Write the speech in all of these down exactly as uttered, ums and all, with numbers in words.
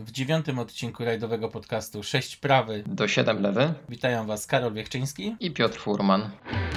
w dziewiątym odcinku rajdowego podcastu sześć prawy do siedem lewy. Witają Was Karol Wiechczyński i Piotr Furman.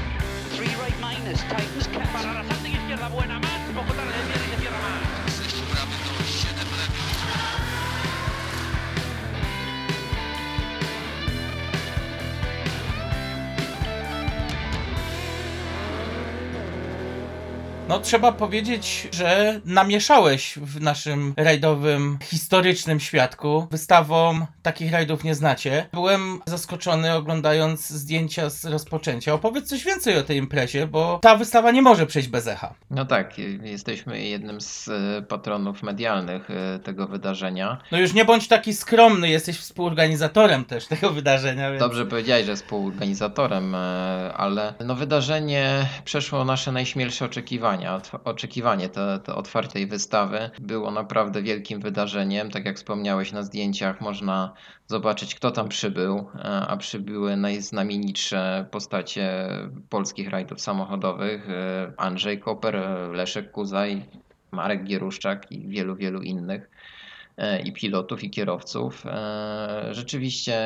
No trzeba powiedzieć, że namieszałeś w naszym rajdowym, historycznym świadku. Wystawą takich rajdów nie znacie. Byłem zaskoczony oglądając zdjęcia z rozpoczęcia. Opowiedz coś więcej o tej imprezie, bo ta wystawa nie może przejść bez echa. No tak, jesteśmy jednym z patronów medialnych tego wydarzenia. No już nie bądź taki skromny, jesteś współorganizatorem też tego wydarzenia. Więc... Dobrze powiedziałeś, że współorganizatorem, ale no wydarzenie przeszło nasze najśmielsze oczekiwania. Oczekiwanie to, to otwartej wystawy było naprawdę wielkim wydarzeniem. Tak jak wspomniałeś, na zdjęciach można zobaczyć, kto tam przybył, a przybyły najznamienitsze postacie polskich rajdów samochodowych. Andrzej Koper, Leszek Kuzaj, Marek Gieruszczak i wielu, wielu innych. I pilotów, i kierowców. Rzeczywiście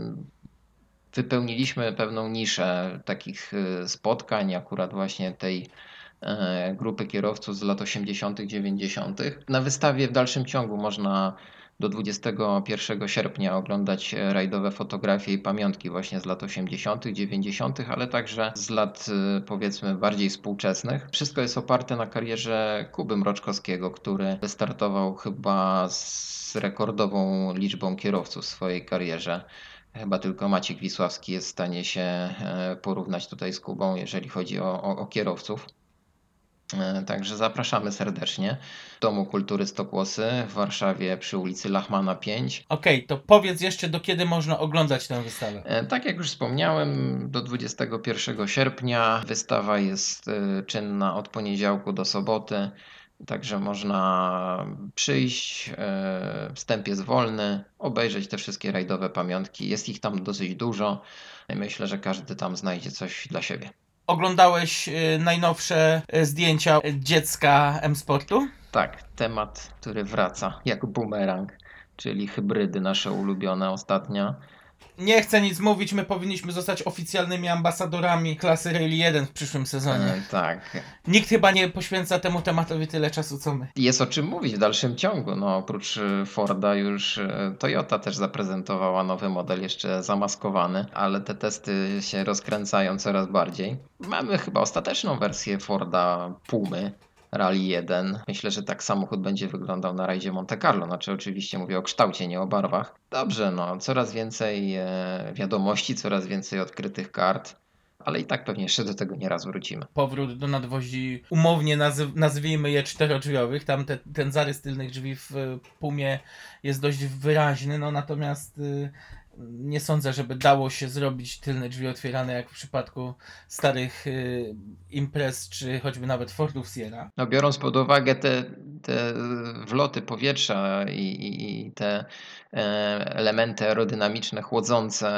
wypełniliśmy pewną niszę takich spotkań, akurat właśnie tej grupy kierowców z lat osiemdziesiątych, dziewięćdziesiątych. Na wystawie w dalszym ciągu można do dwudziestego pierwszego sierpnia oglądać rajdowe fotografie i pamiątki właśnie z lat osiemdziesiątych, dziewięćdziesiątych, ale także z lat powiedzmy bardziej współczesnych. Wszystko jest oparte na karierze Kuby Mroczkowskiego, który wystartował chyba z rekordową liczbą kierowców w swojej karierze. Chyba tylko Maciek Wisławski jest w stanie się porównać tutaj z Kubą, jeżeli chodzi o, o, o kierowców. Także zapraszamy serdecznie. W Domu Kultury Stokłosy w Warszawie przy ulicy Lachmana pięć. Okej, okay, to powiedz jeszcze, do kiedy można oglądać tę wystawę. Tak jak już wspomniałem, do dwudziestego pierwszego sierpnia. Wystawa jest czynna od poniedziałku do soboty. Także można przyjść, wstęp jest wolny, obejrzeć te wszystkie rajdowe pamiątki. Jest ich tam dosyć dużo. Myślę, że każdy tam znajdzie coś dla siebie. Oglądałeś najnowsze zdjęcia dziecka M-Sportu? Tak, temat, który wraca jak bumerang, czyli hybrydy nasze ulubione ostatnio. Nie chcę nic mówić, my powinniśmy zostać oficjalnymi ambasadorami klasy Rally jeden w przyszłym sezonie. E, tak. Nikt chyba nie poświęca temu tematowi tyle czasu, co my. Jest o czym mówić w dalszym ciągu. No, oprócz Forda już Toyota też zaprezentowała nowy model, jeszcze zamaskowany, ale te testy się rozkręcają coraz bardziej. Mamy chyba ostateczną wersję Forda Pumy Rally jeden. Myślę, że tak samochód będzie wyglądał na rajdzie Monte Carlo. Znaczy oczywiście mówię o kształcie, nie o barwach. Dobrze, no coraz więcej wiadomości, coraz więcej odkrytych kart, ale i tak pewnie jeszcze do tego nieraz wrócimy. Powrót do nadwozi umownie nazyw- nazwijmy je czterodrzwiowych. Tam te, ten zarys tylnych drzwi w Pumie jest dość wyraźny, no natomiast y, nie sądzę, żeby dało się zrobić tylne drzwi otwierane jak w przypadku starych y, imprez, czy choćby nawet Fordów Sierra. No, biorąc pod uwagę te, te wloty powietrza i, i, i te elementy aerodynamiczne chłodzące,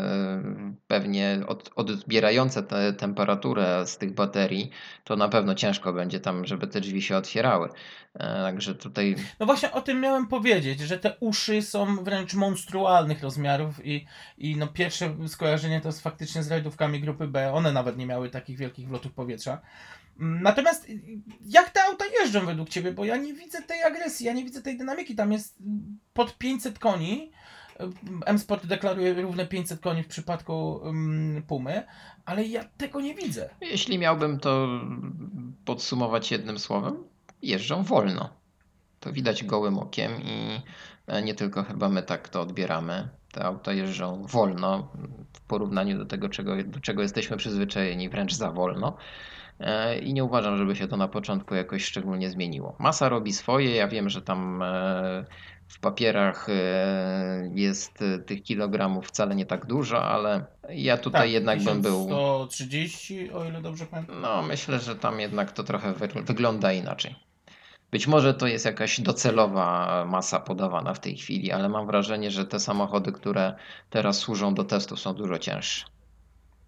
pewnie od, odbierające tę temperaturę z tych baterii, to na pewno ciężko będzie tam, żeby te drzwi się otwierały. Także tutaj... No właśnie o tym miałem powiedzieć, że te uszy są wręcz monstrualnych rozmiarów i, i no pierwsze skojarzenie to jest faktycznie z rajdówkami grupy B. One nawet nie miały takich wielkich wlotów powietrza. Natomiast jak te auta jeżdżą według Ciebie? Bo ja nie widzę tej agresji, ja nie widzę tej dynamiki. Tam jest pod pięćset koni. M-Sport deklaruje równe pięćset koni w przypadku um, Pumy, ale ja tego nie widzę. Jeśli miałbym to podsumować jednym słowem, jeżdżą wolno. To widać gołym okiem i nie tylko chyba my tak to odbieramy. Te auta jeżdżą wolno w porównaniu do tego, czego, do czego jesteśmy przyzwyczajeni, wręcz za wolno. I nie uważam, żeby się to na początku jakoś szczególnie zmieniło. Masa robi swoje, ja wiem, że tam w papierach jest tych kilogramów wcale nie tak dużo, ale ja tutaj tak, jednak bym był... sto trzydzieści, o ile dobrze pamiętam. No myślę, że tam jednak to trochę wygląda inaczej. Być może to jest jakaś docelowa masa podawana w tej chwili, ale mam wrażenie, że te samochody, które teraz służą do testu, są dużo cięższe.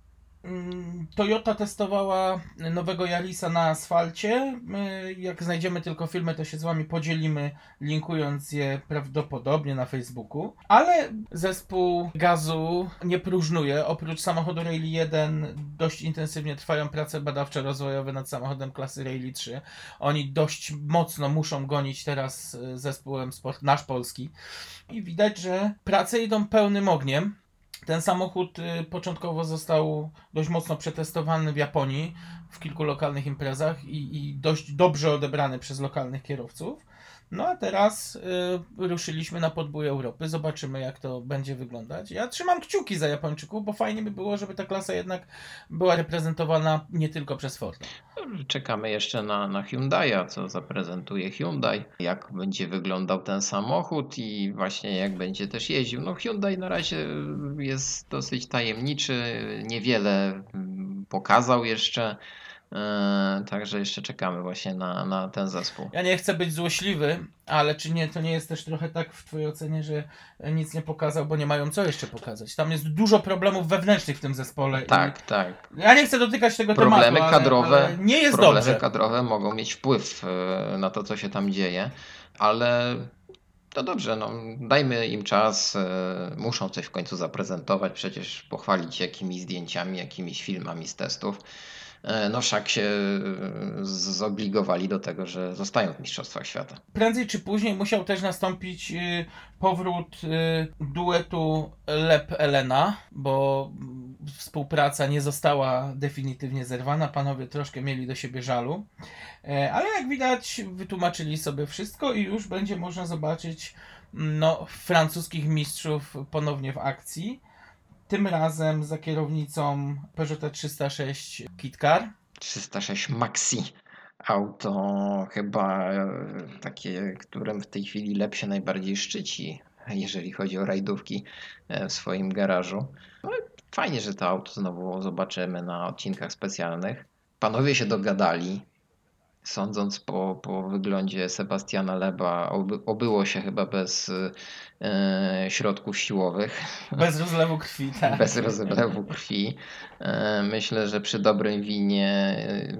Mm, Toyota testowała nowego Yarisa na asfalcie. My, jak znajdziemy tylko filmy, to się z wami podzielimy, linkując je prawdopodobnie na Facebooku. Ale zespół Gazu nie próżnuje. Oprócz samochodu Rally jeden dość intensywnie trwają prace badawczo-rozwojowe nad samochodem klasy Rally trzy. Oni dość mocno muszą gonić teraz e, zespołem Sport Nasz Polski. I widać, że prace idą pełnym ogniem. Ten samochód y, początkowo został dość mocno przetestowany w Japonii w kilku lokalnych imprezach i, i dość dobrze odebrany przez lokalnych kierowców. No a teraz y, ruszyliśmy na podbój Europy. Zobaczymy, jak to będzie wyglądać. Ja trzymam kciuki za Japończyków, bo fajnie by było, żeby ta klasa jednak była reprezentowana nie tylko przez Forda. Czekamy jeszcze na, na Hyundai'a, co zaprezentuje Hyundai, jak będzie wyglądał ten samochód i właśnie jak będzie też jeździł. No Hyundai na razie jest dosyć tajemniczy, niewiele mm, pokazał jeszcze, e, także jeszcze czekamy właśnie na, na ten zespół. Ja nie chcę być złośliwy, ale czy nie, to nie jest też trochę tak w twojej ocenie, że nic nie pokazał, bo nie mają co jeszcze pokazać. Tam jest dużo problemów wewnętrznych w tym zespole. Tak, i tak. Ja nie chcę dotykać tego Problemy tematu, ale, kadrowe, ale nie jest problemy dobrze. kadrowe mogą mieć wpływ e, na to, co się tam dzieje, ale to dobrze, no, dajmy im czas, e, muszą coś w końcu zaprezentować, przecież pochwalić się jakimiś zdjęciami, jakimiś filmami z testów. E, No wszak się e, z- zobligowali do tego, że zostają w Mistrzostwach Świata. Prędzej czy później musiał też nastąpić y, powrót y, duetu Lep-Elena, bo mm, współpraca nie została definitywnie zerwana. Panowie troszkę mieli do siebie żalu. E, Ale jak widać, wytłumaczyli sobie wszystko i już będzie można zobaczyć mm, no, francuskich mistrzów ponownie w akcji. Tym razem za kierownicą Peugeota trzysta sześć Kitcar. trzysta sześć Maxi. Auto chyba e, takie, którym w tej chwili Lep się najbardziej szczyci, jeżeli chodzi o rajdówki e, w swoim garażu. No, i fajnie, że to auto znowu zobaczymy na odcinkach specjalnych. Panowie się dogadali. Sądząc po, po wyglądzie Sebastiana Leba, oby, obyło się chyba bez e, środków siłowych, Bez rozlewu krwi, tak. bez rozlewu krwi. E, myślę, że przy dobrym winie e,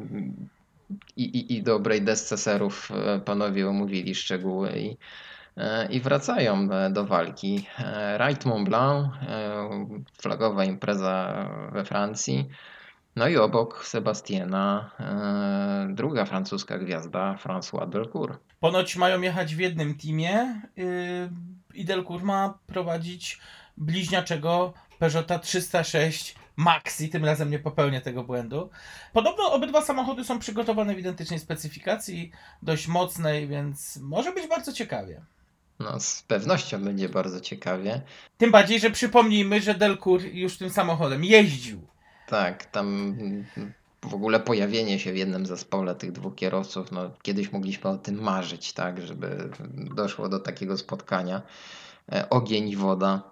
i, i, i dobrej desce serów e, panowie omówili szczegóły i, e, i wracają e, do walki. E, Ride Mont Blanc, e, flagowa impreza we Francji. No i obok Sebastiana e, druga francuska gwiazda, François Delcourt. Ponoć mają jechać w jednym teamie yy, i Delcourt ma prowadzić bliźniaczego Peugeota trzysta sześć Maxi, tym razem nie popełnię tego błędu. Podobno obydwa samochody są przygotowane w identycznej specyfikacji, dość mocnej, więc może być bardzo ciekawie. No, z pewnością będzie bardzo ciekawie. Tym bardziej, że przypomnijmy, że Delcourt już tym samochodem jeździł. Tak, tam mm, w ogóle pojawienie się w jednym zespole tych dwóch kierowców, no kiedyś mogliśmy o tym marzyć, tak, żeby doszło do takiego spotkania. E, Ogień i woda,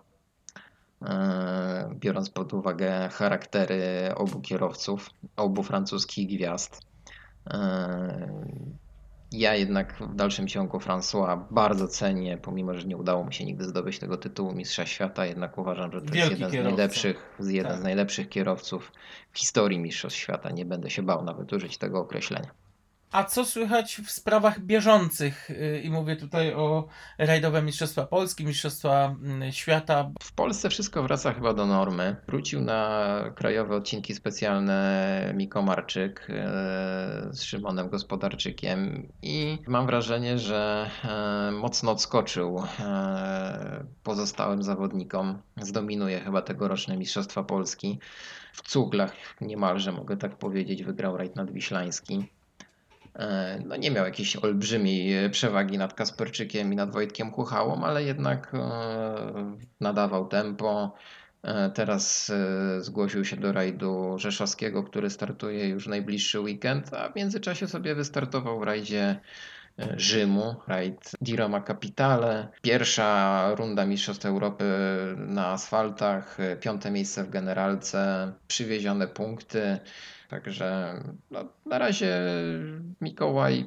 e, biorąc pod uwagę charaktery obu kierowców, obu francuskich gwiazd. E, Ja jednak w dalszym ciągu François bardzo cenię, pomimo że nie udało mu się nigdy zdobyć tego tytułu Mistrza Świata, jednak uważam, że to jest Wielki jeden z kierowca. najlepszych, jeden Tak. z najlepszych kierowców w historii Mistrzostw Świata. Nie będę się bał nawet użyć tego określenia. A co słychać w sprawach bieżących? Yy, I mówię tutaj o rajdowe Mistrzostwa Polski, Mistrzostwa mm, Świata. W Polsce wszystko wraca chyba do normy. Wrócił na krajowe odcinki specjalne Miko Marczyk e, z Szymonem Gospodarczykiem i mam wrażenie, że e, mocno odskoczył e, pozostałym zawodnikom. Zdominuje chyba tegoroczne Mistrzostwa Polski. W cuglach niemalże, mogę tak powiedzieć, wygrał rajd nadwiślański. E, No nie miał jakiejś olbrzymiej przewagi nad Kasperczykiem i nad Wojtkiem Kuchałą, ale jednak e, nadawał tempo. E, Teraz e, zgłosił się do rajdu rzeszowskiego, który startuje już w najbliższy weekend, a w międzyczasie sobie wystartował w rajdzie e, Rzymu, rajd di Roma Capitale. Pierwsza runda Mistrzostw Europy na asfaltach, e, piąte miejsce w generalce, przywiezione punkty. Także no, na razie Mikołaj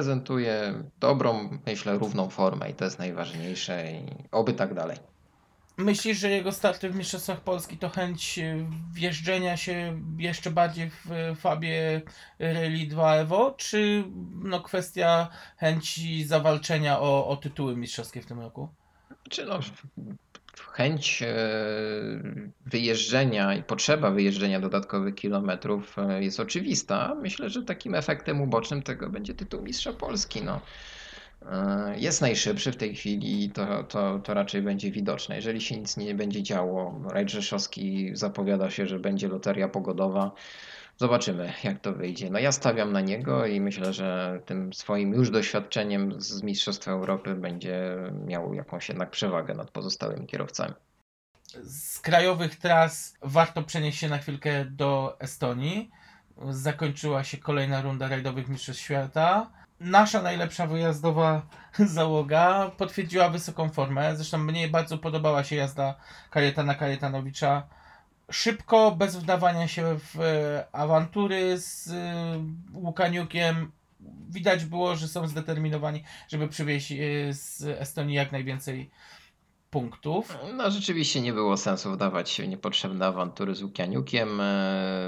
reprezentuje dobrą, myślę, równą formę i to jest najważniejsze i oby tak dalej. Myślisz, że jego starty w Mistrzostwach Polski to chęć wjeżdżenia się jeszcze bardziej w Fabie Rally dwa Evo, czy no kwestia chęci zawalczenia o, o tytuły mistrzowskie w tym roku? Czy no, chęć e, wyjeżdżenia i potrzeba wyjeżdżenia dodatkowych kilometrów e, jest oczywista. Myślę, że takim efektem ubocznym tego będzie tytuł Mistrza Polski. No. E, Jest najszybszy w tej chwili i to, to, to raczej będzie widoczne. Jeżeli się nic nie będzie działo, rajd rzeszowski zapowiada się, że będzie loteria pogodowa. Zobaczymy, jak to wyjdzie. No ja stawiam na niego i myślę, że tym swoim już doświadczeniem z Mistrzostwa Europy będzie miał jakąś jednak przewagę nad pozostałymi kierowcami. Z krajowych tras warto przenieść się na chwilkę do Estonii. Zakończyła się kolejna runda rajdowych Mistrzostw Świata. Nasza najlepsza wyjazdowa załoga potwierdziła wysoką formę. Zresztą mnie bardzo podobała się jazda Kajetana Kajetanowicza. Szybko, bez wdawania się w awantury z Łukaniukiem. Widać było, że są zdeterminowani, żeby przywieźć z Estonii jak najwięcej punktów. No rzeczywiście nie było sensu wdawać się w niepotrzebne awantury z Łukianiukiem. E,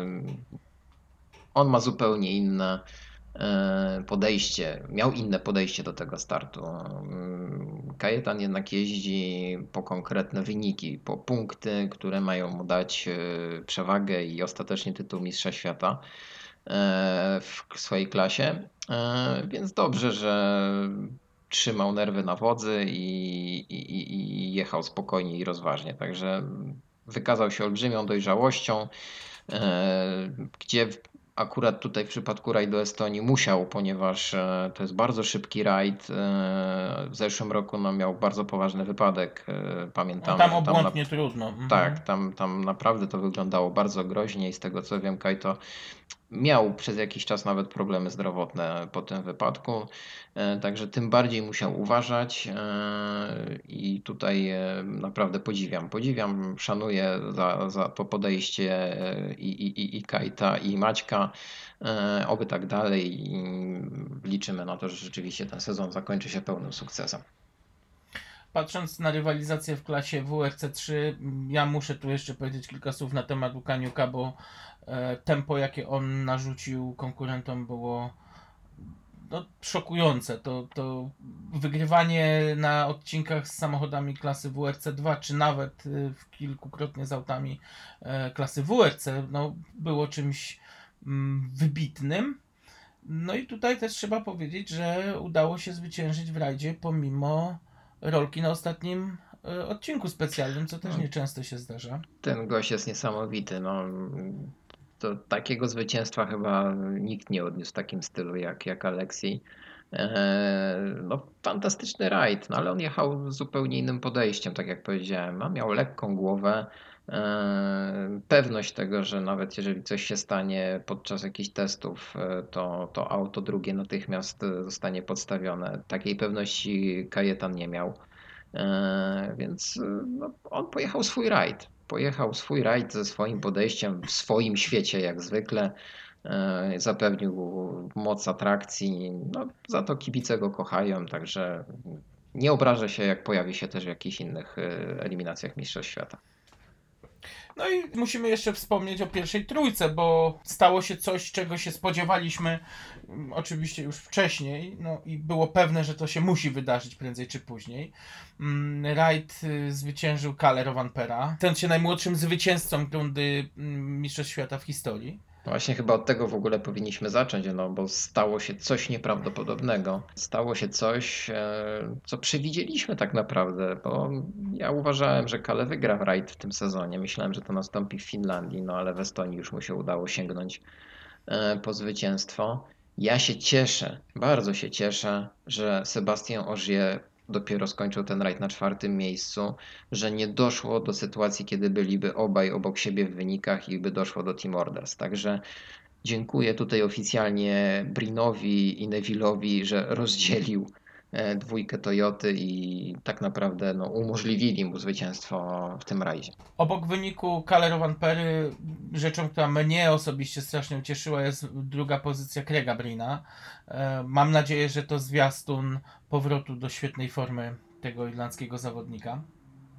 On ma zupełnie inne e, podejście, miał inne podejście do tego startu. Mm, Kajetan jednak jeździ po konkretne wyniki, po punkty, które mają mu dać e, przewagę i ostatecznie tytuł Mistrza Świata e, w swojej klasie. E, Więc dobrze, że trzymał nerwy na wodzy i, i, i jechał spokojnie i rozważnie. Także wykazał się olbrzymią dojrzałością, e, gdzie akurat tutaj w przypadku rajdu Estonii musiał, ponieważ e, to jest bardzo szybki rajd. E, W zeszłym roku no, miał bardzo poważny wypadek. E, Pamiętamy, Tam że tam na, obłąd nie trudno. Mhm. tak, tam, tam naprawdę to wyglądało bardzo groźnie i z tego co wiem, Kajto miał przez jakiś czas nawet problemy zdrowotne po tym wypadku, e, także tym bardziej musiał uważać e, i tutaj e, naprawdę podziwiam. Podziwiam, szanuję za, za to podejście e, i, i, i- i Kajta, i Maćka. E, Oby tak dalej i liczymy na to, że rzeczywiście ten sezon zakończy się pełnym sukcesem. Patrząc na rywalizację w klasie W R C trzy, ja muszę tu jeszcze powiedzieć kilka słów na temat Łukaniuka, bo e, tempo, jakie on narzucił konkurentom, było no, szokujące. To, to wygrywanie na odcinkach z samochodami klasy W R C dwa, czy nawet e, w kilkukrotnie z autami e, klasy W R C, no, było czymś mm, wybitnym. No i tutaj też trzeba powiedzieć, że udało się zwyciężyć w rajdzie pomimo rolki na ostatnim e, odcinku specjalnym, co też nieczęsto się zdarza. Ten gość jest niesamowity. No, to takiego zwycięstwa chyba nikt nie odniósł w takim stylu jak, jak Aleksiej. Eee, No, fantastyczny rajd, no ale on jechał z zupełnie innym podejściem, tak jak powiedziałem. No, miał lekką głowę, eee, pewność tego, że nawet jeżeli coś się stanie podczas jakichś testów, e, to, to auto drugie natychmiast e, zostanie podstawione. Takiej pewności Kajetan nie miał. E, Więc e, no, on pojechał swój rajd. Pojechał swój rajd ze swoim podejściem w swoim świecie, jak zwykle. E, Zapewnił moc atrakcji. No, za to kibice go kochają, także nie obrażę się, jak pojawi się też w jakichś innych e, eliminacjach Mistrzostw Świata. No i musimy jeszcze wspomnieć o pierwszej trójce, bo stało się coś, czego się spodziewaliśmy mm, oczywiście już wcześniej, no i było pewne, że to się musi wydarzyć prędzej czy później. Mm, Rajd y, zwyciężył Kalle Rovanpera, stając się najmłodszym zwycięzcą rundy mm, Mistrzostw Świata w historii. Właśnie chyba od tego w ogóle powinniśmy zacząć, no bo stało się coś nieprawdopodobnego. Stało się coś, e, co przewidzieliśmy tak naprawdę, bo ja uważałem, że Kale wygra w rajd w tym sezonie. Myślałem, że to nastąpi w Finlandii, no ale w Estonii już mu się udało sięgnąć e, po zwycięstwo. Ja się cieszę, bardzo się cieszę, że Sebastian Ogier dopiero skończył ten rajd na czwartym miejscu, że nie doszło do sytuacji, kiedy byliby obaj obok siebie w wynikach i by doszło do Team Orders. Także dziękuję tutaj oficjalnie Brinowi i Neville'owi, że rozdzielił e, dwójkę Toyoty i tak naprawdę no, umożliwili mu zwycięstwo w tym rajdzie. Obok wyniku Kalle Rovanpery rzeczą, która mnie osobiście strasznie ucieszyła, jest druga pozycja Craiga Brina. E, Mam nadzieję, że to zwiastun powrotu do świetnej formy tego irlandzkiego zawodnika.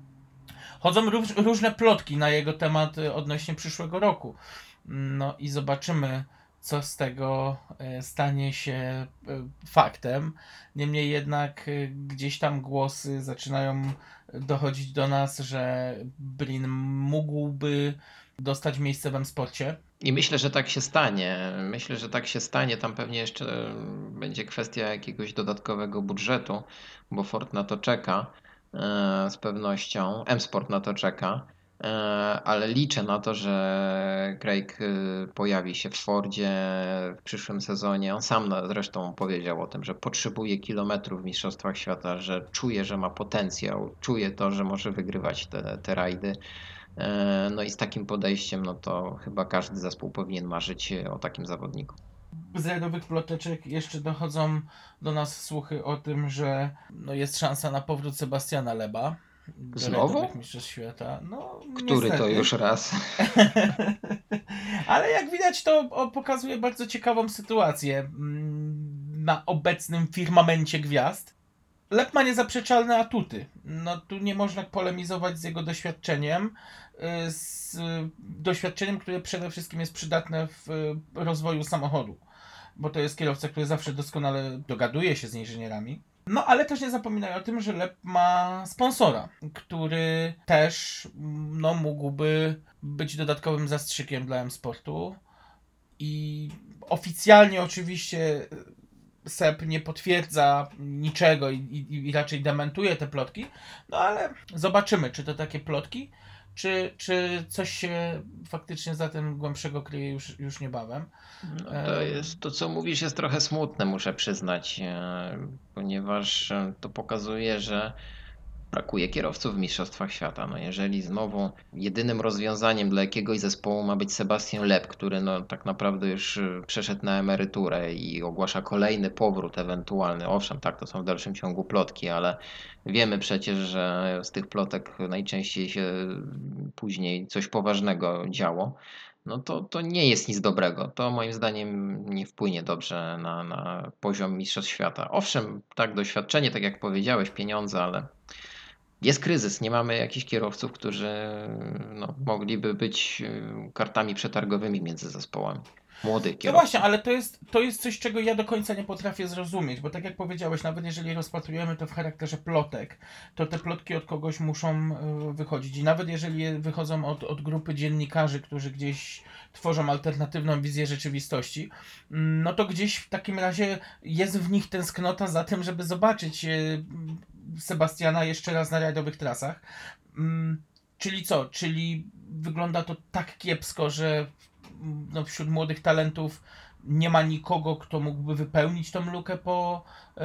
Chodzą róż, różne plotki na jego temat y, odnośnie przyszłego roku. No i zobaczymy, co z tego y, stanie się y, faktem. Niemniej jednak y, gdzieś tam głosy zaczynają dochodzić do nas, że Brin mógłby dostać miejsce w M-Sporcie. I myślę, że tak się stanie. Myślę, że tak się stanie. Tam pewnie jeszcze będzie kwestia jakiegoś dodatkowego budżetu, bo Ford na to czeka e, z pewnością. M-Sport na to czeka. E, Ale liczę na to, że Craig e, pojawi się w Fordzie w przyszłym sezonie. On sam na- zresztą powiedział o tym, że potrzebuje kilometrów w Mistrzostwach Świata, że czuje, że ma potencjał, czuje to, że może wygrywać te, te rajdy. E, No i z takim podejściem, no to chyba każdy zespół powinien marzyć o takim zawodniku. Z rajdowych ploteczek jeszcze dochodzą do nas słuchy o tym, że no jest szansa na powrót Sebastiana Leba do Znowu? rajdowych mistrzostw świata. No, Który to niestety. już raz? Ale jak widać, to o, pokazuje bardzo ciekawą sytuację mm, na obecnym firmamencie gwiazd. Lep ma niezaprzeczalne atuty. No tu nie można polemizować z jego doświadczeniem, y, z doświadczeniem, które przede wszystkim jest przydatne w y, rozwoju samochodu, bo to jest kierowca, który zawsze doskonale dogaduje się z inżynierami. No ale też nie zapominaj o tym, że Lep ma sponsora, który też mm, no, mógłby być dodatkowym zastrzykiem dla M-Sportu. I oficjalnie oczywiście Seb nie potwierdza niczego i, i, i raczej dementuje te plotki, no ale zobaczymy, czy to takie plotki, czy, czy coś się faktycznie za tym głębszego kryje już, już niebawem. No to jest, to co mówisz jest trochę smutne, muszę przyznać, e, ponieważ e, to pokazuje, że brakuje kierowców w Mistrzostwach Świata. No jeżeli znowu jedynym rozwiązaniem dla jakiegoś zespołu ma być Sebastian Loeb, który no tak naprawdę już y, przeszedł na emeryturę i ogłasza kolejny powrót ewentualny. Owszem, tak, to są w dalszym ciągu plotki, ale wiemy przecież, że z tych plotek najczęściej się później coś poważnego działo. No to, to nie jest nic dobrego. To moim zdaniem nie wpłynie dobrze na, na poziom Mistrzostw Świata. Owszem, tak, doświadczenie, tak jak powiedziałeś, pieniądze, ale jest kryzys, nie mamy jakichś kierowców, którzy no, mogliby być y, kartami przetargowymi między zespołami. Młodych No kierowców. właśnie, ale to jest, to jest coś, czego ja do końca nie potrafię zrozumieć, bo tak jak powiedziałeś, nawet jeżeli rozpatrujemy to w charakterze plotek, to te plotki od kogoś muszą y, wychodzić. I nawet jeżeli wychodzą od, od grupy dziennikarzy, którzy gdzieś tworzą alternatywną wizję rzeczywistości, mm, no to gdzieś w takim razie jest w nich tęsknota za tym, żeby zobaczyć y, Sebastiana jeszcze raz na rajdowych trasach. Mm, Czyli co? Czyli wygląda to tak kiepsko, że no, wśród młodych talentów nie ma nikogo, kto mógłby wypełnić tą lukę po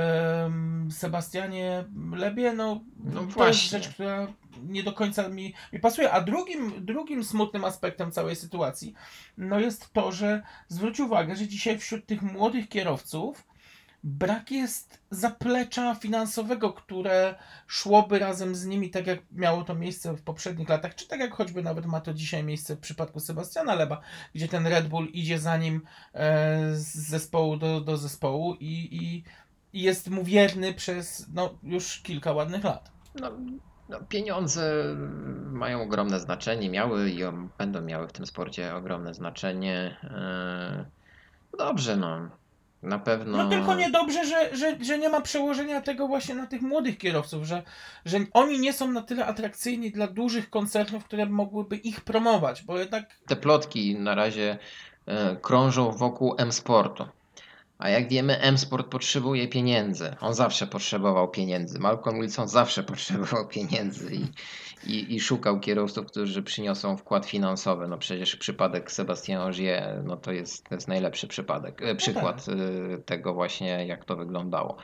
em, Sebastianie Lebie. No, No to jest właśnie. rzecz, która nie do końca mi, mi pasuje. A drugim, drugim smutnym aspektem całej sytuacji no jest to, że zwróć uwagę, że dzisiaj wśród tych młodych kierowców brak jest zaplecza finansowego, które szłoby razem z nimi, tak jak miało to miejsce w poprzednich latach, czy tak jak choćby nawet ma to dzisiaj miejsce w przypadku Sebastiana Leba, gdzie ten Red Bull idzie za nim e, z zespołu do, do zespołu i, i, i jest mu wierny przez no, już kilka ładnych lat. No, no, pieniądze mają ogromne znaczenie, miały i on- będą miały w tym sporcie ogromne znaczenie. Eee, Dobrze, no. Na pewno. No tylko niedobrze, że, że, że nie ma przełożenia tego właśnie na tych młodych kierowców, że, że oni nie są na tyle atrakcyjni dla dużych koncernów, które mogłyby ich promować, bo jednak Te plotki na razie e, krążą wokół M-Sportu. A jak wiemy, M-Sport potrzebuje pieniędzy. On zawsze potrzebował pieniędzy. Malcolm Wilson zawsze potrzebował pieniędzy i, i, i szukał kierowców, którzy przyniosą wkład finansowy. No przecież przypadek Sebastian Ogier, no to jest, to jest najlepszy przypadek, e, przykład e, tego właśnie, jak to wyglądało.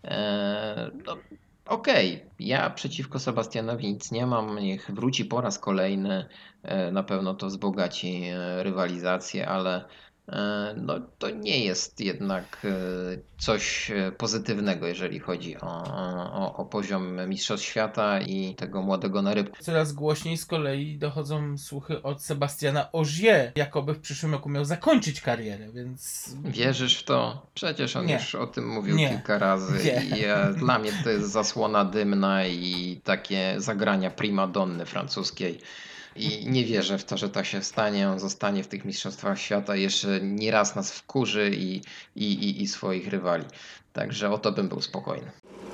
E, no, Okej, ja przeciwko Sebastianowi nic nie mam. Niech wróci po raz kolejny. E, Na pewno to wzbogaci e, rywalizację, ale e, no to nie jest jednak e, coś e, pozytywnego, jeżeli chodzi o, o, o poziom Mistrzostw Świata i tego młodego narybka. Coraz głośniej z kolei dochodzą słuchy od Sebastiana Ogier, jakoby w przyszłym roku miał zakończyć karierę, więc Wierzysz w to? Przecież on nie, już o tym mówił nie, kilka razy nie. i e, dla mnie to jest zasłona dymna i takie zagrania primadonny francuskiej. I nie wierzę w to, że tak się stanie. On zostanie w tych mistrzostwach świata, jeszcze nie raz nas wkurzy i, i, i, i swoich rywali. Także o to bym był spokojny.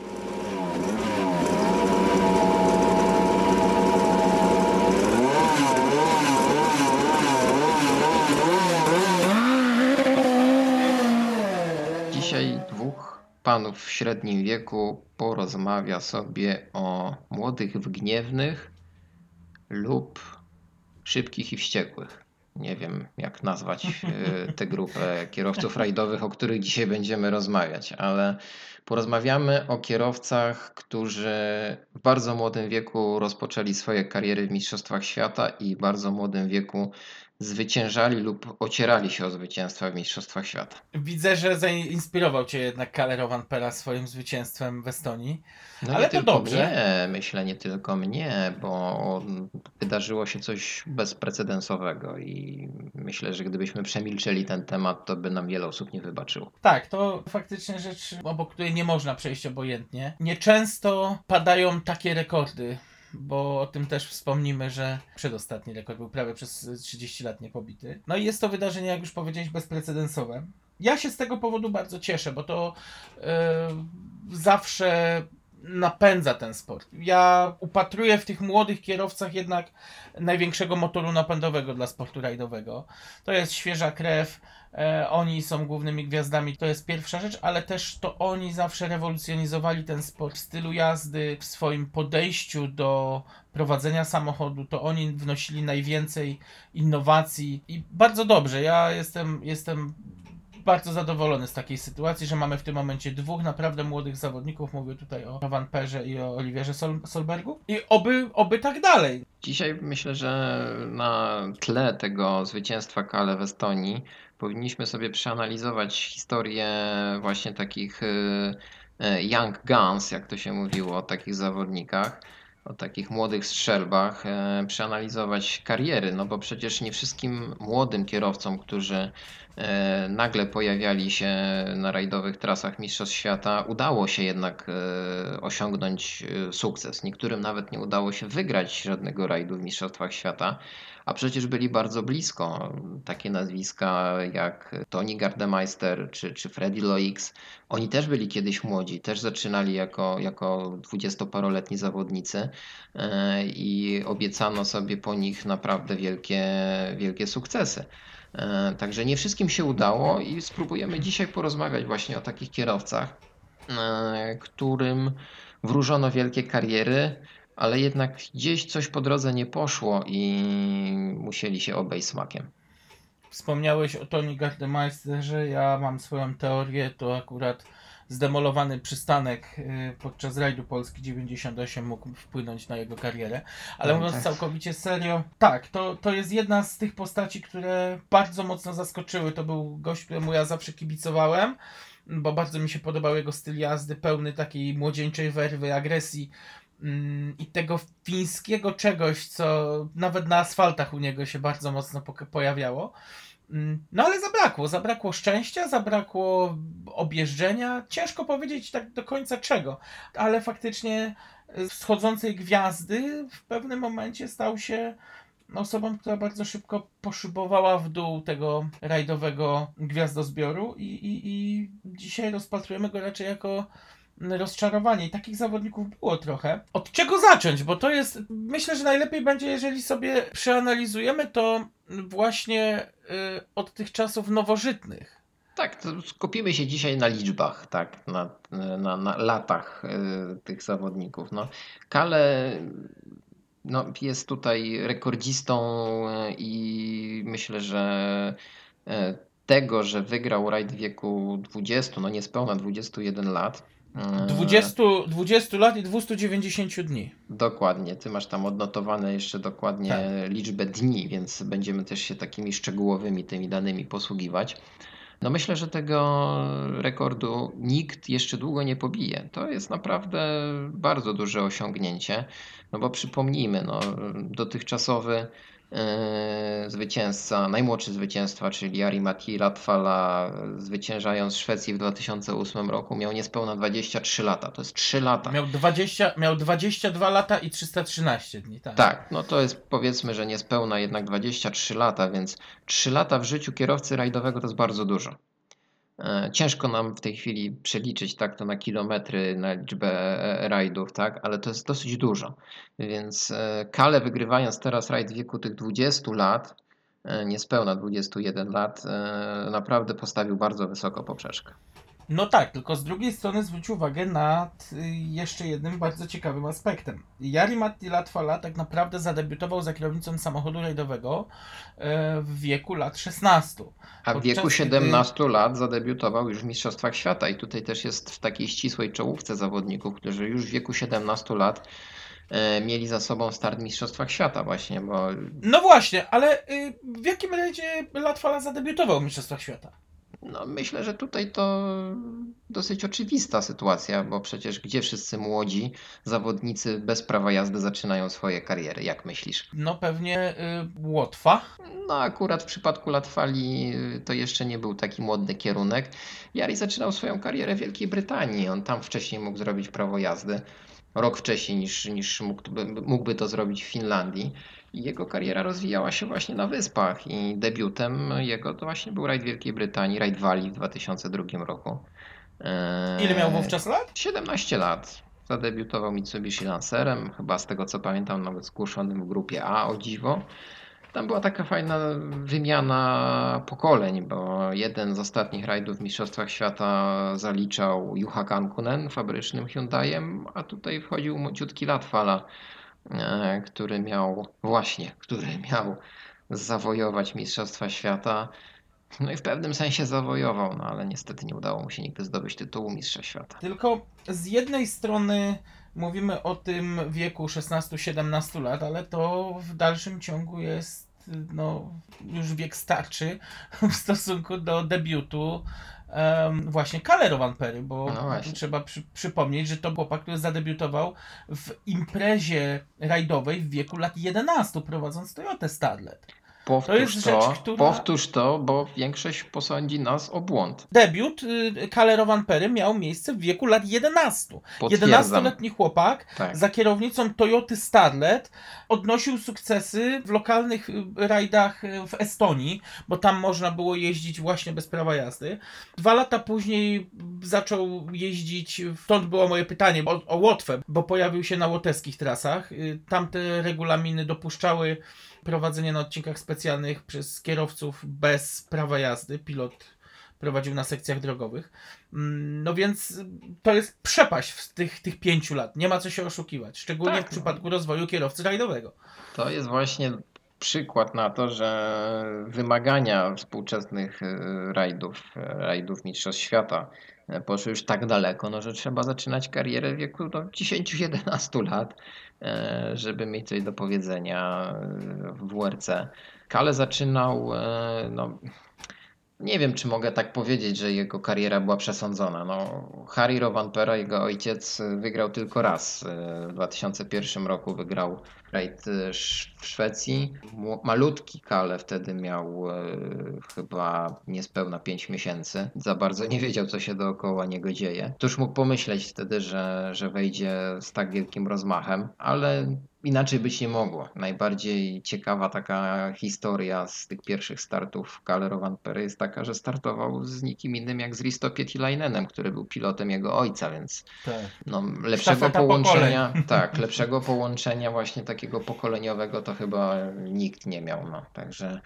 Dzisiaj dwóch panów w średnim wieku porozmawia sobie o młodych wgniewnych lub szybkich i wściekłych. Nie wiem, jak nazwać e, tę grupę kierowców rajdowych, o których dzisiaj będziemy rozmawiać, ale porozmawiamy o kierowcach, którzy w bardzo młodym wieku rozpoczęli swoje kariery w Mistrzostwach Świata i w bardzo młodym wieku zwyciężali lub ocierali się o zwycięstwa w Mistrzostwach Świata. Widzę, że zainspirował cię jednak Kalle Rovanpera swoim zwycięstwem w Estonii. No Ale nie to tylko dobrze. mnie, myślę, nie tylko mnie, bo wydarzyło się coś bezprecedensowego i myślę, że gdybyśmy przemilczeli ten temat, to by nam wiele osób nie wybaczyło. Tak, to faktycznie rzecz, obok której nie można przejść obojętnie. Nieczęsto padają takie rekordy, bo o tym też wspomnimy, że przedostatni rekord był prawie przez trzydzieści lat niepobity. No i jest to wydarzenie, jak już powiedziałeś, bezprecedensowe. Ja się z tego powodu bardzo cieszę, bo to yy, zawsze napędza ten sport. Ja upatruję w tych młodych kierowcach jednak największego motoru napędowego dla sportu rajdowego. To jest świeża krew, e, oni są głównymi gwiazdami, to jest pierwsza rzecz, ale też to oni zawsze rewolucjonizowali ten sport w stylu jazdy, w swoim podejściu do prowadzenia samochodu, to oni wnosili najwięcej innowacji i bardzo dobrze. Ja jestem, jestem bardzo zadowolony z takiej sytuacji, że mamy w tym momencie dwóch naprawdę młodych zawodników. Mówię tutaj o Rovanperze i o Oliwierze Sol Solbergu. I oby, oby tak dalej. Dzisiaj myślę, że na tle tego zwycięstwa Kalle w Estonii powinniśmy sobie przeanalizować historię właśnie takich y, y, young guns, jak to się mówiło o takich zawodnikach, o takich młodych strzelbach, y, przeanalizować kariery, no bo przecież nie wszystkim młodym kierowcom, którzy y, nagle pojawiali się na rajdowych trasach Mistrzostw Świata, udało się jednak y, osiągnąć y, sukces. Niektórym nawet nie udało się wygrać żadnego rajdu w Mistrzostwach Świata, a przecież byli bardzo blisko. Takie nazwiska jak Toni Gardemeister czy, czy Freddy Loix, oni też byli kiedyś młodzi, też zaczynali jako, jako dwudziestoparoletni zawodnicy e, i obiecano sobie po nich naprawdę wielkie, wielkie sukcesy. E, Także nie wszystkim się udało i spróbujemy dzisiaj porozmawiać właśnie o takich kierowcach, e, którym wróżono wielkie kariery, ale jednak gdzieś coś po drodze nie poszło i musieli się obejść smakiem. Wspomniałeś o Toni Gardemeisterze. Ja mam swoją teorię. To akurat zdemolowany przystanek y, podczas rajdu Polski dziewięćdziesiąt osiem mógł wpłynąć na jego karierę. Ale No mówiąc tak. całkowicie serio, tak, to, to jest jedna z tych postaci, które bardzo mocno zaskoczyły. To był gość, któremu ja zawsze kibicowałem, bo bardzo mi się podobał jego styl jazdy, pełny takiej młodzieńczej werwy, agresji mm, i tego fińskiego czegoś, co nawet na asfaltach u niego się bardzo mocno pok- pojawiało. Mm, No ale zabrakło, zabrakło szczęścia, zabrakło objeżdżenia. Ciężko powiedzieć tak do końca czego, ale faktycznie z wschodzącej gwiazdy w pewnym momencie stał się osobą, która bardzo szybko poszybowała w dół tego rajdowego gwiazdozbioru i, i, i dzisiaj rozpatrujemy go raczej jako rozczarowanie. I takich zawodników było trochę. Od czego zacząć? Bo to jest, myślę, że najlepiej będzie, jeżeli sobie przeanalizujemy to właśnie y, od tych czasów nowożytnych. Tak, to skupimy się dzisiaj na liczbach, tak, na, na, na latach y, tych zawodników. No, Kalle no, jest tutaj rekordzistą y, i myślę, że y, tego, że wygrał rajd w wieku dwudziestu, no niespełna dwudziestu jeden lat, Eee, dwadzieścia, dwadzieścia lat i dwieście dziewięćdziesiąt dni. Dokładnie. Ty masz tam odnotowane jeszcze dokładnie Tak. liczbę dni, więc będziemy też się takimi szczegółowymi tymi danymi posługiwać. No myślę, że tego rekordu nikt jeszcze długo nie pobije. To jest naprawdę bardzo duże osiągnięcie, no bo przypomnijmy, no, dotychczasowy e, zwycięzca, najmłodszy zwycięstwa, czyli Jari-Matti Latvala, zwyciężając Szwecji w dwa tysiące ósmym roku, miał niespełna dwadzieścia trzy lata. To jest trzy lata. Miał, dwadzieścia, miał dwadzieścia dwa lata i trzysta trzynaście dni. Tak. Tak, no to jest powiedzmy, że niespełna jednak dwadzieścia trzy lata, więc trzy lata w życiu kierowcy rajdowego to jest bardzo dużo. E, Ciężko nam w tej chwili przeliczyć tak to na kilometry, na liczbę e, rajdów, tak, ale to jest dosyć dużo. Więc e, Kale, wygrywając teraz rajd w wieku tych dwudziestu lat, e, niespełna dwudziestu jeden lat, e, naprawdę postawił bardzo wysoko poprzeczkę. No tak, tylko z drugiej strony zwróć uwagę nad y, jeszcze jednym bardzo ciekawym aspektem. Jari-Matti Latvala tak naprawdę zadebiutował za kierownicą samochodu rajdowego e, w wieku lat szesnastu. A w Podczas wieku kiedy- siedemnastu lat zadebiutował już w Mistrzostwach Świata i tutaj też jest w takiej ścisłej czołówce zawodników, którzy już w wieku siedemnastu lat e, mieli za sobą start w Mistrzostwach Świata właśnie, bo No właśnie, ale y, w jakim razie Latvala zadebiutował w Mistrzostwach Świata? no, myślę, że tutaj to dosyć oczywista sytuacja, bo przecież gdzie wszyscy młodzi zawodnicy bez prawa jazdy zaczynają swoje kariery, jak myślisz? No pewnie y, Łotwa. No akurat w przypadku Latwali y, to jeszcze nie był taki modny kierunek. Jari zaczynał swoją karierę w Wielkiej Brytanii. On tam wcześniej mógł zrobić prawo jazdy. Rok wcześniej niż, niż mógłby, mógłby to zrobić w Finlandii. I jego kariera rozwijała się właśnie na Wyspach i debiutem jego to właśnie był rajd Wielkiej Brytanii, rajd Walii w dwa tysiące drugim roku. Eee, Ile miał wówczas lat? siedemnaście lat. Zadebiutował Mitsubishi Lancerem, chyba z tego co pamiętam nawet zgłoszonym w grupie A, o dziwo. Tam była taka fajna wymiana pokoleń, bo jeden z ostatnich rajdów w Mistrzostwach Świata zaliczał Juha Kankkunen fabrycznym Hyundaiem, a tutaj wchodził młodziutki Latvala, e, który miał właśnie, który miał zawojować Mistrzostwa Świata. No i w pewnym sensie zawojował, no ale niestety nie udało mu się nigdy zdobyć tytułu Mistrza Świata. Tylko z jednej strony mówimy o tym wieku szesnastu siedemnastu lat, ale to w dalszym ciągu jest no, już wiek starczy w stosunku do debiutu em, właśnie Kalle Rovanpery, bo No właśnie. tu trzeba przy, przypomnieć, że to chłopak, który zadebiutował w imprezie rajdowej w wieku lat jedenastu, prowadząc Toyotę Stadlet. Powtórz jest to, rzecz, która- powtórz to, bo większość posądzi nas o błąd. Debiut y, Kalle Rovanpery miał miejsce w wieku lat jedenastu. Potwierdzam. jedenastoletni chłopak Tak. za kierownicą Toyoty Stadlet odnosił sukcesy w lokalnych y, rajdach y, w Estonii, bo tam można było jeździć właśnie bez prawa jazdy. Dwa lata później zaczął jeździć, stąd było moje pytanie o, o Łotwę, bo pojawił się na łotewskich trasach. Y, Tamte regulaminy dopuszczały prowadzenie na odcinkach specjalnych przez kierowców bez prawa jazdy. Pilot prowadził na sekcjach drogowych. Mm, No więc to jest przepaść w tych, tych pięciu lat. Nie ma co się oszukiwać. Szczególnie Tak, w no. przypadku rozwoju kierowcy rajdowego. To jest właśnie przykład na to, że wymagania współczesnych e, rajdów, e, rajdów Mistrzostw Świata e, poszły już tak daleko, no, że trzeba zaczynać karierę w wieku no, dziesięć jedenastu lat, e, żeby mieć coś do powiedzenia e, w W R C. Kalle zaczynał, e, no, nie wiem, czy mogę tak powiedzieć, że jego kariera była przesądzona. No, Harry Rovanpera, jego ojciec, wygrał tylko raz. W dwa tysiące pierwszym roku wygrał rajd Sz- w Szwecji. Mło- Malutki Kalle wtedy miał e, chyba niespełna pięć miesięcy. Za bardzo nie wiedział, co się dookoła niego dzieje. Któż mógł pomyśleć wtedy, że, że wejdzie z tak wielkim rozmachem, ale inaczej być nie mogło. Najbardziej ciekawa taka historia z tych pierwszych startów Kalle Rovanpery jest taka, że startował z nikim innym jak z Risto Pietiläinenem, który był pilotem jego ojca, więc Tak. no, lepszego Sztafeta połączenia, tak, lepszego połączenia właśnie takiego pokoleniowego to chyba nikt nie miał. No. Także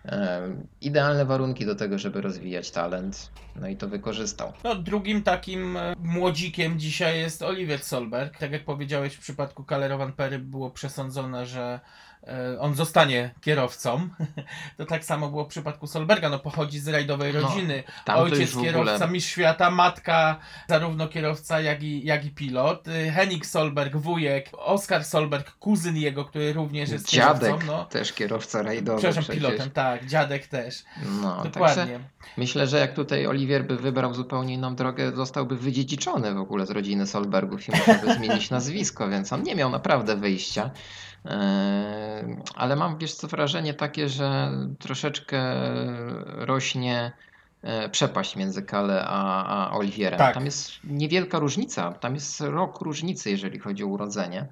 e, idealne warunki do tego, żeby rozwijać talent, no i to wykorzystał. No, drugim takim e, młodzikiem dzisiaj jest Oliwier Solberg. Tak jak powiedziałeś, w przypadku Kalle Rovanpery było było przesądzone, że e, on zostanie kierowcą. To tak samo było w przypadku Solberga, no pochodzi z rajdowej No, rodziny. tam to już Ojciec w ogóle- kierowca, mistrz świata, matka zarówno kierowca, jak i, jak i pilot. Y, Henning Solberg, wujek, Oskar Solberg, kuzyn jego, który również jest Dziadek kierowcą. No. też kierowca rajdowy Przepraszam, przecież. pilotem, tak, dziadek też. No, Dokładnie. także myślę, że jak tutaj Oliwier by wybrał zupełnie inną drogę, zostałby wydziedziczony w ogóle z rodziny Solbergów i musiałby zmienić nazwisko, więc on nie miał naprawdę wyjścia. Yy, Ale mam, wiesz co, wrażenie takie, że troszeczkę rośnie e, przepaść między Kale a, a Oliwierem. Tak. Tam jest niewielka różnica, tam jest rok różnicy, jeżeli chodzi o urodzenie.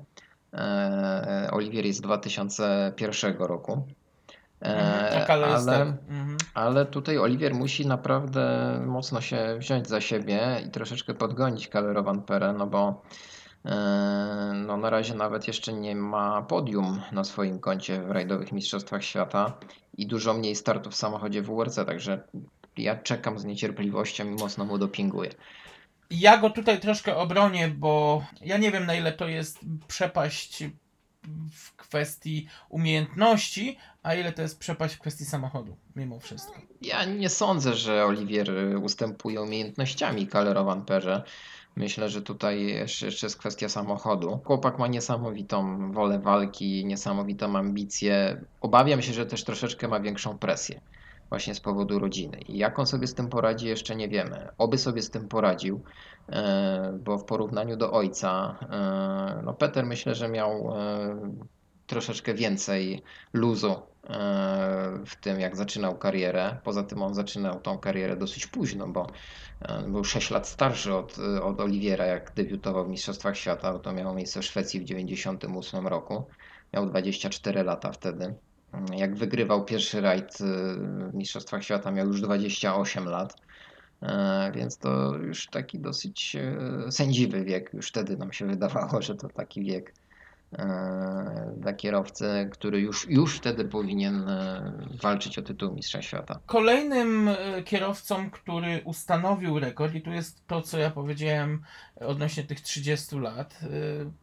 E, Oliwier jest z dwa tysiące pierwszego roku. E, Mhm, a Kale jest ale, tak. Mhm. ale tutaj Oliwier musi naprawdę mocno się wziąć za siebie i troszeczkę podgonić Kalle Rovanperę, no bo e, no na razie nawet jeszcze nie ma podium na swoim koncie w rajdowych mistrzostwach świata i dużo mniej startów w samochodzie W R C, także ja czekam z niecierpliwością i mocno mu dopinguję. Ja go tutaj troszkę obronię, bo ja nie wiem, na ile to jest przepaść w kwestii umiejętności, a ile to jest przepaść w kwestii samochodu, mimo wszystko. Ja nie sądzę, że Oliwier ustępuje umiejętnościami Kalle Rovanperze. Myślę, że tutaj jeszcze, jeszcze jest kwestia samochodu. Chłopak ma niesamowitą wolę walki, niesamowitą ambicję. Obawiam się, że też troszeczkę ma większą presję właśnie z powodu rodziny. I jak on sobie z tym poradzi, jeszcze nie wiemy. Oby sobie z tym poradził, e, bo w porównaniu do ojca, e, no Peter myślę, że miał e, troszeczkę więcej luzu e, w tym, jak zaczynał karierę. Poza tym on zaczynał tą karierę dosyć późno, bo e, był sześć lat starszy od, od Oliwiera, jak debiutował w Mistrzostwach Świata, bo to miało miejsce w Szwecji w dziewięćdziesiątym ósmym roku. Miał dwadzieścia cztery lata wtedy. Jak wygrywał pierwszy rajd w Mistrzostwach Świata, miał już dwadzieścia osiem lat. E, Więc to już taki dosyć e, sędziwy wiek. Już wtedy nam się wydawało, że to taki wiek e, dla kierowcy, który już, już wtedy powinien e, walczyć o tytuł Mistrza Świata. Kolejnym e, kierowcą, który ustanowił rekord, i tu jest to, co ja powiedziałem odnośnie tych trzydziestu lat, e,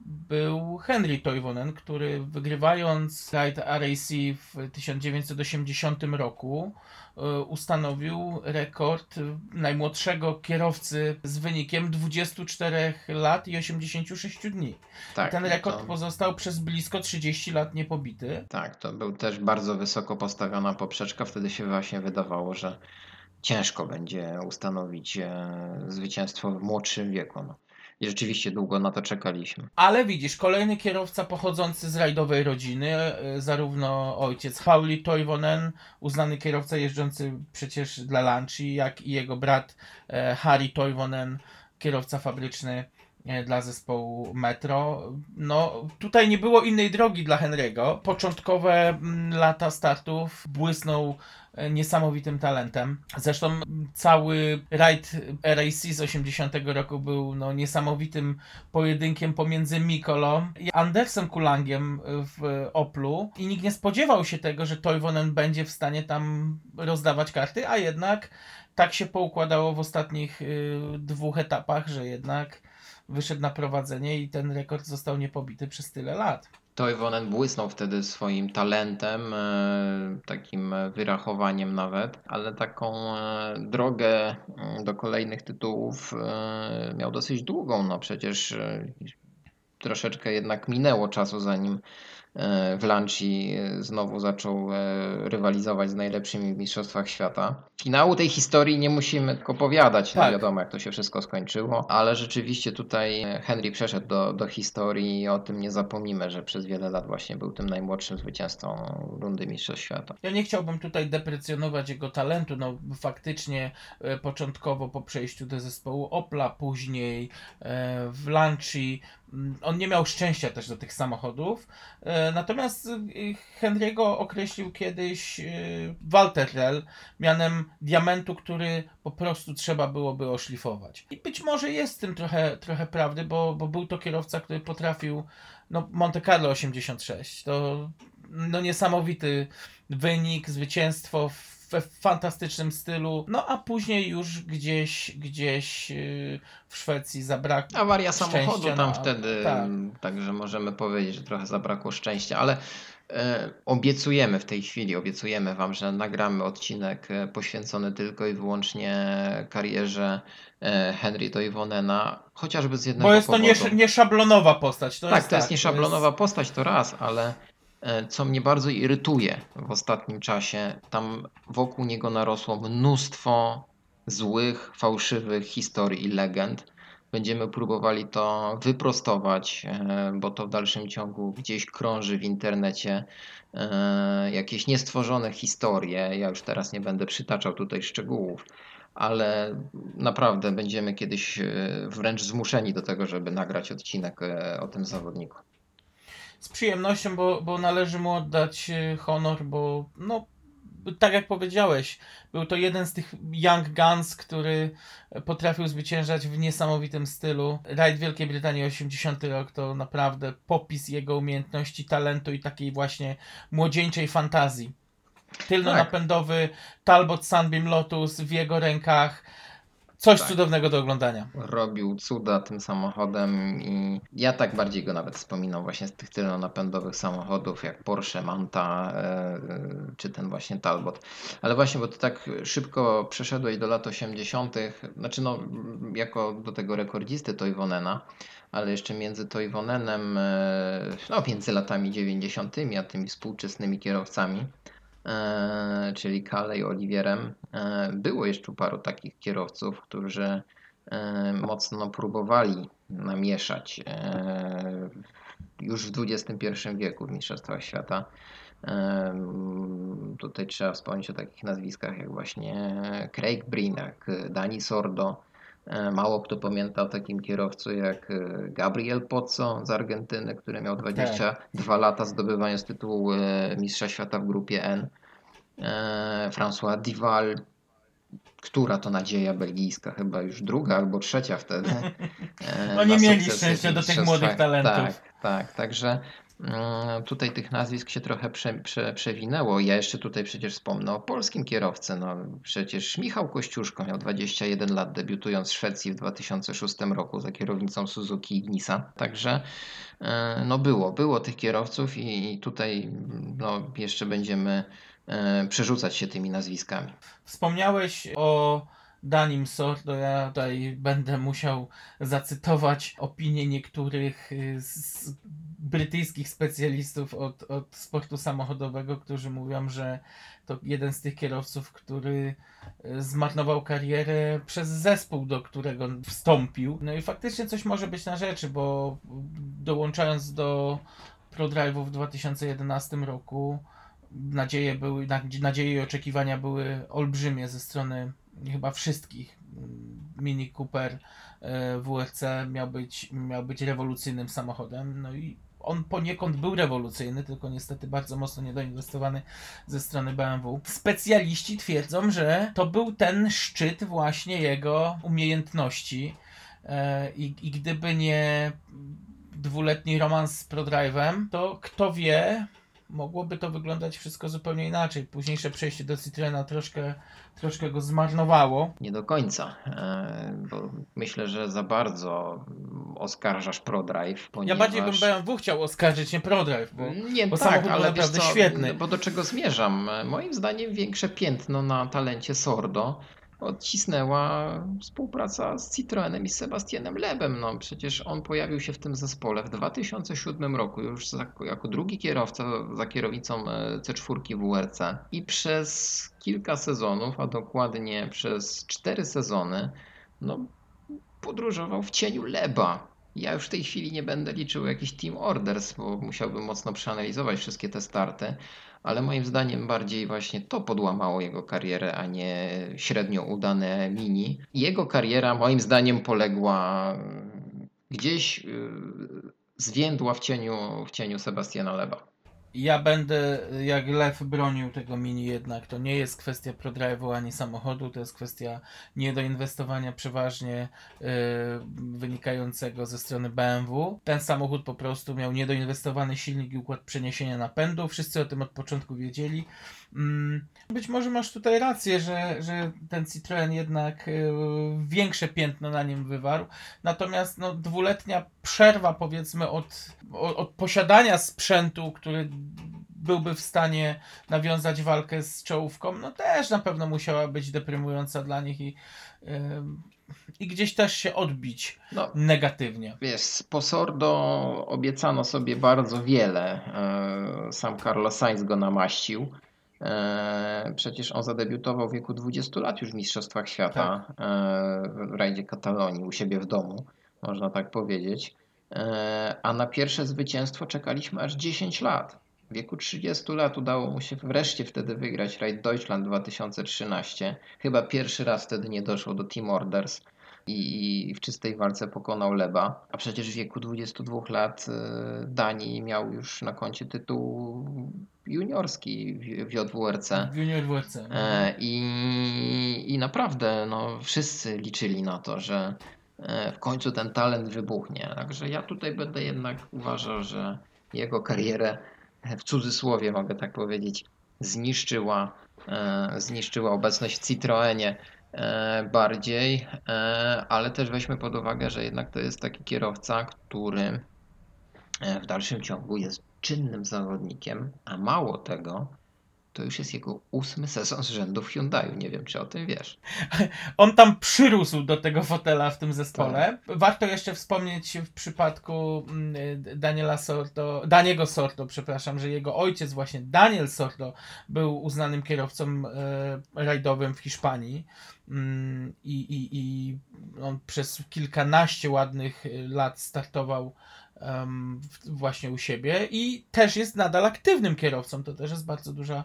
był Henri Toivonen, który wygrywając rajd R A C w tysiąc dziewięćset osiemdziesiątym roku e, ustanowił rekord najmłodszego kierowcy z wynikiem dwudziestu czterech lat i osiemdziesięciu sześciu dni. Tak, Ten rekord to, pozostał przez blisko trzydzieści lat niepobity. tak, to był też bardzo wysoko postawiona poprzeczka. Wtedy się właśnie wydawało, że ciężko będzie ustanowić e, zwycięstwo w młodszym wieku. No. I rzeczywiście długo na to czekaliśmy. Ale widzisz, kolejny kierowca pochodzący z rajdowej rodziny, e, zarówno ojciec Pauli Toivonen, uznany kierowca jeżdżący przecież dla Lancia, jak i jego brat e, Harry Toivonen, kierowca fabryczny e, dla zespołu Metro. No, tutaj nie było innej drogi dla Henry'ego. Początkowe mm, lata startów błysnął e, niesamowitym talentem. Zresztą mm, cały rajd R A C z osiemdziesiątego roku był no, niesamowitym pojedynkiem pomiędzy Mikolą i Andersem Kulangiem w Oplu i nikt nie spodziewał się tego, że Toivonen będzie w stanie tam rozdawać karty, a jednak tak się poukładało w ostatnich y, dwóch etapach, że jednak wyszedł na prowadzenie i ten rekord został niepobity przez tyle lat. Toivonen błysnął wtedy swoim talentem, e, takim wyrachowaniem nawet, ale taką e, drogę e, do kolejnych tytułów e, miał dosyć długą. No przecież e, troszeczkę jednak minęło czasu, zanim e, w Lancia znowu zaczął e, rywalizować z najlepszymi w Mistrzostwach Świata. Finału tej historii nie musimy tylko opowiadać, no Tak. wiadomo jak to się wszystko skończyło, ale rzeczywiście tutaj Henry przeszedł do, do historii i o tym nie zapomnimy, że przez wiele lat właśnie był tym najmłodszym zwycięzcą rundy Mistrzostw Świata. Ja nie chciałbym tutaj deprecjonować jego talentu, no faktycznie e, początkowo po przejściu do zespołu Opla, później e, w Lancia, mm, on nie miał szczęścia też do tych samochodów, e, natomiast e, Henry'ego określił kiedyś e, Walter Rell mianem diamentu, który po prostu trzeba byłoby oszlifować. I być może jest w tym trochę, trochę prawdy, bo, bo był to kierowca, który potrafił, no Monte Carlo osiemdziesiąt sześć, to no niesamowity wynik, zwycięstwo w we fantastycznym stylu, no a później już gdzieś, gdzieś yy, w Szwecji zabrakło Awaria samochodu szczęścia tam na- wtedy, tak. także możemy powiedzieć, że trochę zabrakło szczęścia, ale e, obiecujemy w tej chwili, obiecujemy Wam, że nagramy odcinek e, poświęcony tylko i wyłącznie karierze e, Henry Toivonena, chociażby z jednego Bo jest to powodu. nie, nie szablonowa postać. To Tak, jest to jest tak, nieszablonowa postać, to raz, ale e, co mnie bardzo irytuje w ostatnim czasie, tam wokół niego narosło mnóstwo złych, fałszywych historii i legend. Będziemy próbowali to wyprostować, e, bo to w dalszym ciągu gdzieś krąży w internecie e, jakieś niestworzone historie. Ja już teraz nie będę przytaczał tutaj szczegółów, ale naprawdę będziemy kiedyś e, wręcz zmuszeni do tego, żeby nagrać odcinek e, o tym zawodniku. Z przyjemnością, bo, bo należy mu oddać e, honor, bo no, tak jak powiedziałeś, był to jeden z tych young guns, który potrafił zwyciężać w niesamowitym stylu. Rajd Wielkiej Brytanii osiemdziesiąty rok to naprawdę popis jego umiejętności, talentu i takiej właśnie młodzieńczej fantazji. Tylno-napędowy Talbot Sunbeam Lotus w jego rękach. Coś Tak. cudownego do oglądania. Robił cuda tym samochodem i ja tak bardziej go nawet wspominam właśnie z tych tylnonapędowych samochodów jak Porsche, Manta e, czy ten właśnie Talbot. Ale właśnie, bo ty tak szybko przeszedłeś do lat osiemdziesiątych, znaczy no jako do tego rekordzisty Toivonena, ale jeszcze między Toivonenem, e, no między latami dziewięćdziesiątymi a tymi współczesnymi kierowcami, e, czyli Kalle i Oliwierem, e, było jeszcze paru takich kierowców, którzy e, mocno próbowali namieszać e, już w dwudziestym pierwszym wieku w Mistrzostwach Świata. E, tutaj trzeba wspomnieć o takich nazwiskach jak właśnie Craig Breen, jak Dani Sordo. E, Mało kto pamięta o takim kierowcu jak e, Gabriel Pozzo z Argentyny, który miał dwadzieścia dwa lata, zdobywając tytułu e, Mistrza Świata w grupie N. E, François Dival, która to nadzieja belgijska, chyba już druga albo trzecia wtedy. E, No nie na mieli sukcesy szczęścia w do tych mistrzostwach. młodych talentów. Tak, tak, także mm, tutaj tych nazwisk się trochę prze, prze, przewinęło. Ja jeszcze tutaj przecież wspomnę o polskim kierowcy. No, przecież Michał Kościuszko miał dwadzieścia jeden lat, debiutując w Szwecji w dwa tysiące szóstym roku za kierownicą Suzuki Ignisa. Także e, no było, było tych kierowców i, i tutaj no, jeszcze będziemy e, przerzucać się tymi nazwiskami. Wspomniałeś o Danim Sordo, ja tutaj będę musiał zacytować opinię niektórych y, z brytyjskich specjalistów od, od sportu samochodowego, którzy mówią, że to jeden z tych kierowców, który y, zmarnował karierę przez zespół, do którego wstąpił. No i faktycznie coś może być na rzeczy, bo dołączając do ProDrive'u w dwa tysiące jedenastym roku nadzieje były, nadzieje i oczekiwania były olbrzymie ze strony chyba wszystkich. Mini Cooper W R C miał być, miał być rewolucyjnym samochodem, no i on poniekąd był rewolucyjny, tylko niestety bardzo mocno niedoinwestowany ze strony B M W. Specjaliści twierdzą, że to był ten szczyt właśnie jego umiejętności i, i gdyby nie dwuletni romans z ProDrive'em, to kto wie, mogłoby to wyglądać wszystko zupełnie inaczej. Późniejsze przejście do Citroena troszkę, troszkę go zmarnowało. Nie do końca, bo myślę, że za bardzo oskarżasz ProDrive, ponieważ... Ja bardziej bym B M W chciał oskarżyć, nie ProDrive, bo, nie, bo tak, samochód był ale naprawdę wiesz co, świetny. Bo do czego zmierzam? Moim zdaniem większe piętno na talencie Sordo odcisnęła współpraca z Citroenem i z Sebastianem Loebem. No, przecież on pojawił się w tym zespole w dwa tysiące siódmym roku już za, jako drugi kierowca za kierownicą C cztery W R C i przez kilka sezonów, a dokładnie przez cztery sezony, no, podróżował w cieniu Loeba. Ja już w tej chwili nie będę liczył jakichś team orders, bo musiałbym mocno przeanalizować wszystkie te starty, ale moim zdaniem bardziej właśnie to podłamało jego karierę, a nie średnio udane mini. Jego kariera moim zdaniem poległa gdzieś, zwiędła w cieniu, w cieniu Sebastiana Loeba. Ja będę jak lew bronił tego Mini jednak. To nie jest kwestia prodrive'u ani samochodu, to jest kwestia niedoinwestowania przeważnie yy, wynikającego ze strony B M W. Ten samochód po prostu miał niedoinwestowany silnik i układ przeniesienia napędu. Wszyscy o tym od początku wiedzieli. Mm, być może masz tutaj rację, że, że ten Citroen jednak yy, większe piętno na nim wywarł. Natomiast no, dwuletnia przerwa powiedzmy od, od, od posiadania sprzętu, który byłby w stanie nawiązać walkę z czołówką, no też na pewno musiała być deprymująca dla nich i, yy, i gdzieś też się odbić No, negatywnie. wiesz, po Sordo obiecano sobie bardzo wiele. E, Sam Carlos Sainz go namaścił. E, Przecież on zadebiutował w wieku dwudziestu lat już w Mistrzostwach Świata e, w rajdzie Katalonii u siebie w domu, można tak powiedzieć. E, A na pierwsze zwycięstwo czekaliśmy aż dziesięć lat. W wieku trzydziestu lat udało mu się wreszcie wtedy wygrać Rajd Deutschland dwa tysiące trzynaście. Chyba pierwszy raz wtedy nie doszło do Team Orders i w czystej walce pokonał Leba. A przecież w wieku dwudziestu dwóch lat y, Dani miał już na koncie tytuł juniorski w J W R C. W Junior W R C. E, I, I naprawdę no, wszyscy liczyli na to, że e, w końcu ten talent wybuchnie. Także ja tutaj będę jednak uważał, że jego karierę e, w cudzysłowie mogę tak powiedzieć zniszczyła, e, zniszczyła obecność w Citroenie e, bardziej, e, ale też weźmy pod uwagę, że jednak to jest taki kierowca, który e, w dalszym ciągu jest czynnym zawodnikiem, a mało tego, to już jest jego ósmy sezon z rzędu w Hyundaiu. Nie wiem, czy o tym wiesz. On tam przyrósł do tego fotela w tym zespole. Tak. Warto jeszcze wspomnieć w przypadku Daniela Sordo, Daniego Sordo, przepraszam, że jego ojciec właśnie Daniel Sordo był uznanym kierowcą e, rajdowym w Hiszpanii mm, i, i, i on przez kilkanaście ładnych lat startował um, właśnie u siebie i też jest nadal aktywnym kierowcą. To też jest bardzo duża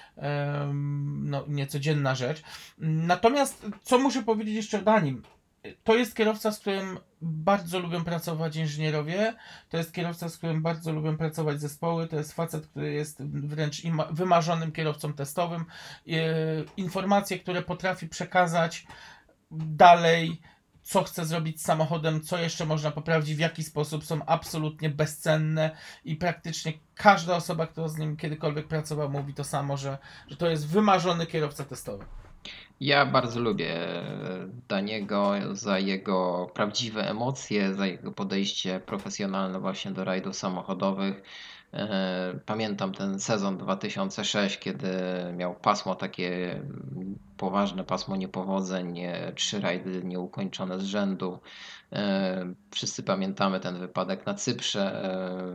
no, niecodzienna rzecz. Natomiast co muszę powiedzieć jeszcze o Danim? To jest kierowca, z którym bardzo lubią pracować inżynierowie, to jest kierowca, z którym bardzo lubią pracować zespoły, to jest facet, który jest wręcz wymarzonym kierowcą testowym. Informacje, które potrafi przekazać dalej, co chce zrobić z samochodem, co jeszcze można poprawić, w jaki sposób, są absolutnie bezcenne i praktycznie każda osoba, która z nim kiedykolwiek pracowała, mówi to samo, że, że to jest wymarzony kierowca testowy. Ja bardzo lubię Daniego za jego prawdziwe emocje, za jego podejście profesjonalne właśnie do rajdów samochodowych. Pamiętam ten sezon dwa tysiące szósty, kiedy miał pasmo takie poważne, pasmo niepowodzeń, trzy rajdy nieukończone z rzędu. Wszyscy pamiętamy ten wypadek na Cyprze,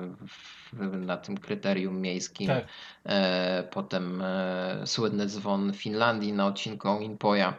na tym kryterium miejskim. Tak. Potem słynny dzwon Finlandii na odcinku Oinpoja.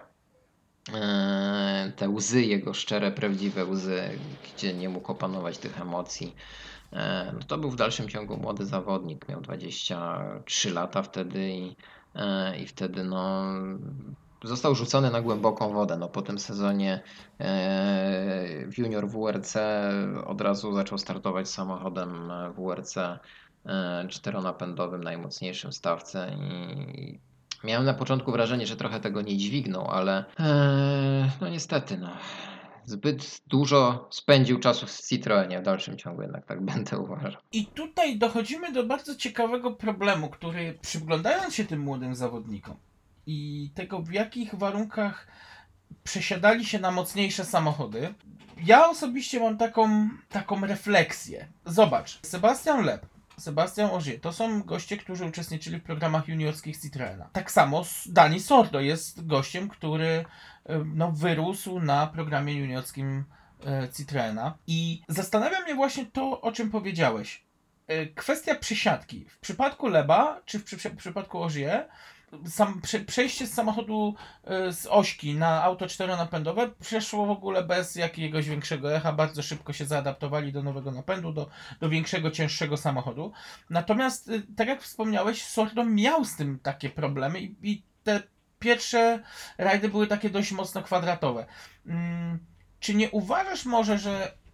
Te łzy, jego szczere, prawdziwe łzy, gdzie nie mógł opanować tych emocji. No to był w dalszym ciągu młody zawodnik, miał dwadzieścia trzy lata wtedy i, i wtedy no, został rzucony na głęboką wodę. No, po tym sezonie w Junior W R C od razu zaczął startować samochodem W R C czteronapędowym, najmocniejszym w stawce i miałem na początku wrażenie, że trochę tego nie dźwignął, ale no niestety no. Zbyt dużo spędził czasu w Citroenie, w dalszym ciągu jednak tak będę uważał. I tutaj dochodzimy do bardzo ciekawego problemu, który przyglądając się tym młodym zawodnikom i tego, w jakich warunkach przesiadali się na mocniejsze samochody, ja osobiście mam taką, taką refleksję. Zobacz, Sebastian Loeb, Sebastian Ogier, to są goście, którzy uczestniczyli w programach juniorskich Citroena. Tak samo Dani Sordo jest gościem, który no, wyrósł na programie juniorskim Citroena. I zastanawia mnie właśnie to, o czym powiedziałeś. Kwestia przysiadki. W przypadku Leba, czy w, przy, w przypadku Ogier, sam, prze, przejście z samochodu z ośki na auto czteronapędowe przeszło w ogóle bez jakiegoś większego echa, bardzo szybko się zaadaptowali do nowego napędu, do, do większego, cięższego samochodu. Natomiast, tak jak wspomniałeś, Sordo miał z tym takie problemy i, i te pierwsze rajdy były takie dość mocno kwadratowe. Hmm, czy nie uważasz może, że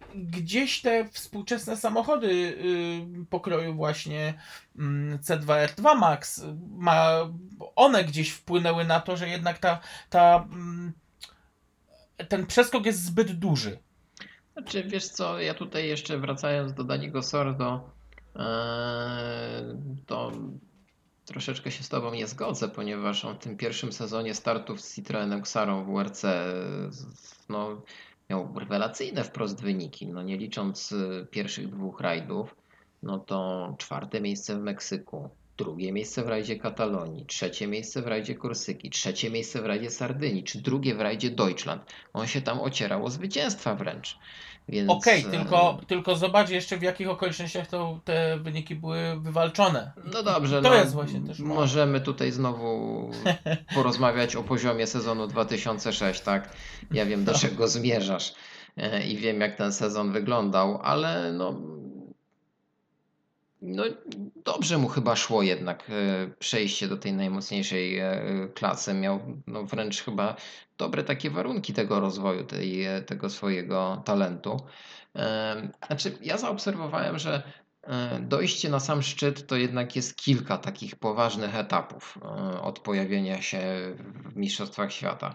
gdzieś te współczesne samochody y, pokroju właśnie mm, C dwa R dwa Max, ma, one gdzieś wpłynęły na to, że jednak ta, ta, mm, ten przeskok jest zbyt duży. Znaczy, wiesz co, ja tutaj jeszcze wracając do Daniego Sordo, eee, to troszeczkę się z Tobą nie zgodzę, ponieważ on w tym pierwszym sezonie startów z Citroenem Xarą w W R C no, miał rewelacyjne wprost wyniki. No, nie licząc y, pierwszych dwóch rajdów, no to czwarte miejsce w Meksyku, drugie miejsce w rajdzie Katalonii, trzecie miejsce w rajdzie Korsyki, trzecie miejsce w rajdzie Sardynii, czy drugie w rajdzie Deutschland. On się tam ocierał o zwycięstwa wręcz. Więc Okej, e, tylko, tylko zobacz jeszcze w jakich okolicznościach to te wyniki były wywalczone. I, no i, dobrze, i to no, jest właśnie też mo- możemy tutaj znowu porozmawiać o poziomie sezonu dwa tysiące szósty, tak? Ja wiem, do czego zmierzasz e, i wiem, jak ten sezon wyglądał, ale no, no dobrze mu chyba szło jednak e, przejście do tej najmocniejszej e, klasy. Miał no, wręcz chyba dobre takie warunki tego rozwoju, tej, e, tego swojego talentu. E, Znaczy, ja zaobserwowałem, że e, dojście na sam szczyt to jednak jest kilka takich poważnych etapów e, od pojawienia się w Mistrzostwach Świata.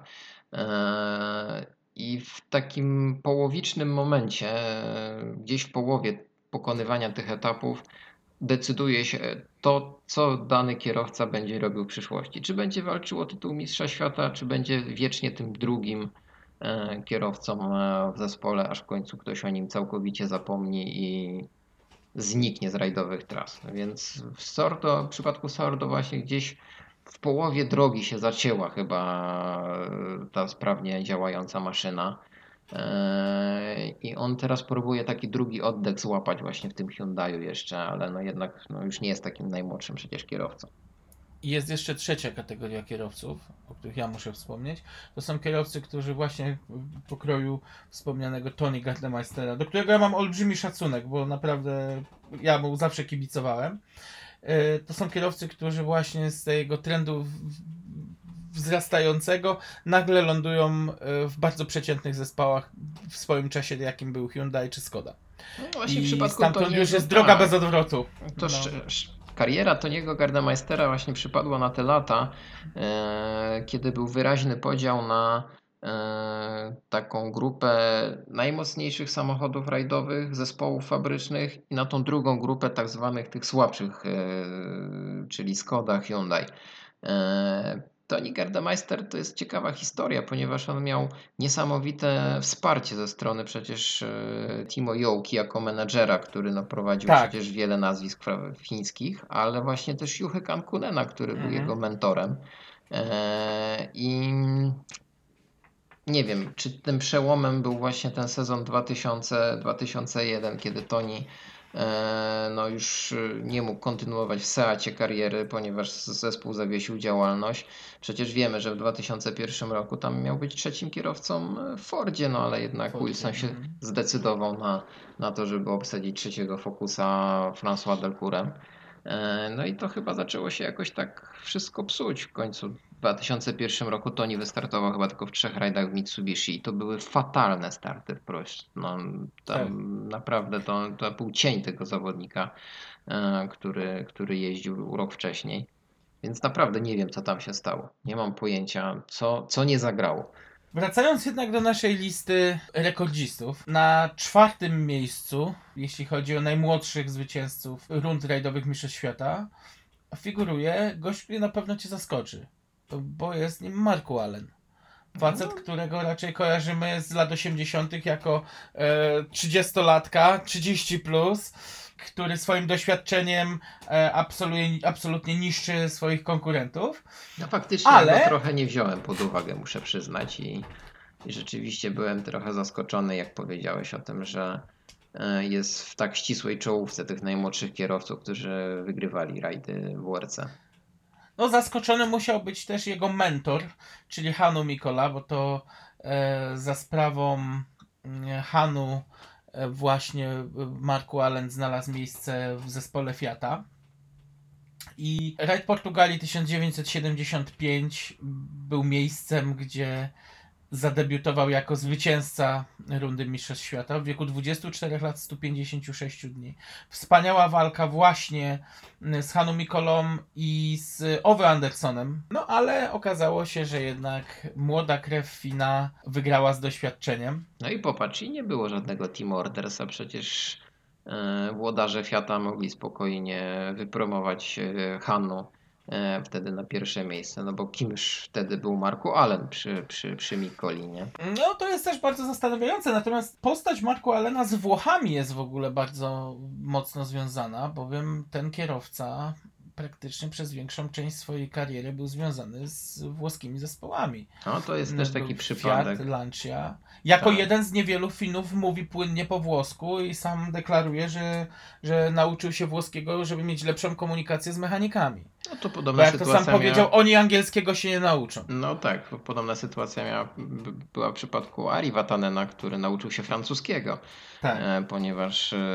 E, I w takim połowicznym momencie, e, gdzieś w połowie pokonywania tych etapów, decyduje się to, co dany kierowca będzie robił w przyszłości. Czy będzie walczył o tytuł mistrza świata, czy będzie wiecznie tym drugim e, kierowcą e, w zespole, aż w końcu ktoś o nim całkowicie zapomni i zniknie z rajdowych tras. Więc w Sordo, w przypadku Sordo właśnie gdzieś w połowie drogi się zacięła chyba e, ta sprawnie działająca maszyna. Eee, I on teraz próbuje taki drugi oddech złapać właśnie w tym Hyundaiu jeszcze, ale no jednak no już nie jest takim najmłodszym przecież kierowcą. I jest jeszcze trzecia kategoria kierowców, o których ja muszę wspomnieć. To są kierowcy, którzy właśnie w pokroju wspomnianego Toni Gardemeistera, do którego ja mam olbrzymi szacunek, bo naprawdę ja mu zawsze kibicowałem. E, To są kierowcy, którzy właśnie z tego trendu w- wzrastającego nagle lądują e, w bardzo przeciętnych zespołach w swoim czasie, jakim był Hyundai czy Skoda. No właśnie w I przypadku stamtąd Toniego, już jest tak, droga bez odwrotu. to No. sz- sz- kariera Toniego Gardemeistera właśnie przypadła na te lata, e, kiedy był wyraźny podział na e, taką grupę najmocniejszych samochodów rajdowych, zespołów fabrycznych i na tą drugą grupę tak zwanych tych słabszych, e, czyli Skoda, Hyundai. E, Toni Gardemeister to jest ciekawa historia, ponieważ on miał niesamowite wsparcie ze strony przecież e, Timo Jouki jako menadżera, który no, prowadził Tak. przecież wiele nazwisk fra- chińskich, ale właśnie też Juhy Kankunena, który był Mhm. jego mentorem. E, I nie wiem, czy tym przełomem był właśnie ten sezon dwa tysiące dwa tysiące jeden, kiedy Toni e, no już e, nie mógł kontynuować w Seacie kariery, ponieważ zespół zawiesił działalność. Przecież wiemy, że w dwa tysiące pierwszym roku tam miał być trzecim kierowcą w Fordzie, no ale jednak Fordzie, Wilson się mhm. zdecydował na, na to, żeby obsadzić trzeciego Focusa François Delcourem. E, No i to chyba zaczęło się jakoś tak wszystko psuć. W końcu w dwa tysiące pierwszym roku Toni wystartował chyba tylko w trzech rajdach w Mitsubishi i to były fatalne starty wprost. No, tam Tak. naprawdę to, to był cień tego zawodnika, e, który, który jeździł rok wcześniej. Więc naprawdę nie wiem, co tam się stało. Nie mam pojęcia, co, co nie zagrało. Wracając jednak do naszej listy rekordzistów, na czwartym miejscu, jeśli chodzi o najmłodszych zwycięzców rund rajdowych Mistrzostw Świata, figuruje gość, który na pewno cię zaskoczy, bo jest nim Marku Allen. Facet, No. którego raczej kojarzymy z lat osiemdziesiątych jako e, trzydziestolatka, trzydzieści plus, który swoim doświadczeniem e, absoluje, absolutnie niszczy swoich konkurentów. No faktycznie Ale- ja go trochę nie wziąłem pod uwagę, muszę przyznać i, i rzeczywiście byłem trochę zaskoczony, jak powiedziałeś o tym, że e, jest w tak ścisłej czołówce tych najmłodszych kierowców, którzy wygrywali rajdy w W R C. No zaskoczony musiał być też jego mentor, czyli Hanu Mikola, bo to e, za sprawą mm, Hanu e, właśnie e, Marku Allen znalazł miejsce w zespole Fiata. I rajd Portugalii tysiąc dziewięćset siedemdziesiąt pięć był miejscem, gdzie zadebiutował jako zwycięzca rundy Mistrzostw Świata w wieku dwudziestu czterech lat stu pięćdziesięciu sześciu dni. Wspaniała walka właśnie z Hanu Mikolą i z Ove Andersonem. No ale okazało się, że jednak młoda krew Fina wygrała z doświadczeniem. No i popatrz, i nie było żadnego Team Ordersa, przecież e, włodarze Fiata mogli spokojnie wypromować e, Hannu e, wtedy na pierwsze miejsce, no bo kimż wtedy był Marku Allen przy, przy, przy Mikoli, nie? No to jest też bardzo zastanawiające, natomiast postać Marku Allena z Włochami jest w ogóle bardzo mocno związana, bowiem ten kierowca praktycznie przez większą część swojej kariery był związany z włoskimi zespołami. No to jest też taki Był przypadek. Fiat, Lancia. Jako Tak. jeden z niewielu Finów mówi płynnie po włosku i sam deklaruje, że, że nauczył się włoskiego, żeby mieć lepszą komunikację z mechanikami. No to Bo podobna jak to sytuacja sam powiedział, miała... oni angielskiego się nie nauczą. No tak, podobna sytuacja miała, b- była w przypadku Ari Vatanena, który nauczył się francuskiego, Tak. e, ponieważ e,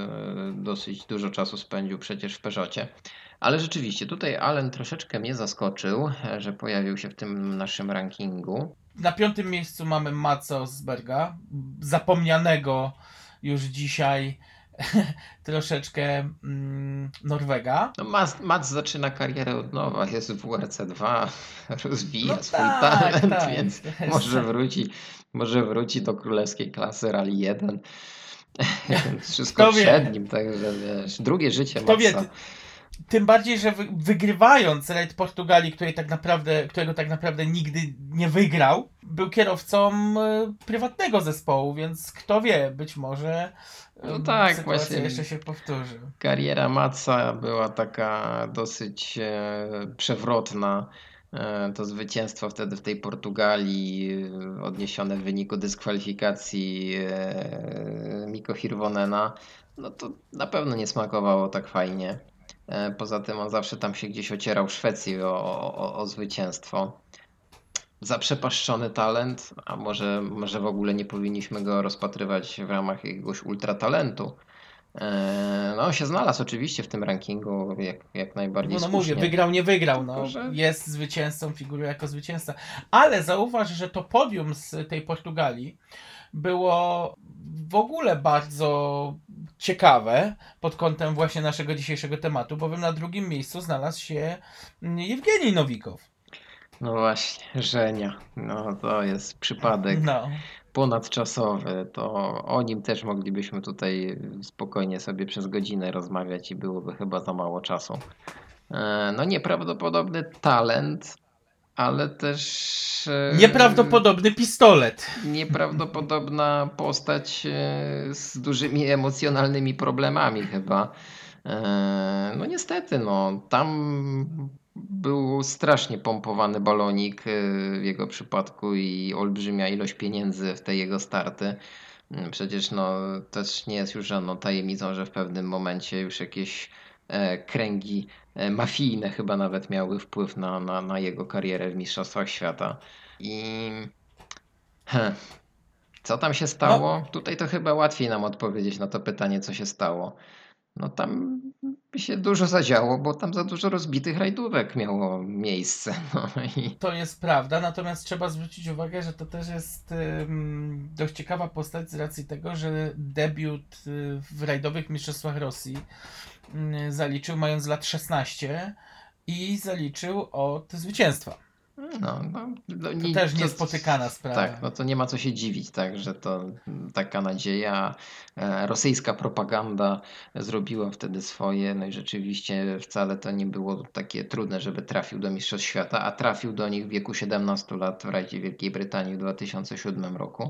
dosyć dużo czasu spędził przecież w Peugeotie. Ale rzeczywiście, tutaj Allen troszeczkę mnie zaskoczył, e, że pojawił się w tym naszym rankingu. Na piątym miejscu mamy Matsa Osberga, zapomnianego już dzisiaj troszeczkę mm, Norwega. No Mats, Mats zaczyna karierę od nowa, jest w W R C dwa, rozwija No swój tak, talent, tak. więc To jest- może wróci, może wróci do królewskiej klasy Rally jeden. Więc wszystko Kto wie? przed nim, także wiesz, drugie życie Kto wie, Matsa. ty- tym bardziej, że wy, wygrywając rajd Portugalii, której tak naprawdę, którego tak naprawdę nigdy nie wygrał, był kierowcą e, prywatnego zespołu, więc kto wie, być może e, No tak, sytuacja właśnie. jeszcze się powtórzy. Kariera Matsa była taka dosyć e, przewrotna. E, to zwycięstwo wtedy w tej Portugalii e, odniesione w wyniku dyskwalifikacji e, Mikko Hirvonena, no to na pewno nie smakowało tak fajnie. E, poza tym on zawsze tam się gdzieś ocierał w Szwecji o, o, o zwycięstwo. Zaprzepaszczony talent, a może, może w ogóle nie powinniśmy go rozpatrywać w ramach jakiegoś ultratalentu. Eee, No, on się znalazł oczywiście w tym rankingu jak, jak najbardziej No, no słusznie. mówię, wygrał, nie wygrał. Tylko, No. że- Jest zwycięzcą, figuruje jako zwycięzca. Ale zauważ, że to podium z tej Portugalii było w ogóle bardzo ciekawe pod kątem właśnie naszego dzisiejszego tematu, bowiem na drugim miejscu znalazł się Jewgenij Nowikow. No właśnie, Żenia. No to jest przypadek No. ponadczasowy. To o nim też moglibyśmy tutaj spokojnie sobie przez godzinę rozmawiać i byłoby chyba za mało czasu. Eee, No nieprawdopodobny talent, ale też eee, Nieprawdopodobny pistolet. nieprawdopodobna postać e, z dużymi emocjonalnymi problemami chyba. E, No niestety, no tam był strasznie pompowany balonik e, w jego przypadku i olbrzymia ilość pieniędzy w te jego starty. Mm, Przecież no też nie jest już żadną tajemnicą, że w pewnym momencie już jakieś e, kręgi e, mafijne chyba nawet miały wpływ na, na, na jego karierę w Mistrzostwach Świata. I Heh. Co tam się stało? Tutaj to chyba łatwiej nam odpowiedzieć na to pytanie, co się stało. No tam się dużo zadziało, bo tam za dużo rozbitych rajdówek miało miejsce. No i To jest prawda, natomiast trzeba zwrócić uwagę, że to też jest ym, dość ciekawa postać z racji tego, że debiut y, w rajdowych mistrzostwach Rosji y, zaliczył mając lat szesnaście i zaliczył od zwycięstwa. no, no, no To ni- też to- niespotykana sprawa. Tak, no to nie ma co się dziwić, tak, że to mm, taka nadzieja. E, Rosyjska propaganda zrobiła wtedy swoje, no i rzeczywiście wcale to nie było takie trudne, żeby trafił do Mistrzostw Świata, a trafił do nich w wieku siedemnastu lat w rajdzie Wielkiej Brytanii w dwa tysiące siódmym roku.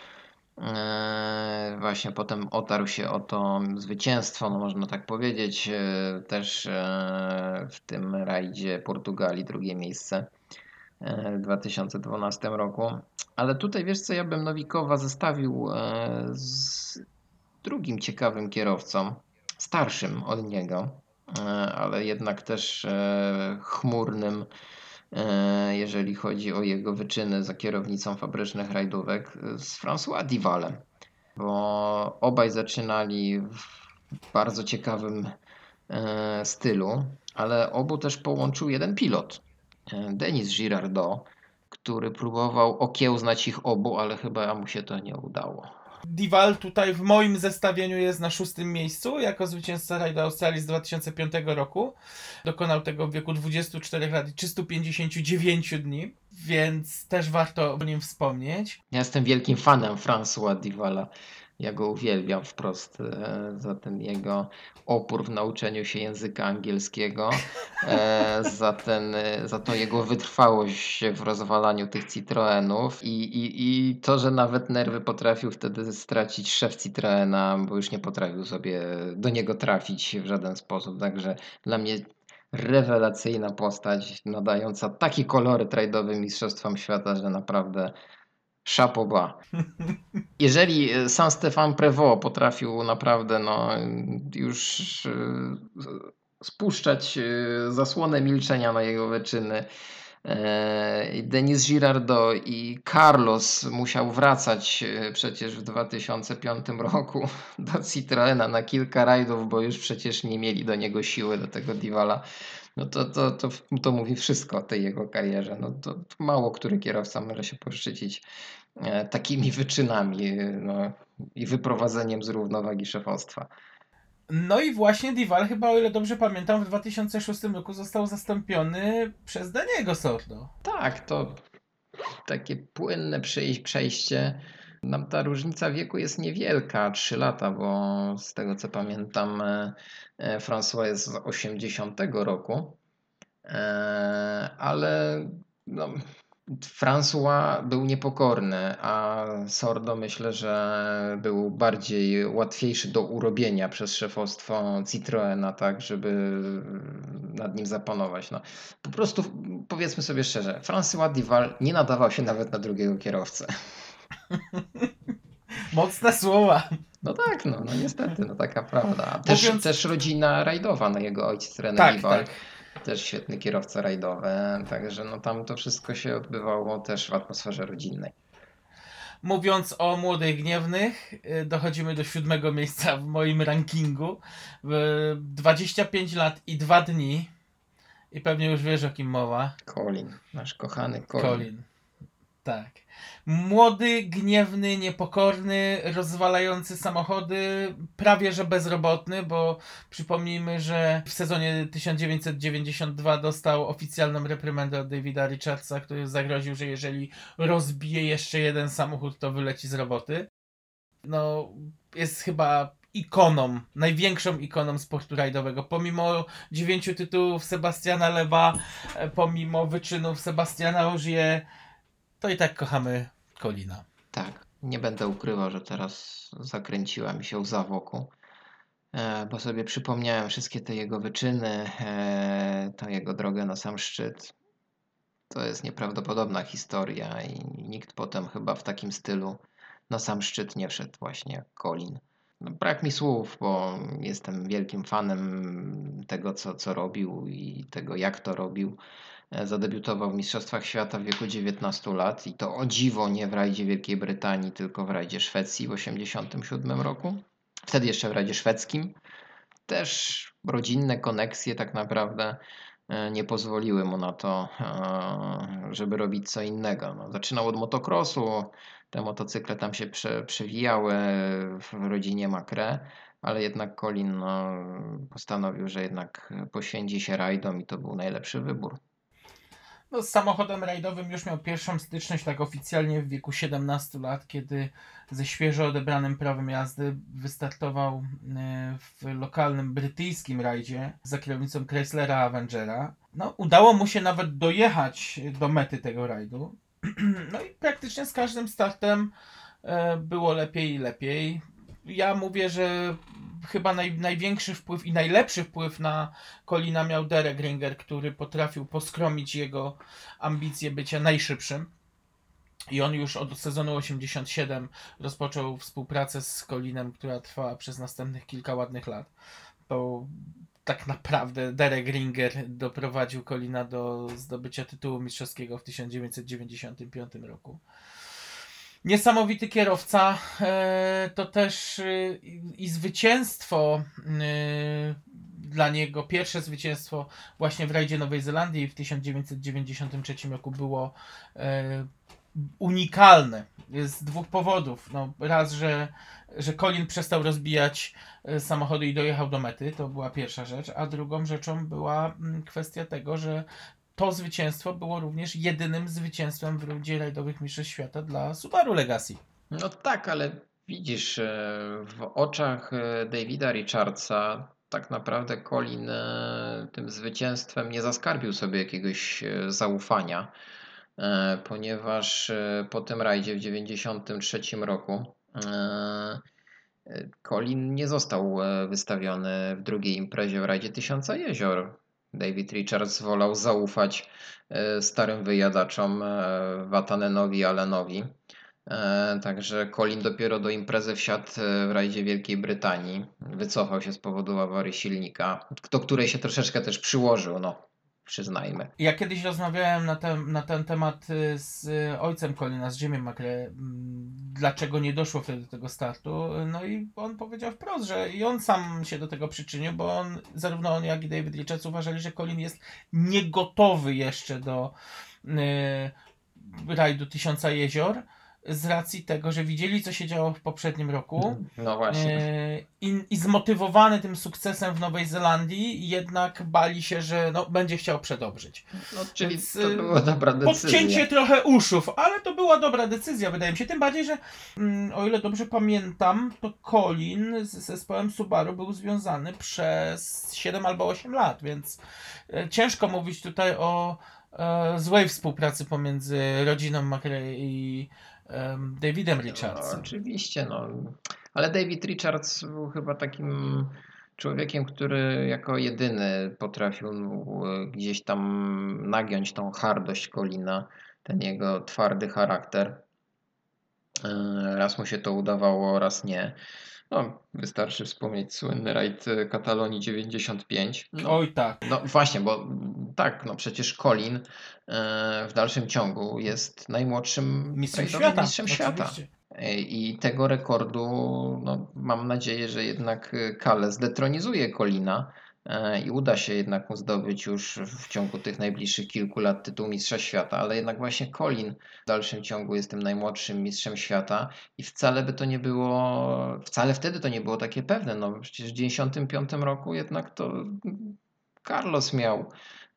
E, Właśnie potem otarł się o to zwycięstwo, no można tak powiedzieć, e, też e, w tym rajdzie Portugalii drugie miejsce e, w dwa tysiące dwunastym roku. Ale tutaj wiesz co, ja bym Nowikowa zestawił e, z drugim ciekawym kierowcą, starszym od niego, e, ale jednak też e, chmurnym, e, jeżeli chodzi o jego wyczyny za kierownicą fabrycznych rajdówek, e, z François Divalem, bo obaj zaczynali w bardzo ciekawym e, stylu, ale obu też połączył jeden pilot, e, Denis Girardot, który próbował okiełznać ich obu, ale chyba mu się to nie udało. Duval tutaj w moim zestawieniu jest na szóstym miejscu jako zwycięzca rajdu Australii z dwa tysiące piątego roku. Dokonał tego w wieku dwudziestu czterech lat i trzystu pięćdziesięciu dziewięciu dni, więc też warto o nim wspomnieć. Ja jestem wielkim fanem François Duvala. Ja go uwielbiam wprost e, za ten jego opór w nauczeniu się języka angielskiego, e, za, ten, e, za tą jego wytrwałość w rozwalaniu tych Citroenów i, i, i to, że nawet nerwy potrafił wtedy stracić szef Citroena, bo już nie potrafił sobie do niego trafić w żaden sposób. Także dla mnie rewelacyjna postać, nadająca takie kolory trajdowym mistrzostwom świata, że naprawdę chapeau bas. Jeżeli Saint-Stéphane Prévost potrafił naprawdę no, już e, spuszczać e, zasłonę milczenia na jego wyczyny, e, Denis Girardot i Carlos musiał wracać e, przecież w dwa tysiące piątym roku do Citroena na kilka rajdów, bo już przecież nie mieli do niego siły, do tego Duvala. No to, to, to, to mówi wszystko o tej jego karierze. No to, to mało który kierowca może się poszczycić e, takimi wyczynami no, i wyprowadzeniem z równowagi szefostwa. No i właśnie Duval chyba, o ile dobrze pamiętam, w dwa tysiące szóstym roku został zastąpiony przez Daniego Sordo. Tak, to takie płynne przej- przejście. Nam ta różnica wieku jest niewielka, trzy lata, bo z tego co pamiętam e, e, François jest z osiemdziesiątego roku, e, ale no, François był niepokorny, a Sordo myślę, że był bardziej łatwiejszy do urobienia przez szefostwo Citroena, tak, żeby nad nim zapanować. No, po prostu powiedzmy sobie szczerze, François Duval nie nadawał się nawet na drugiego kierowcę. Mocne słowa. No tak, no, no niestety, no taka prawda. Też, Mówiąc... też rodzina rajdowa, no jego ojciec René tak, Duval. tak. Też świetny kierowca rajdowy, także no tam to wszystko się odbywało też w atmosferze rodzinnej. Mówiąc o młodych gniewnych, dochodzimy do siódmego miejsca w moim rankingu. dwadzieścia pięć lat i dwa dni. I pewnie już wiesz, o kim mowa. Colin, nasz kochany Colin. Colin. Tak. Młody, gniewny, niepokorny, rozwalający samochody, prawie że bezrobotny, bo przypomnijmy, że w sezonie tysiąc dziewięćset dziewięćdziesiątym drugim dostał oficjalną reprymendę od Davida Richardsa, który zagroził, że jeżeli rozbije jeszcze jeden samochód, to wyleci z roboty. No, jest chyba ikoną, największą ikoną sportu rajdowego. Pomimo dziewięciu tytułów Sebastiana Loeba, pomimo wyczynów Sebastiana Ogier, to i tak kochamy Colina. Tak, nie będę ukrywał, że teraz zakręciła mi się łza wokół, e, bo sobie przypomniałem wszystkie te jego wyczyny, e, tą jego drogę na sam szczyt. To jest nieprawdopodobna historia i nikt potem chyba w takim stylu na sam szczyt nie wszedł właśnie jak Colin. No, brak mi słów, bo jestem wielkim fanem tego, co, co robił i tego, jak to robił. Zadebiutował w Mistrzostwach Świata w wieku dziewiętnastu lat i to o dziwo nie w rajdzie Wielkiej Brytanii, tylko w rajdzie Szwecji w osiemdziesiątym siódmym roku. Wtedy jeszcze w rajdzie szwedzkim. Też rodzinne koneksje tak naprawdę nie pozwoliły mu na to, żeby robić co innego. No, zaczynał od motocrossu, te motocykle tam się prze, przewijały w rodzinie Macrae, ale jednak Colin no, postanowił, że jednak poświęci się rajdom i to był najlepszy wybór. No, z samochodem rajdowym już miał pierwszą styczność tak oficjalnie w wieku siedemnastu lat, kiedy ze świeżo odebranym prawem jazdy wystartował w lokalnym brytyjskim rajdzie za kierownicą Chryslera Avengera. No, udało mu się nawet dojechać do mety tego rajdu. No i praktycznie z każdym startem było lepiej i lepiej. Ja mówię, że chyba naj, największy wpływ i najlepszy wpływ na Colina miał Derek Ringer, który potrafił poskromić jego ambicje bycia najszybszym. I on już od sezonu osiemdziesiątego siódmego rozpoczął współpracę z Colinem, która trwała przez następnych kilka ładnych lat. To tak naprawdę Derek Ringer doprowadził Colina do zdobycia tytułu mistrzowskiego w tysiąc dziewięćset dziewięćdziesiątym piątym roku. Niesamowity kierowca, to też i zwycięstwo dla niego pierwsze zwycięstwo właśnie w rajdzie Nowej Zelandii w tysiąc dziewięćset dziewięćdziesiątym trzecim roku było e, unikalne z dwóch powodów. No, raz, że, że Colin przestał rozbijać e, samochody i dojechał do mety, to była pierwsza rzecz, a drugą rzeczą była mm, kwestia tego, że to zwycięstwo było również jedynym zwycięstwem w rundzie rajdowych mistrzostw świata dla Subaru Legacy. No tak, ale widzisz, e, w oczach e, Davida Richardsa tak naprawdę Colin e, tym zwycięstwem nie zaskarbił sobie jakiegoś e, zaufania, e, ponieważ e, po tym rajdzie w dziewięćdziesiątym trzecim roku e, e, Colin nie został e, wystawiony w drugiej imprezie w rajdzie Tysiąca Jezior. David Richards wolał zaufać e, starym wyjadaczom e, Vatanenowi, Allenowi. E, Także Colin dopiero do imprezy wsiadł e, w rajdzie Wielkiej Brytanii. Wycofał się z powodu awarii silnika, do której się troszeczkę też przyłożył, no przyznajmy. Ja kiedyś rozmawiałem na ten, na ten temat y, z ojcem Colina, z Jimmy McRae, dlaczego nie doszło wtedy do tego startu. No i on powiedział wprost, że i on sam się do tego przyczynił, bo on, zarówno on, jak i David Richards uważali, że Colin jest niegotowy jeszcze do y, rajdu Tysiąca Jezior, z racji tego, że widzieli, co się działo w poprzednim roku. No właśnie. E, I, I zmotywowany tym sukcesem w Nowej Zelandii, jednak bali się, że no, będzie chciał przedobrzyć. No, czyli Więc, to była dobra decyzja. Podcięcie trochę uszów, ale to była dobra decyzja, wydaje mi się. Tym bardziej, że mm, o ile dobrze pamiętam, to Colin z zespołem Subaru był związany przez siedem albo osiem lat, więc e, ciężko mówić tutaj o e, złej współpracy pomiędzy rodziną McRae i Davidem Richardsem. No, oczywiście, no. Ale David Richards był chyba takim człowiekiem, który jako jedyny potrafił gdzieś tam nagiąć tą hardość Colina, ten jego twardy charakter. Raz mu się to udawało, raz nie. No, wystarczy wspomnieć słynny rajd Katalonii dziewięćdziesiąt pięć. No, Oj tak. no właśnie, bo tak, no przecież Colin w dalszym ciągu jest najmłodszym Mistrzem rajdowym świata. mistrzem świata. Oczywiście. I tego rekordu, no, mam nadzieję, że jednak Kale zdetronizuje Colina i uda się jednak mu zdobyć już w ciągu tych najbliższych kilku lat tytuł mistrza świata, ale jednak właśnie Colin w dalszym ciągu jest tym najmłodszym mistrzem świata i wcale by to nie było, wcale wtedy to nie było takie pewne, no przecież w dziewięćdziesiątym piątym roku jednak to Carlos miał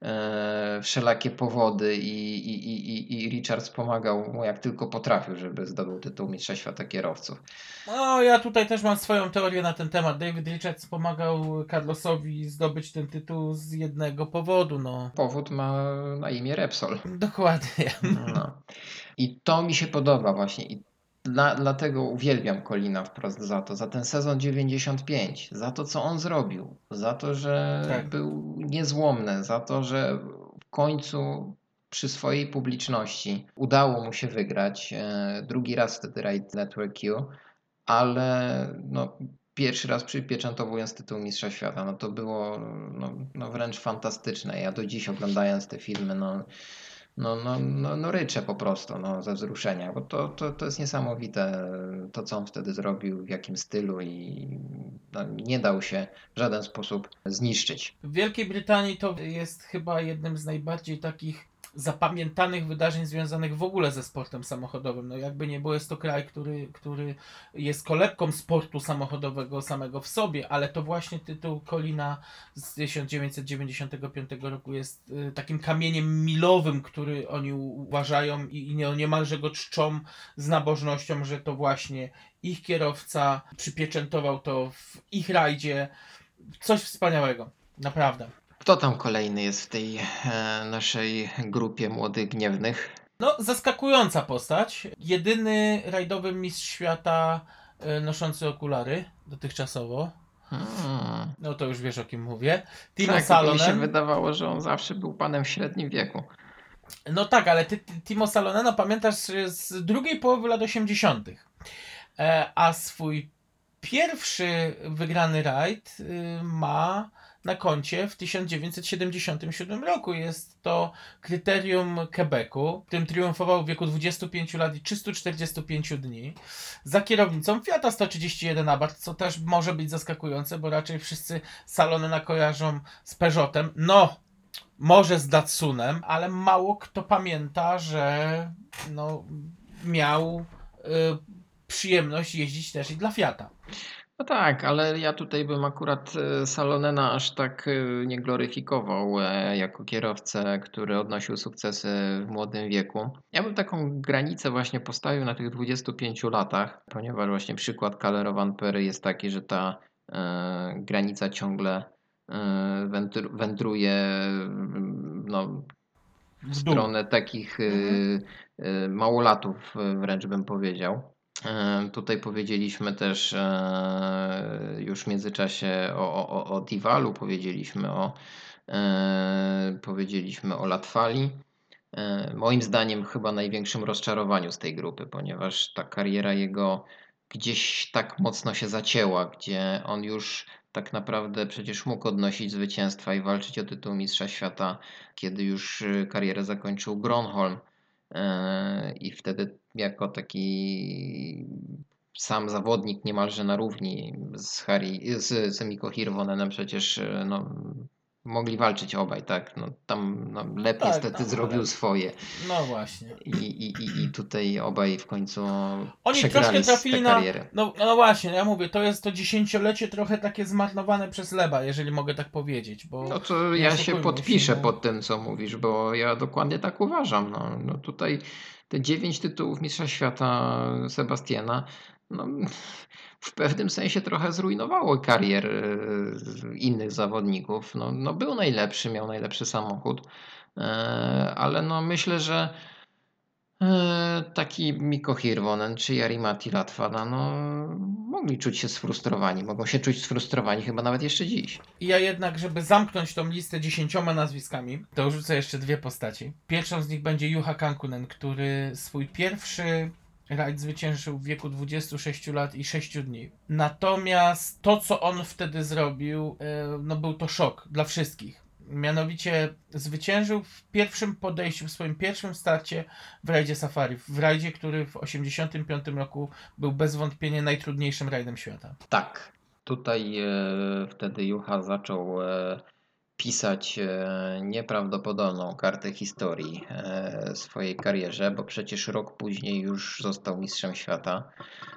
e, wszelakie powody i, i, i, i Richards pomagał mu jak tylko potrafił, żeby zdobył tytuł mistrza świata kierowców. No, ja tutaj też mam swoją teorię na ten temat. David Richards pomagał Carlosowi zdobyć ten tytuł z jednego powodu, no. Powód ma na imię Repsol. Dokładnie. No. I to mi się podoba właśnie. I dla, dlatego uwielbiam Colina wprost za to, za ten sezon dziewięćdziesiąt pięć, za to, co on zrobił, za to, że Tak. był niezłomny, za to, że w końcu przy swojej publiczności udało mu się wygrać. E, drugi raz wtedy Raid Network Q, ale no, pierwszy raz przypieczętowując tytuł mistrza świata, no to było no, no wręcz fantastyczne. Ja do dziś oglądając te filmy, no No, no, no, no ryczę po prostu no, ze wzruszenia, bo to, to, to jest niesamowite to, co on wtedy zrobił, w jakim stylu i no, nie dał się w żaden sposób zniszczyć. W Wielkiej Brytanii to jest chyba jednym z najbardziej takich zapamiętanych wydarzeń związanych w ogóle ze sportem samochodowym. No jakby nie było, jest to kraj, który, który jest kolebką sportu samochodowego samego w sobie, ale to właśnie tytuł Colina z tysiąc dziewięćset dziewięćdziesiątego piątego roku jest y, takim kamieniem milowym, który oni uważają i, i nie, niemalże go czczą z nabożnością, że to właśnie ich kierowca przypieczętował to w ich rajdzie. Coś wspaniałego. Naprawdę. Kto tam kolejny jest w tej e, naszej grupie młodych gniewnych? No, zaskakująca postać. Jedyny rajdowy mistrz świata y, noszący okulary dotychczasowo. Hmm. No to już wiesz, o kim mówię. Timo Tak, mi się Salonen. wydawało, że on zawsze był panem w średnim wieku. No tak, ale ty, ty, Timo Salonen, no pamiętasz z drugiej połowy lat osiemdziesiątych. E, a swój pierwszy wygrany rajd y, ma na koncie w tysiąc dziewięćset siedemdziesiątym siódmym roku. Jest to kryterium Quebecu, w którym triumfował w wieku dwudziestu pięciu lat i trzystu czterdziestu pięciu dni za kierownicą Fiata sto trzydzieści jeden Abarth, co też może być zaskakujące, bo raczej wszyscy Salonena kojarzą z Peugeotem. No, może z Datsunem, ale mało kto pamięta, że no, miał y, przyjemność jeździć też i dla Fiata. No tak, ale ja tutaj bym akurat e, Salonena aż tak e, nie gloryfikował e, jako kierowcę, który odnosił sukcesy w młodym wieku. Ja bym taką granicę właśnie postawił na tych dwudziestu pięciu latach, ponieważ właśnie przykład Calero Vanpery jest taki, że ta e, granica ciągle e, wędr- wędruje mm, no, w W dół. stronę takich e, Mhm. e, małolatów, e, wręcz bym powiedział. E, Tutaj powiedzieliśmy też e, już w międzyczasie o, o, o Tivalu, powiedzieliśmy o, e, powiedzieliśmy o Latwali. E, Moim zdaniem chyba największym rozczarowaniu z tej grupy, ponieważ ta kariera jego gdzieś tak mocno się zacięła, gdzie on już tak naprawdę przecież mógł odnosić zwycięstwa i walczyć o tytuł Mistrza Świata, kiedy już e, karierę zakończył Gronholm. E, I wtedy jako taki sam zawodnik niemalże na równi z, Harry, z, z Mikko Hirvonenem przecież e, no, mogli walczyć obaj, tak? No, tam no, No Lep tak, niestety no, zrobił ale swoje no właśnie. i, i, i, i tutaj obaj w końcu Oni troszkę przegrali trafili tę na. karierę. No, no właśnie, ja mówię, to jest to dziesięciolecie trochę takie zmarnowane przez Leba, jeżeli mogę tak powiedzieć, bo No to nie ja się oszukujmy podpiszę no. pod tym, co mówisz, bo ja dokładnie tak uważam. No, no tutaj te dziewięć tytułów Mistrza Świata Sebastiana, no, w pewnym sensie trochę zrujnowało karier e, innych zawodników. No, no był najlepszy, miał najlepszy samochód, e, ale no myślę, że e, taki Mikko Hirvonen czy Jari-Matti Latvala, no mogli czuć się sfrustrowani, mogą się czuć sfrustrowani chyba nawet jeszcze dziś. I ja jednak, żeby zamknąć tą listę dziesięcioma nazwiskami, to rzucę jeszcze dwie postaci. Pierwszą z nich będzie Juha Kankkunen, który swój pierwszy rajd zwyciężył w wieku dwudziestu sześciu lat i sześciu dni. Natomiast to, co on wtedy zrobił, e, no był to szok dla wszystkich. Mianowicie zwyciężył w pierwszym podejściu, w swoim pierwszym starcie w rajdzie Safari. W rajdzie, który w osiemdziesiątym piątym roku był bez wątpienia najtrudniejszym rajdem świata. Tak, tutaj e, wtedy Jucha zaczął e, pisać e, nieprawdopodobną kartę historii e, swojej karierze, bo przecież rok później już został mistrzem świata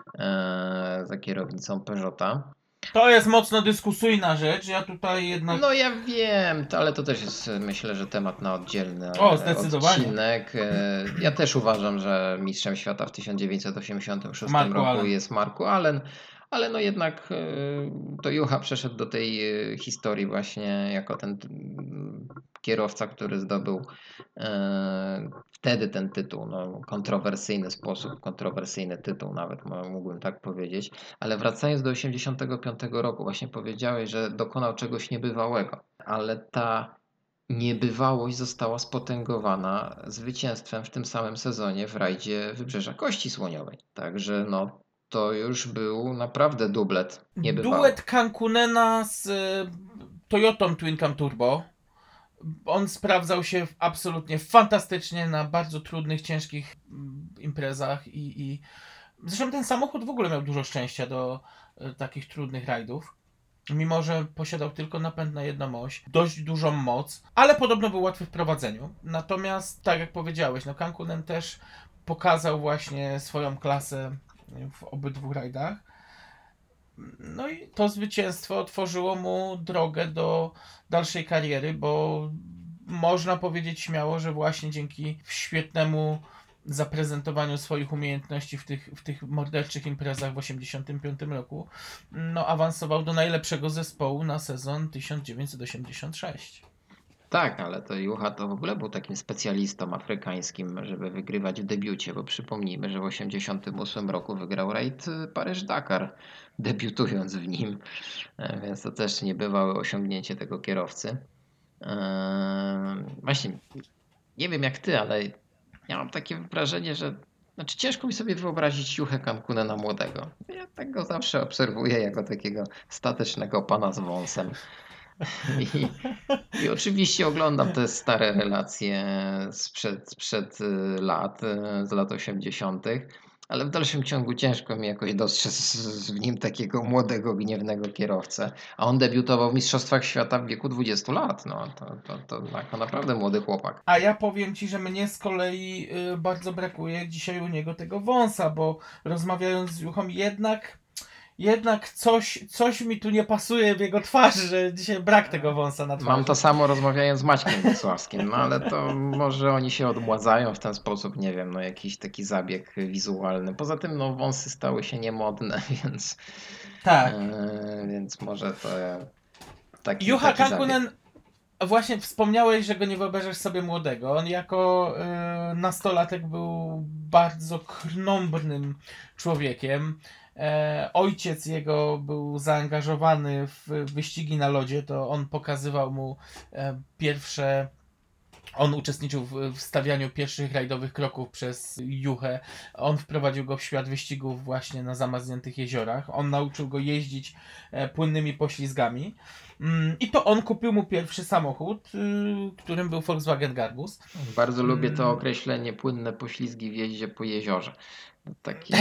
e, za kierownicą Peugeota. To jest mocno dyskusyjna rzecz. Ja tutaj jednak. No ja wiem, to- ale to też jest myślę, że temat na oddzielny O, e, zdecydowanie. odcinek. E, Ja też uważam, że mistrzem świata w tysiąc dziewięćset osiemdziesiątym szóstym Marco roku Allen. jest Marco Allen, ale no jednak e, to Jucha przeszedł do tej e, historii właśnie jako ten mm, kierowca, który zdobył e, wtedy ten tytuł, no kontrowersyjny sposób, kontrowersyjny tytuł nawet mo- mógłbym tak powiedzieć. Ale wracając do osiemdziesiątego piątego roku, właśnie powiedziałeś, że dokonał czegoś niebywałego, ale ta niebywałość została spotęgowana zwycięstwem w tym samym sezonie w rajdzie Wybrzeża Kości Słoniowej. Także no, to już był naprawdę dublet niebywały. Duet Kankkunena z y, Toyotą Twin Cam Turbo. On sprawdzał się absolutnie fantastycznie na bardzo trudnych, ciężkich mm, imprezach i, i zresztą ten samochód w ogóle miał dużo szczęścia do y, takich trudnych rajdów. Mimo że posiadał tylko napęd na jedną oś, dość dużą moc, ale podobno był łatwy w prowadzeniu. Natomiast, tak jak powiedziałeś, no Kankkunen też pokazał właśnie swoją klasę w obydwu rajdach. No i to zwycięstwo otworzyło mu drogę do dalszej kariery, bo można powiedzieć śmiało, że właśnie dzięki świetnemu zaprezentowaniu swoich umiejętności w tych, w tych morderczych imprezach w osiemdziesiątym piątym roku, no awansował do najlepszego zespołu na sezon tysiąc dziewięćset osiemdziesiąt sześć. Tak, ale to Jucha to w ogóle był takim specjalistą afrykańskim, żeby wygrywać w debiucie, bo przypomnijmy, że w osiemdziesiątym ósmym roku wygrał rajd Paryż-Dakar, debiutując w nim, E, więc to też niebywałe osiągnięcie tego kierowcy. Eee, Właśnie, nie wiem jak ty, ale ja mam takie wrażenie, że znaczy ciężko mi sobie wyobrazić Juchę Kankkunena młodego. Ja tak go zawsze obserwuję jako takiego statecznego pana z wąsem. I, I oczywiście oglądam te stare relacje sprzed, sprzed y, lat, y, z lat osiemdziesiątych, ale w dalszym ciągu ciężko mi jakoś dostrzec w nim takiego młodego, gniewnego kierowcę. A on debiutował w Mistrzostwach Świata w wieku dwudziestu lat. No, to, to, to, to naprawdę młody chłopak. A ja powiem ci, że mnie z kolei y, bardzo brakuje dzisiaj u niego tego wąsa, bo rozmawiając z Juchą jednak jednak coś, coś mi tu nie pasuje w jego twarzy, że dzisiaj brak tego wąsa na twarzy. Mam to samo rozmawiając z Maćkiem Wysławskim, no ale to może oni się odmładzają w ten sposób, nie wiem, no jakiś taki zabieg wizualny. Poza tym no wąsy stały się niemodne, więc, Tak. e, więc może to taki, Juha taki zabieg. Kankkunen, właśnie wspomniałeś, że go nie wyobrażasz sobie młodego. On jako y, nastolatek był bardzo krnąbrnym człowiekiem. E, ojciec jego był zaangażowany w wyścigi na lodzie, to on pokazywał mu e, pierwsze. On uczestniczył w, w stawianiu pierwszych rajdowych kroków przez Juchę. On wprowadził go w świat wyścigów właśnie na zamarzniętych jeziorach. On nauczył go jeździć e, płynnymi poślizgami. Mm, I to on kupił mu pierwszy samochód, y, którym był Volkswagen Garbus. Bardzo lubię to Mm. określenie płynne poślizgi w jeździe po jeziorze. Takie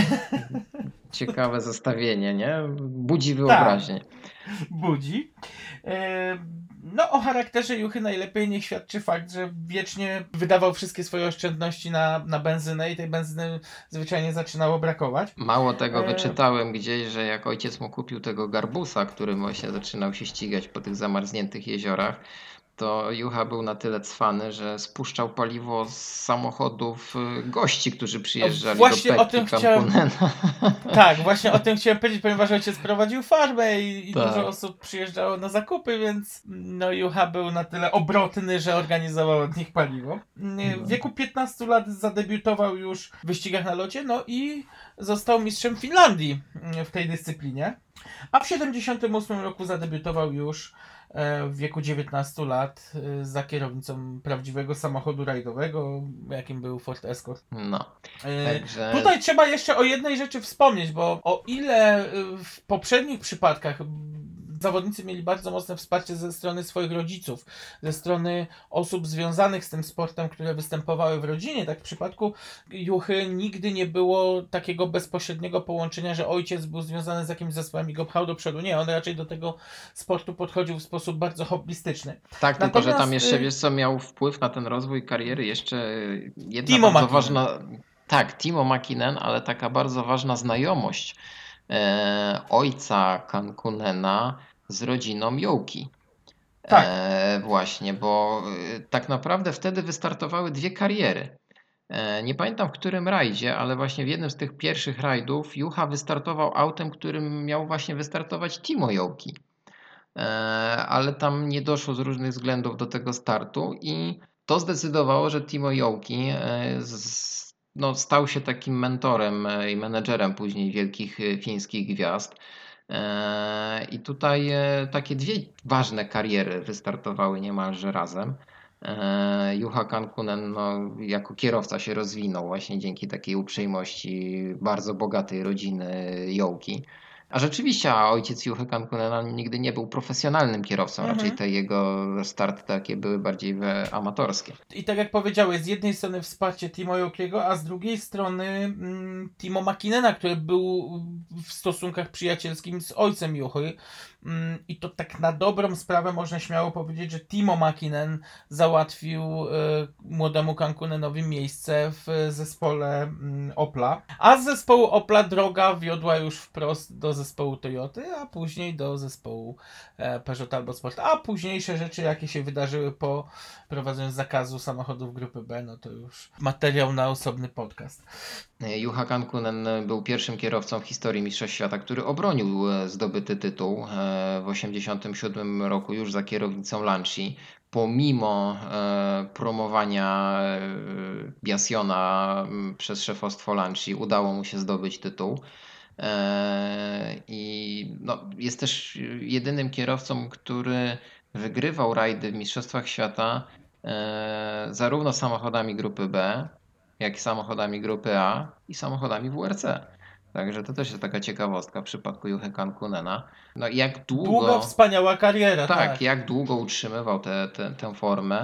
ciekawe zestawienie, nie? Budzi wyobraźnię. Budzi. E, No, o charakterze Juchy najlepiej niech świadczy fakt, że wiecznie wydawał wszystkie swoje oszczędności na, na benzynę i tej benzyny zwyczajnie zaczynało brakować. Mało tego, E, wyczytałem gdzieś, że jak ojciec mu kupił tego garbusa, którym właśnie zaczynał się ścigać po tych zamarzniętych jeziorach, to Jucha był na tyle cwany, że spuszczał paliwo z samochodów y, gości, którzy przyjeżdżali Właśnie do o tym Pekki chciałem- Cancunena. Tak, właśnie o tym chciałem powiedzieć, ponieważ ojciec prowadził farmę i, i Tak. dużo osób przyjeżdżało na zakupy, więc no Jucha był na tyle obrotny, że organizował od nich paliwo. W wieku piętnastu lat zadebiutował już w wyścigach na locie, no i został mistrzem Finlandii w tej dyscyplinie. A w siedemdziesiątym ósmym roku zadebiutował już e, w wieku dziewiętnastu lat e, za kierownicą prawdziwego samochodu rajdowego, jakim był Ford Escort. No, E, także Tutaj trzeba jeszcze o jednej rzeczy wspomnieć, bo o ile y, w poprzednich przypadkach mm, zawodnicy mieli bardzo mocne wsparcie ze strony swoich rodziców, ze strony osób związanych z tym sportem, które występowały w rodzinie, tak w przypadku Juchy nigdy nie było takiego bezpośredniego połączenia, że ojciec był związany z jakimś zespołem i go pchał do przodu. Nie, on raczej do tego sportu podchodził w sposób bardzo hobbystyczny. tak, tylko że tam Natomiast, jeszcze, y- wiesz co, miał wpływ na ten rozwój kariery jeszcze jedna Timo bardzo Mäkinen. ważna, tak, Timo Mäkinen, ale taka bardzo ważna znajomość e, ojca Cankunena z rodziną Jołki. Tak. E, właśnie, bo e, tak naprawdę wtedy wystartowały dwie kariery. E, nie pamiętam w którym rajdzie, ale właśnie w jednym z tych pierwszych rajdów Jucha wystartował autem, którym miał właśnie wystartować Timo Jołki. E, ale tam nie doszło z różnych względów do tego startu i to zdecydowało, że Timo Jołki e, z, no, stał się takim mentorem e, i menedżerem później wielkich e, fińskich gwiazd. E, I tutaj e, takie dwie ważne kariery wystartowały niemalże razem. E, Juha Kankkunen no, jako kierowca się rozwinął właśnie dzięki takiej uprzejmości bardzo bogatej rodziny Jołki. A rzeczywiście, a ojciec Juhy Kankkunena nigdy nie był profesjonalnym kierowcą, Mhm. raczej te jego starty takie były bardziej we- amatorskie. I tak jak powiedziałeś, z jednej strony wsparcie Timo Jokiego, a z drugiej strony mm, Timo Mäkinena, który był w stosunkach przyjacielskich z ojcem Juchy. Mm, I to tak na dobrą sprawę można śmiało powiedzieć, że Timo Mäkinen załatwił y, młodemu Kankkunenowi miejsce w zespole mm, Opla. A z zespołu Opla droga wiodła już wprost do zespołu Toyoty, a później do zespołu e, Peugeot Talbot Sport. A późniejsze rzeczy, jakie się wydarzyły po prowadzeniu zakazu samochodów grupy B, no to już materiał na osobny podcast. Juha Kankkunen był pierwszym kierowcą w historii Mistrzostw Świata, który obronił e, zdobyty tytuł e, w osiemdziesiątym siódmym roku już za kierownicą Lancia. Pomimo e, promowania e, Biasiona m, przez szefostwo Lancia udało mu się zdobyć tytuł. E, I no, jest też jedynym kierowcą, który wygrywał rajdy w Mistrzostwach Świata e, zarówno samochodami grupy B, jak i samochodami grupy A i samochodami W R C. Także to też jest taka ciekawostka w przypadku Juhe Kankunena. No i jak Długa, długo, wspaniała kariera, tak, tak. jak długo utrzymywał tę tę tę formę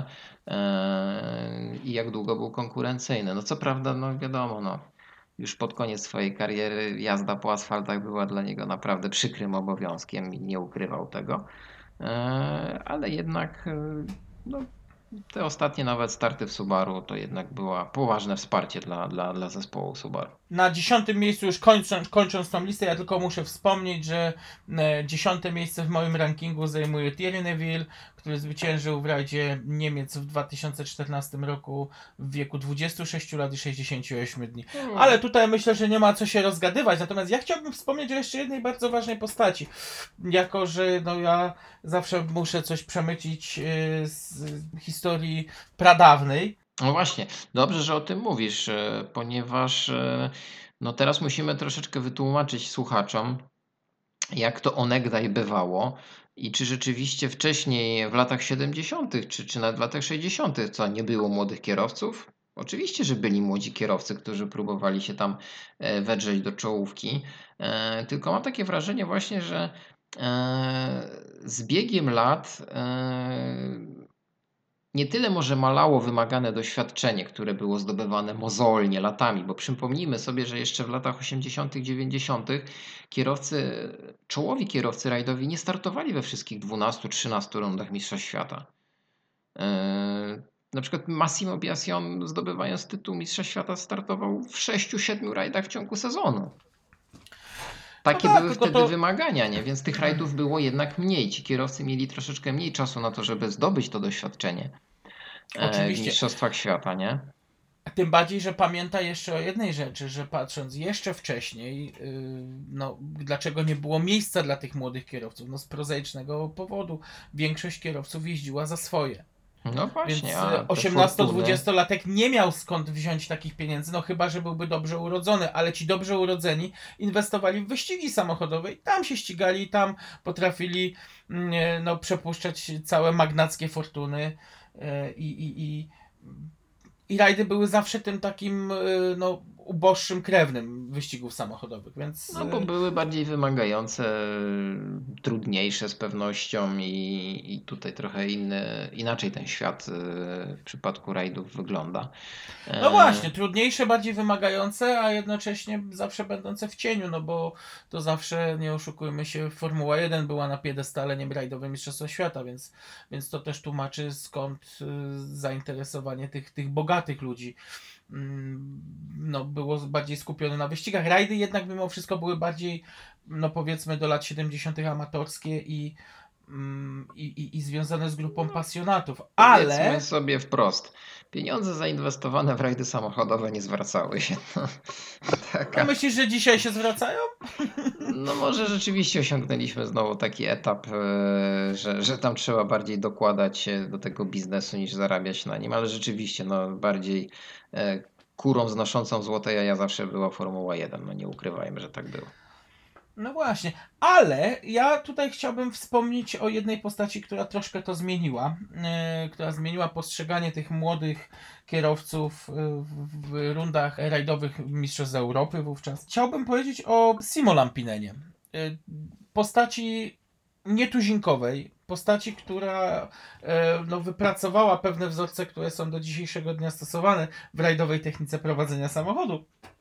e, i jak długo był konkurencyjny. No co prawda, no wiadomo, no, już pod koniec swojej kariery jazda po asfaltach była dla niego naprawdę przykrym obowiązkiem i nie ukrywał tego. E, ale jednak e, no, te ostatnie nawet starty w Subaru to jednak była poważne wsparcie dla, dla, dla zespołu Subaru. Na dziesiątym miejscu, już kończąc, kończąc tą listę, ja tylko muszę wspomnieć, że e, dziesiąte miejsce w moim rankingu zajmuje Thierry Neuville, który zwyciężył w rajdzie Niemiec w dwa tysiące czternastym roku w wieku dwudziestu sześciu lat i sześćdziesięciu ośmiu dni. Ale tutaj myślę, że nie ma co się rozgadywać. Natomiast ja chciałbym wspomnieć o jeszcze jednej bardzo ważnej postaci. Jako, że no ja zawsze muszę coś przemycić e, z historii pradawnej. No właśnie, dobrze, że o tym mówisz, e, ponieważ e, no teraz musimy troszeczkę wytłumaczyć słuchaczom, jak to onegdaj bywało i czy rzeczywiście wcześniej w latach siedemdziesiątych czy, czy nawet w latach sześćdziesiątych co, nie było młodych kierowców? Oczywiście, że byli młodzi kierowcy, którzy próbowali się tam e, wedrzeć do czołówki, e, tylko mam takie wrażenie właśnie, że e, z biegiem lat e, nie tyle może malało wymagane doświadczenie, które było zdobywane mozolnie latami, bo przypomnijmy sobie, że jeszcze w latach osiemdziesiątych, dziewięćdziesiątych kierowcy, czołowi kierowcy rajdowi nie startowali we wszystkich dwunastu trzynastu rundach Mistrza Świata. Yy, na przykład Massimo Biasion, zdobywając tytuł Mistrza Świata, startował w sześciu siedmiu rajdach w ciągu sezonu. No Takie tak, były tylko wtedy to wymagania, nie? Więc tych rajdów było jednak mniej. Ci kierowcy mieli troszeczkę mniej czasu na to, żeby zdobyć to doświadczenie e, w oczywiście. Mistrzostwach Świata, nie? Tym bardziej, że pamięta jeszcze o jednej rzeczy, że patrząc jeszcze wcześniej, yy, no dlaczego nie było miejsca dla tych młodych kierowców? No z prozaicznego powodu. Większość kierowców jeździła za swoje. No Więc właśnie, a te fortuny, osiemnasto-dwudziestolatek nie miał skąd wziąć takich pieniędzy, no chyba, że byłby dobrze urodzony, ale ci dobrze urodzeni inwestowali w wyścigi samochodowe i tam się ścigali, i tam potrafili mm, no, przepuszczać całe magnackie fortuny yy, i, i, i i rajdy były zawsze tym takim y, no, uboższym krewnym wyścigów samochodowych, więc no bo y, były bardziej wymagające, trudniejsze z pewnością i, i tutaj trochę inny, inaczej ten świat y, w przypadku rajdów wygląda. no E, właśnie, trudniejsze, bardziej wymagające, a jednocześnie zawsze będące w cieniu, no bo to zawsze, nie oszukujmy się, Formuła jeden była na piedestale, nie rajdowe Mistrzostwa Świata, więc, więc to też tłumaczy skąd y, zainteresowanie tych, tych bogatych ludzi. Mm, no, było bardziej skupione na wyścigach. Rajdy jednak mimo wszystko były bardziej, no powiedzmy do lat siedemdziesiątych amatorskie i, mm, i, i, i związane z grupą pasjonatów. Powiedzmy Ale sobie wprost, pieniądze zainwestowane w rajdy samochodowe nie zwracały się. No, no taka, myślisz, że dzisiaj się zwracają? no może rzeczywiście osiągnęliśmy znowu taki etap, e, że, że tam trzeba bardziej dokładać się do tego biznesu niż zarabiać na nim, ale rzeczywiście no, bardziej e, kurą znoszącą złote jaja zawsze była Formuła jeden, no nie ukrywajmy, że tak było. No właśnie, ale ja tutaj chciałbym wspomnieć o jednej postaci, która troszkę to zmieniła, yy, która zmieniła postrzeganie tych młodych kierowców yy, w, w rundach rajdowych Mistrzostw Europy wówczas. Chciałbym powiedzieć o Simo Lampinenie. Yy, postaci nietuzinkowej, postaci, która yy, no, wypracowała pewne wzorce, które są do dzisiejszego dnia stosowane w rajdowej technice prowadzenia samochodu.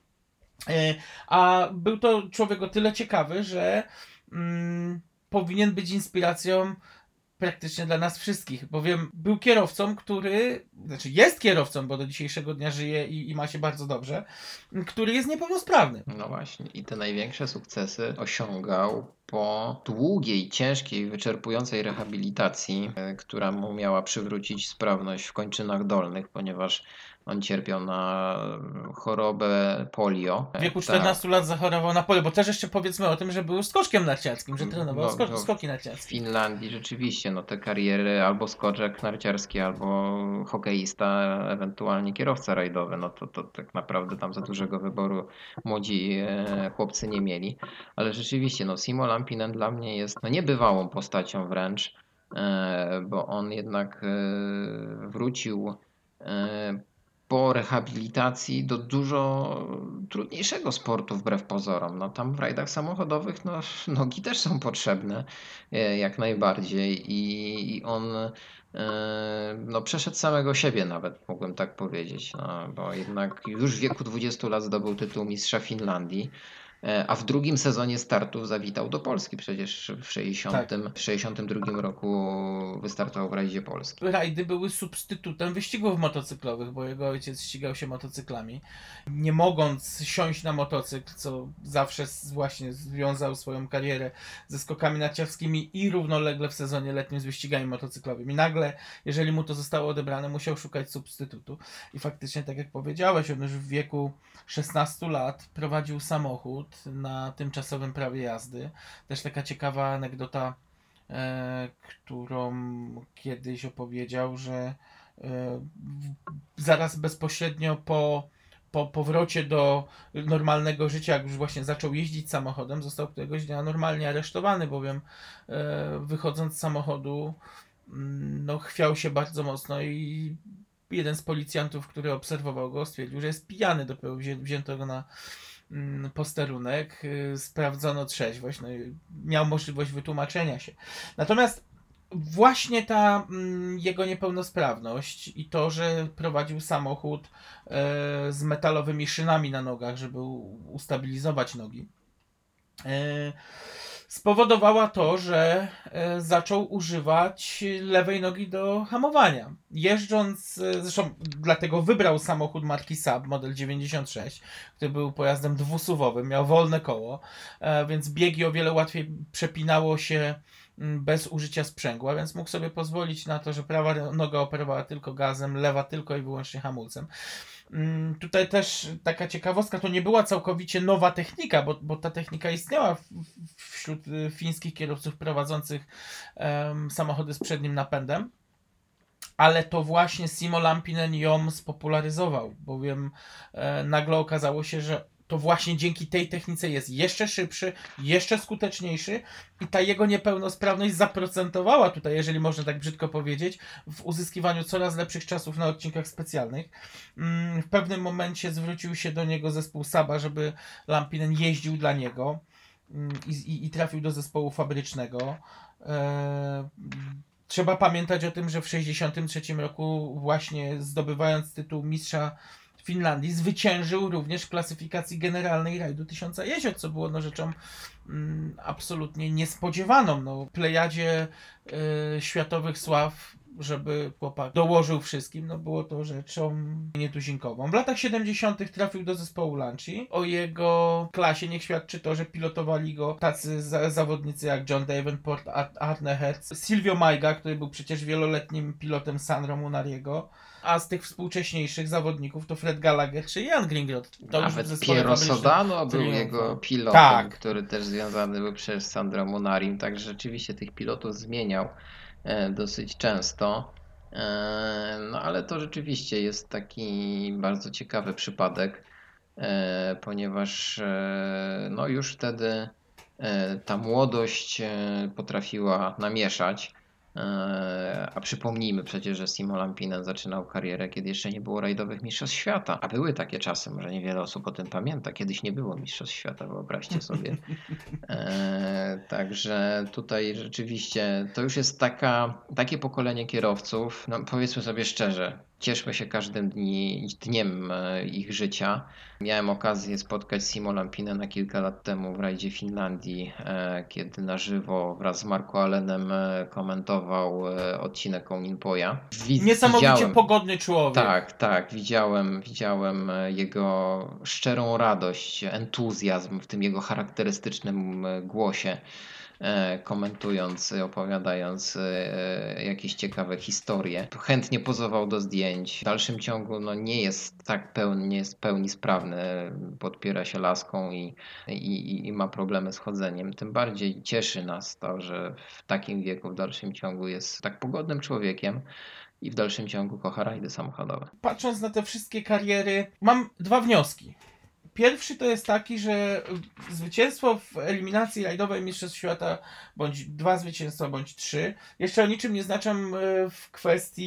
E, A był to człowiek o tyle ciekawy, że mm, powinien być inspiracją praktycznie dla nas wszystkich, bowiem był kierowcą, który, znaczy jest kierowcą, bo do dzisiejszego dnia żyje i, i ma się bardzo dobrze, który jest niepełnosprawny. No właśnie, i te największe sukcesy osiągał po długiej, ciężkiej, wyczerpującej rehabilitacji, e, która mu miała przywrócić sprawność w kończynach dolnych, ponieważ on cierpiał na chorobę polio. W wieku E, Tak, czternastu lat zachorował na polio, bo też jeszcze powiedzmy o tym, że był skoczkiem narciarskim, że trenował no, sko- no, skoki w narciarskie. Finlandii rzeczywiście no, te kariery albo skoczek narciarski, albo hokeista, ewentualnie kierowca rajdowy, no to, to tak naprawdę tam za dużego wyboru młodzi e, chłopcy nie mieli. Ale rzeczywiście, no Simo Lampinen dla mnie jest no, niebywałą postacią wręcz, e, bo on jednak e, wrócił e, po rehabilitacji do dużo trudniejszego sportu wbrew pozorom. No tam w rajdach samochodowych no, nogi też są potrzebne e, jak najbardziej i, i on e, no, przeszedł samego siebie nawet, mógłbym tak powiedzieć, no, bo jednak już w wieku dwudziestu lat zdobył tytuł mistrza Finlandii. E, A w drugim sezonie startów zawitał do Polski. Przecież w Tak. sześćdziesiątym, w sześćdziesiątym drugim roku wystartował w rajdzie Polski. Rajdy były substytutem wyścigów motocyklowych, bo jego ojciec ścigał się motocyklami. Nie mogąc siąść na motocykl, co zawsze s- właśnie związał swoją karierę ze skokami narciarskimi i równolegle w sezonie letnim z wyścigami motocyklowymi. Nagle, jeżeli mu to zostało odebrane, musiał szukać substytutu. I faktycznie, tak jak powiedziałeś, on już w wieku szesnastu lat prowadził samochód na tymczasowym prawie jazdy. Też taka ciekawa anegdota, e, którą kiedyś opowiedział, że e, w- zaraz bezpośrednio po, po powrocie do normalnego życia, jak już właśnie zaczął jeździć samochodem, został któregoś dnia normalnie aresztowany, bowiem e, wychodząc z samochodu, mm, no, chwiał się bardzo mocno i jeden z policjantów, który obserwował go, stwierdził, że jest pijany. Dopiero wzię, wzięto go na mm, posterunek, y, sprawdzono trzeźwość, no i miał możliwość wytłumaczenia się. Natomiast właśnie ta mm, jego niepełnosprawność i to, że prowadził samochód e, z metalowymi szynami na nogach, żeby u- ustabilizować nogi, e, spowodowała to, że e, zaczął używać lewej nogi do hamowania. Jeżdżąc, e, zresztą dlatego wybrał samochód marki Saab model dziewięćdziesiąt sześć, który był pojazdem dwusuwowym, miał wolne koło, e, więc biegi o wiele łatwiej przepinało się mm, bez użycia sprzęgła, więc mógł sobie pozwolić na to, że prawa noga operowała tylko gazem, lewa tylko i wyłącznie hamulcem. Mm, Tutaj też taka ciekawostka, to nie była całkowicie nowa technika, bo, bo ta technika istniała w, w, wśród y, fińskich kierowców prowadzących em, samochody z przednim napędem, ale to właśnie Simo Lampinen ją spopularyzował, bowiem e, nagle okazało się, że to właśnie dzięki tej technice jest jeszcze szybszy, jeszcze skuteczniejszy i ta jego niepełnosprawność zaprocentowała tutaj, jeżeli można tak brzydko powiedzieć, w uzyskiwaniu coraz lepszych czasów na odcinkach specjalnych. Mm, W pewnym momencie zwrócił się do niego zespół Saba, żeby Lampinen jeździł dla niego mm, i, i, i trafił do zespołu fabrycznego. E, Trzeba pamiętać o tym, że w sześćdziesiątym trzecim roku, właśnie zdobywając tytuł mistrza Finlandii, zwyciężył również w klasyfikacji generalnej rajdu Tysiąca Jezior, co było no, rzeczą mm, absolutnie niespodziewaną. No, plejadzie y, światowych sław, żeby chłopak dołożył wszystkim, no było to rzeczą nietuzinkową. W latach siedemdziesiątych trafił do zespołu Lancia. O jego klasie niech świadczy to, że pilotowali go tacy za zawodnicy jak John Davenport, Ar- Arne Hertz, Silvio Maiga, który był przecież wieloletnim pilotem Sandro Munariego, a z tych współcześniejszych zawodników to Fred Gallagher czy Jan Gringrod. To już w Nawet zespole Piero fabrycznym Sodano był triumfu. jego pilotem, Tak. który też związany był przez Sandro Munarim, także rzeczywiście tych pilotów zmieniał e, dosyć często. E, No ale to rzeczywiście jest taki bardzo ciekawy przypadek, e, ponieważ e, no już wtedy e, ta młodość e, potrafiła namieszać. E, A przypomnijmy przecież, że Simo Lampinen zaczynał karierę, kiedy jeszcze nie było rajdowych mistrzostw świata. A były takie czasy, może niewiele osób o tym pamięta. Kiedyś nie było mistrzostw świata, wyobraźcie sobie. E, także tutaj rzeczywiście to już jest taka, takie pokolenie kierowców, no powiedzmy sobie szczerze, cieszmy się każdym dni, dniem e, ich życia. Miałem okazję spotkać Simo Lampinena kilka lat temu w rajdzie Finlandii, e, kiedy na żywo wraz z Marco Allenem e, komentował e, odcinek Oninpoja. Wi- Niesamowicie widziałem- pogodny człowiek. tak, tak, widziałem, widziałem e, jego szczerą radość, entuzjazm w tym jego charakterystycznym e, głosie, e, komentując, e, opowiadając e, jakieś ciekawe historie. Chętnie pozował do zdjęć. W dalszym ciągu no, nie jest tak pełny, nie jest w pełni sprawny, podpiera się laską i, i, i ma problemy z chodzeniem. Tym bardziej cieszy nas to, że w takim wieku, w dalszym ciągu jest tak pogodnym człowiekiem i w dalszym ciągu kocha rajdy samochodowe. Patrząc na te wszystkie kariery, mam dwa wnioski. Pierwszy to jest taki, że zwycięstwo w eliminacji rajdowej Mistrzostw Świata, bądź dwa zwycięstwa, bądź trzy, jeszcze o niczym nie znaczą e, w kwestii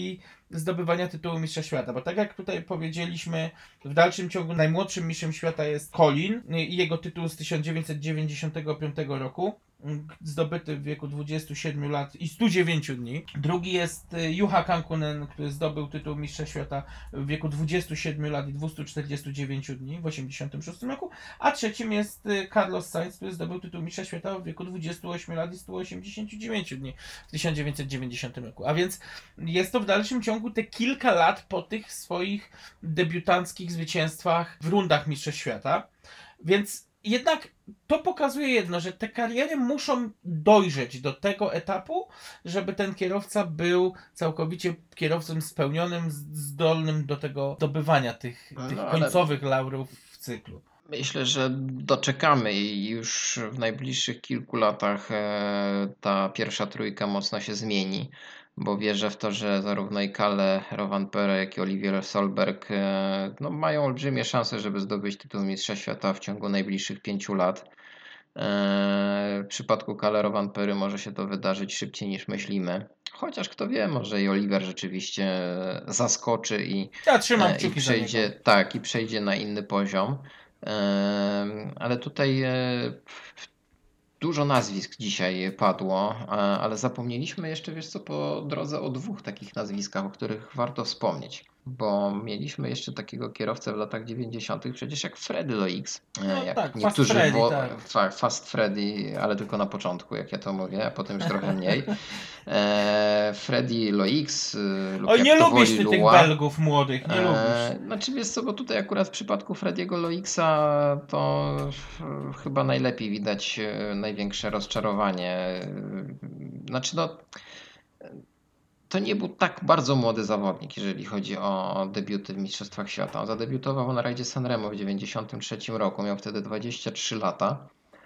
zdobywania tytułu mistrza świata, bo tak jak tutaj powiedzieliśmy, w dalszym ciągu najmłodszym mistrzem świata jest Colin i jego tytuł z tysiąc dziewięćset dziewięćdziesiątego piątego roku, zdobyty w wieku dwudziestu siedmiu lat i stu dziewięciu dni. Drugi jest Juha Kankkunen, który zdobył tytuł mistrza świata w wieku dwudziestu siedmiu lat i dwustu czterdziestu dziewięciu dni w osiemdziesiątym szóstym roku, a trzecim jest Carlos Sainz, który zdobył tytuł mistrza świata w wieku dwudziestu ośmiu lat i stu osiemdziesięciu dziewięciu dni w tysiąc dziewięćset dziewięćdziesiątym roku. A więc jest to w dalszym ciągu te kilka lat po tych swoich debiutanckich zwycięstwach w rundach mistrzostw świata. Więc jednak to pokazuje jedno, że te kariery muszą dojrzeć do tego etapu, żeby ten kierowca był całkowicie kierowcą spełnionym, zdolnym do tego zdobywania tych, tych No, ale końcowych laurów w cyklu. myślę, że doczekamy i już w najbliższych kilku latach e, ta pierwsza trójka mocno się zmieni, bo wierzę w to, że zarówno i Kalle Rovanperä, jak i Olivier Solberg e, no, mają olbrzymie szanse, żeby zdobyć tytuł mistrza świata w ciągu najbliższych pięciu lat. E, W przypadku Kalle Rovanpery może się to wydarzyć szybciej niż myślimy. Chociaż kto wie, może i Oliver rzeczywiście zaskoczy i, Ja trzymam e, i kciuki za niego. przejdzie, tak, i przejdzie na inny poziom. E, Ale tutaj e, dużo nazwisk dzisiaj padło, e, ale zapomnieliśmy jeszcze, wiesz co, po drodze o dwóch takich nazwiskach, o których warto wspomnieć. Bo mieliśmy jeszcze takiego kierowcę w latach dziewięćdziesiątych, przecież jak Freddy Loix, e, No jak tak, Fast niektórzy Freddy, wo- tak. fa- Fast Freddy, ale tylko na początku, jak ja to mówię, a potem już trochę mniej. E, Freddy Loix, e, lub Oj, jak nie to lubisz woli ty tych Lua. Belgów młodych, nie lubisz. E, Znaczy wiesz co, bo tutaj akurat w przypadku Frediego Loixa to e, chyba najlepiej widać e, największe rozczarowanie. E, Znaczy no, to nie był tak bardzo młody zawodnik, jeżeli chodzi o debiuty w Mistrzostwach Świata. On zadebiutował na rajdzie Sanremo w dziewięćdziesiątym trzecim roku, miał wtedy dwadzieścia trzy lata.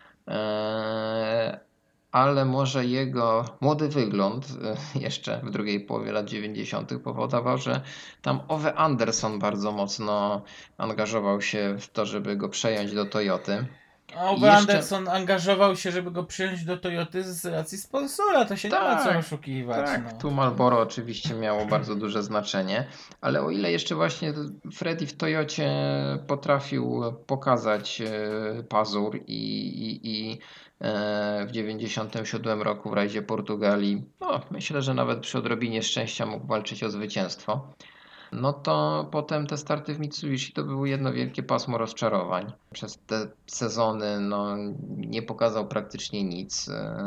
E, ale może jego młody wygląd e, jeszcze w drugiej połowie lat dziewięćdziesiątych powodował, że tam Ove Anderson bardzo mocno angażował się w to, żeby go przejąć do Toyoty. A I Ove jeszcze Anderson angażował się, żeby go przyjąć do Toyoty z racji sponsora, to się nie ma co tak, oszukiwać. tak, No. tu Marlboro oczywiście miało bardzo duże znaczenie, ale o ile jeszcze właśnie Freddy w Toyocie potrafił pokazać e, pazur i, i, i e, w dziewięćdziesiątym siódmym roku w rajdzie Portugalii, no myślę, że nawet przy odrobinie szczęścia mógł walczyć o zwycięstwo. No to potem te starty w Mitsubishi to było jedno wielkie pasmo rozczarowań. Przez te sezony no, nie pokazał praktycznie nic.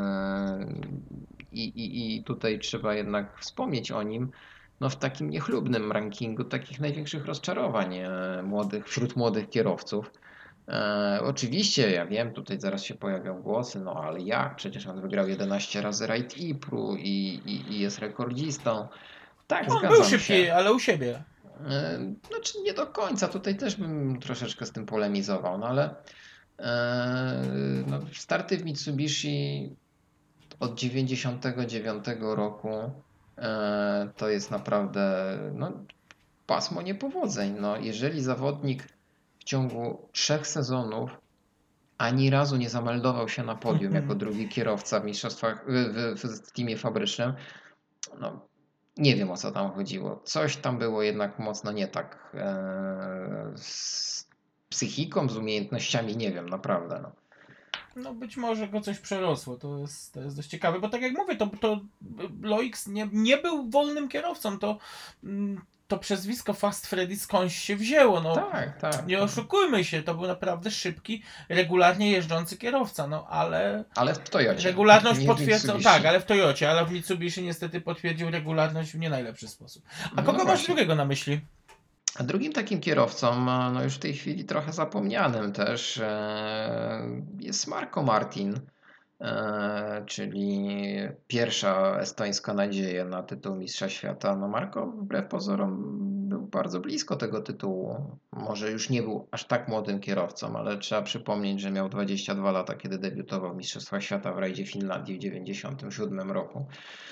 I, i, I tutaj trzeba jednak wspomnieć o nim no, w takim niechlubnym rankingu takich największych rozczarowań e, młodych, wśród młodych kierowców. E, oczywiście, ja wiem, tutaj zaraz się pojawią głosy, no ale jak? Przecież on wygrał jedenaście razy Raid Ypru i, i, i jest rekordzistą. Tak, On był zgadzam szybki, się. ale u siebie. E, Znaczy nie do końca, tutaj też bym troszeczkę z tym polemizował, no ale e, no, starty w Mitsubishi od dziewięćdziesiątego dziewiątego roku e, to jest naprawdę no, pasmo niepowodzeń. No, jeżeli zawodnik w ciągu trzech sezonów ani razu nie zameldował się na podium jako drugi kierowca w mistrzostwach w, w, w teamie fabrycznym, no, nie wiem o co tam chodziło. Coś tam było jednak mocno nie tak e, z psychiką, z umiejętnościami, nie wiem, naprawdę. No. No być może go coś przerosło, to jest, to jest dość ciekawe, bo tak jak mówię, to, to Loix nie, nie był wolnym kierowcą, to, to przezwisko Fast Freddy skądś się wzięło, no Tak, tak. nie oszukujmy się, to był naprawdę szybki, regularnie jeżdżący kierowca, no ale Ale w Toyocie. regularność nie w potwierdza, Mitsubishi. tak, ale w Toyocie, ale w Mitsubishi niestety potwierdził regularność w nie najlepszy sposób. A No kogo masz właśnie. drugiego na myśli? A drugim takim kierowcą, no już w tej chwili trochę zapomnianym też, e, jest Marco Martin, e, czyli pierwsza estońska nadzieja na tytuł Mistrza Świata. No Marco wbrew pozorom był bardzo blisko tego tytułu. Może już nie był aż tak młodym kierowcą, ale trzeba przypomnieć, że miał dwadzieścia dwa lata, kiedy debiutował w Mistrzostwach Świata w rajdzie Finlandii w dziewięćdziesiątym siódmym roku.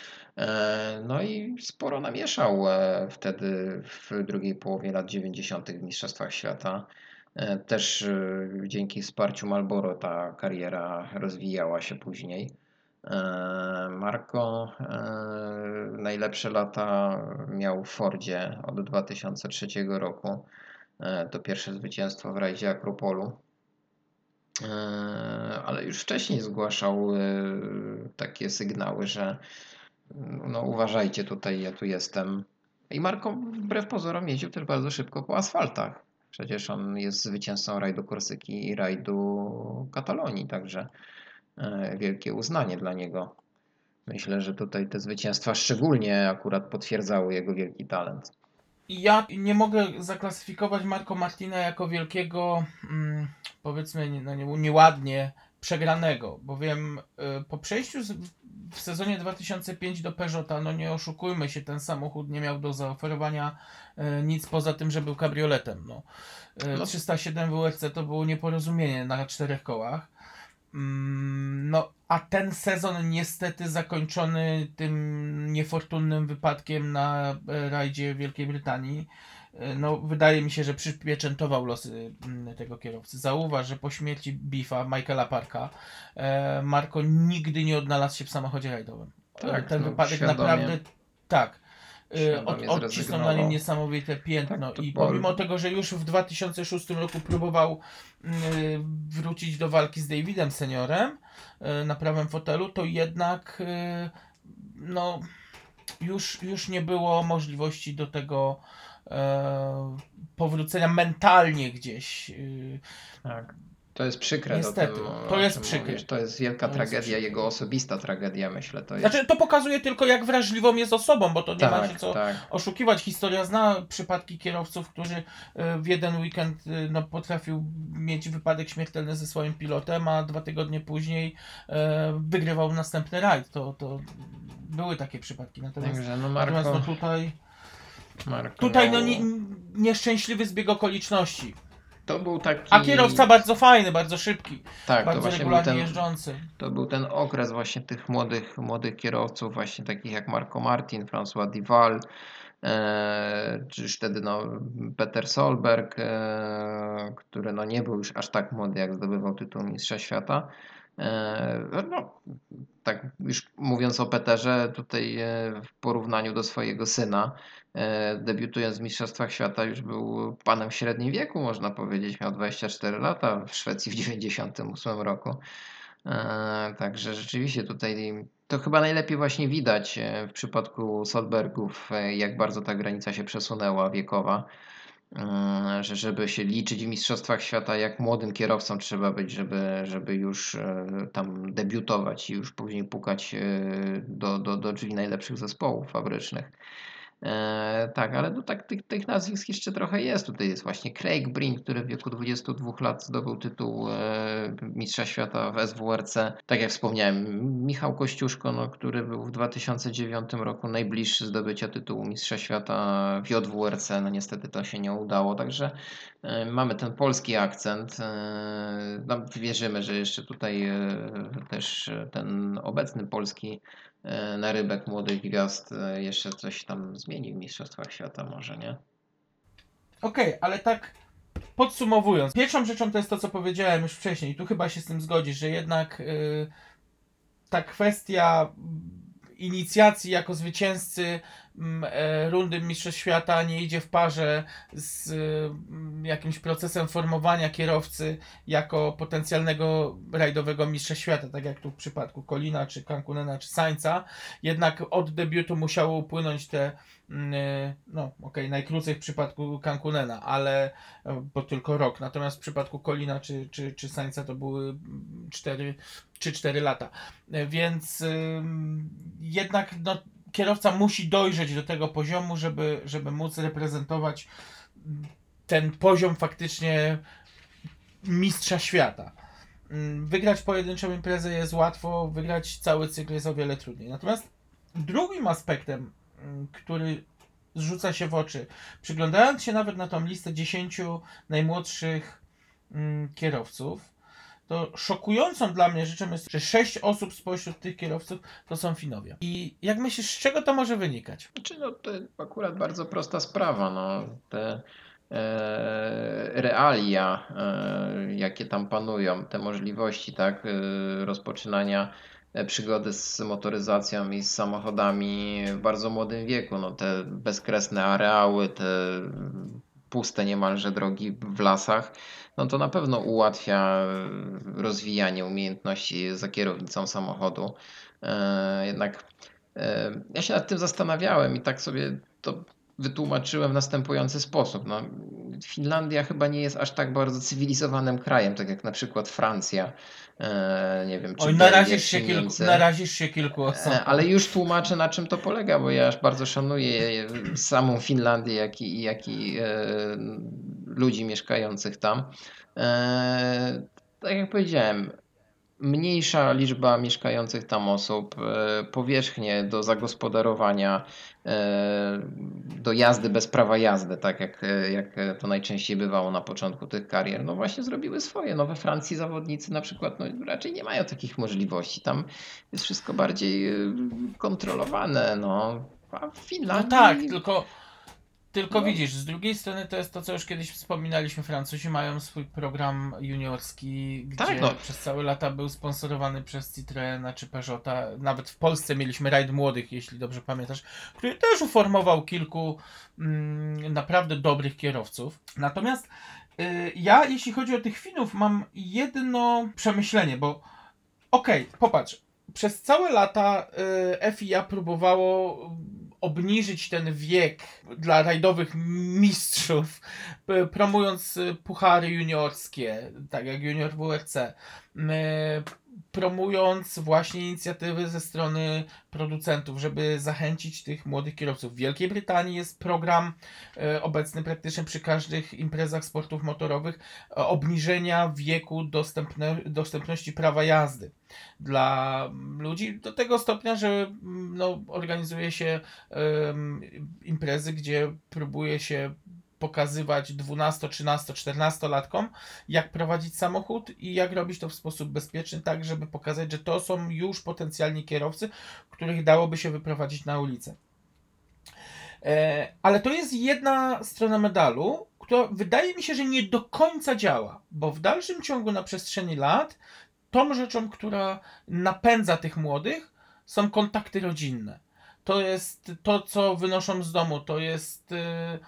No i sporo namieszał e, wtedy w drugiej połowie lat dziewięćdziesiątych w Mistrzostwach Świata. E, Też e, dzięki wsparciu Marlboro ta kariera rozwijała się później. E, Marco e, najlepsze lata miał w Fordzie od dwa tysiące trzeciego roku. E, To pierwsze zwycięstwo w rajdzie Akropolu. E, Ale już wcześniej zgłaszał e, takie sygnały, że no uważajcie tutaj, ja tu jestem. I Marco wbrew pozorom jeździł też bardzo szybko po asfaltach. Przecież on jest zwycięzcą rajdu Korsyki i rajdu Katalonii, także e, wielkie uznanie dla niego. Myślę, że tutaj te zwycięstwa szczególnie akurat potwierdzały jego wielki talent. Ja nie mogę zaklasyfikować Marco Martina jako wielkiego, mm, powiedzmy, nie- no nie, nieładnie przegranego, bowiem y, po przejściu z, w sezonie dwa tysiące piątym do Peugeota, no nie oszukujmy się, ten samochód nie miał do zaoferowania y, nic poza tym, że był kabrioletem. No. Y, No, trzysta siedem W R C to było nieporozumienie na czterech kołach. Mm, No, a ten sezon niestety zakończony tym niefortunnym wypadkiem na e, rajdzie Wielkiej Brytanii, e, no wydaje mi się, że przypieczętował losy mm, tego kierowcy. Zauważ, że po śmierci Biffa, Michaela Parka, e, Marco nigdy nie odnalazł się w samochodzie rajdowym. E, tak, Ten no, wypadek świadomie, naprawdę, tak, e, od, świadomie odcisnął na nim zrezygnował. niesamowite piętno Tak, to i było- pomimo tego, że już w dwa tysiące szóstym roku próbował mm, wrócić do walki z Davidem Seniorem y, na prawym fotelu, to jednak y, no już, już nie było możliwości do tego e, powrócenia mentalnie gdzieś. y, Tak. To jest przykre. Niestety, to, tym, to o jest czym przykre. mówisz. To jest wielka To jest tragedia, przykre. jego osobista tragedia, myślę. To jest... Znaczy, to pokazuje tylko, jak wrażliwą jest osobą, bo to nie ma się tak, co tak. oszukiwać. Historia zna przypadki kierowców, którzy y, w jeden weekend y, no, potrafił mieć wypadek śmiertelny ze swoim pilotem, a dwa tygodnie później e, wygrywał następny rajd. To, to były takie przypadki. Natomiast, Także no natomiast Marco, no, tutaj, Marco tutaj no, miał- nie, nieszczęśliwy zbieg okoliczności. to był taki... A kierowca bardzo fajny, bardzo szybki, tak, to bardzo właśnie był regularnie ten, jeżdżący. to był ten okres właśnie tych młodych, młodych kierowców, właśnie takich jak Marco Martin, François Dival, e, czy już wtedy no, Peter Solberg, e, który no, nie był już aż tak młody, jak zdobywał tytuł Mistrza Świata. E, no, tak już mówiąc o Peterze, tutaj e, w porównaniu do swojego syna, e, debiutując w Mistrzostwach Świata, już był panem w średnim wieku, można powiedzieć. Miał dwadzieścia cztery lata w Szwecji w dziewięćdziesiątym ósmym roku. E, Także rzeczywiście tutaj to chyba najlepiej właśnie widać e, w przypadku Solbergów, e, jak bardzo ta granica się przesunęła wiekowa. E, Że żeby się liczyć w Mistrzostwach Świata, jak młodym kierowcą trzeba być, żeby, żeby już e, tam debiutować i już później pukać e, do, do, do drzwi najlepszych zespołów fabrycznych. E, tak, ale no tak, tych, tych nazwisk jeszcze trochę jest. Tutaj jest właśnie Craig Breen, który w wieku dwudziestu dwóch lat zdobył tytuł e, Mistrza Świata w S W R C. Tak jak wspomniałem, Michał Kościuszko, no, który był w dwa tysiące dziewiątym roku najbliższy zdobycia tytułu Mistrza Świata w J W R C. No niestety to się nie udało, także e, mamy ten polski akcent. E, no, wierzymy, że jeszcze tutaj e, też ten obecny polski e, narybek młodych gwiazd e, jeszcze coś tam zmieni w Mistrzostwach Świata może, nie? Okej, ale tak podsumowując, pierwszą rzeczą to jest to, co powiedziałem już wcześniej, i tu chyba się z tym zgodzisz, że jednak y, ta kwestia inicjacji jako zwycięzcy mm, e, rundy Mistrzostw Świata nie idzie w parze z mm, jakimś procesem formowania kierowcy jako potencjalnego rajdowego mistrza świata, tak jak tu w przypadku Colina, czy Cankunena, czy Sainza. Jednak od debiutu musiało upłynąć te mm, e, no okej, okay, najkrócej w przypadku Cankunena, ale e, bo tylko rok. Natomiast w przypadku Colina czy, czy, czy Sainza to były cztery czy cztery lata. E, Więc ym, jednak no, kierowca musi dojrzeć do tego poziomu, żeby, żeby móc reprezentować ten poziom faktycznie mistrza świata. Ym, Wygrać pojedynczą imprezę jest łatwo, wygrać cały cykl jest o wiele trudniej. Natomiast drugim aspektem, ym, który rzuca się w oczy, przyglądając się nawet na tą listę dziesięciu najmłodszych ym, kierowców, to szokującą dla mnie rzeczą jest, że sześć osób spośród tych kierowców to są Finowie. I jak myślisz, z czego to może wynikać? Znaczy, no to akurat bardzo prosta sprawa, no. Te e, realia, e, jakie tam panują, te możliwości, tak, e, rozpoczynania e, przygody z motoryzacją i z samochodami w bardzo młodym wieku. No, te bezkresne areały, te puste niemalże drogi w lasach, no to na pewno ułatwia e, rozwijanie umiejętności za kierownicą samochodu. E, Jednak e, ja się nad tym zastanawiałem i tak sobie to wytłumaczyłem w następujący sposób. No, Finlandia chyba nie jest aż tak bardzo cywilizowanym krajem, tak jak na przykład Francja, e, nie wiem, czy Oj, Belgia, narazisz się czy kilku, Niemcy. narazisz się kilku E, Ale osobom. już tłumaczę, na czym to polega, bo ja aż bardzo szanuję samą Finlandię, jak i, jak i e, ludzi mieszkających tam. E, tak jak powiedziałem, mniejsza liczba mieszkających tam osób, e, powierzchnie do zagospodarowania, e, do jazdy bez prawa jazdy, tak jak, e, jak to najczęściej bywało na początku tych karier, no właśnie zrobiły swoje. No we Francji zawodnicy na przykład no raczej nie mają takich możliwości. Tam jest wszystko bardziej e, kontrolowane, no. A w No tak, Finlandii, tylko Tylko no widzisz, z drugiej strony to jest to, co już kiedyś wspominaliśmy. Francuzi mają swój program juniorski, tak, gdzie no przez całe lata był sponsorowany przez Citroena czy Peugeota. Nawet w Polsce mieliśmy rajd młodych, jeśli dobrze pamiętasz, który też uformował kilku mm, naprawdę dobrych kierowców. Natomiast y, ja, jeśli chodzi o tych Finów, mam jedno przemyślenie, bo okej, okay, popatrz, przez całe lata y, F I A próbowało obniżyć ten wiek dla rajdowych mistrzów, p- promując y, puchary juniorskie, tak jak Junior W R C, y, promując właśnie inicjatywy ze strony producentów, żeby zachęcić tych młodych kierowców. W Wielkiej Brytanii jest program y, obecny praktycznie przy każdych imprezach sportów motorowych y, obniżenia wieku dostępne, dostępności prawa jazdy dla ludzi do tego stopnia, że mm, no, organizuje się um, imprezy, gdzie próbuje się pokazywać dwunasto, trzynasto, czternastolatkom, jak prowadzić samochód i jak robić to w sposób bezpieczny, tak żeby pokazać, że to są już potencjalni kierowcy, których dałoby się wyprowadzić na ulicę. E, ale to jest jedna strona medalu, która wydaje mi się, że nie do końca działa, bo w dalszym ciągu na przestrzeni lat tą rzeczą, która napędza tych młodych, są kontakty rodzinne. To jest to, co wynoszą z domu. To jest y,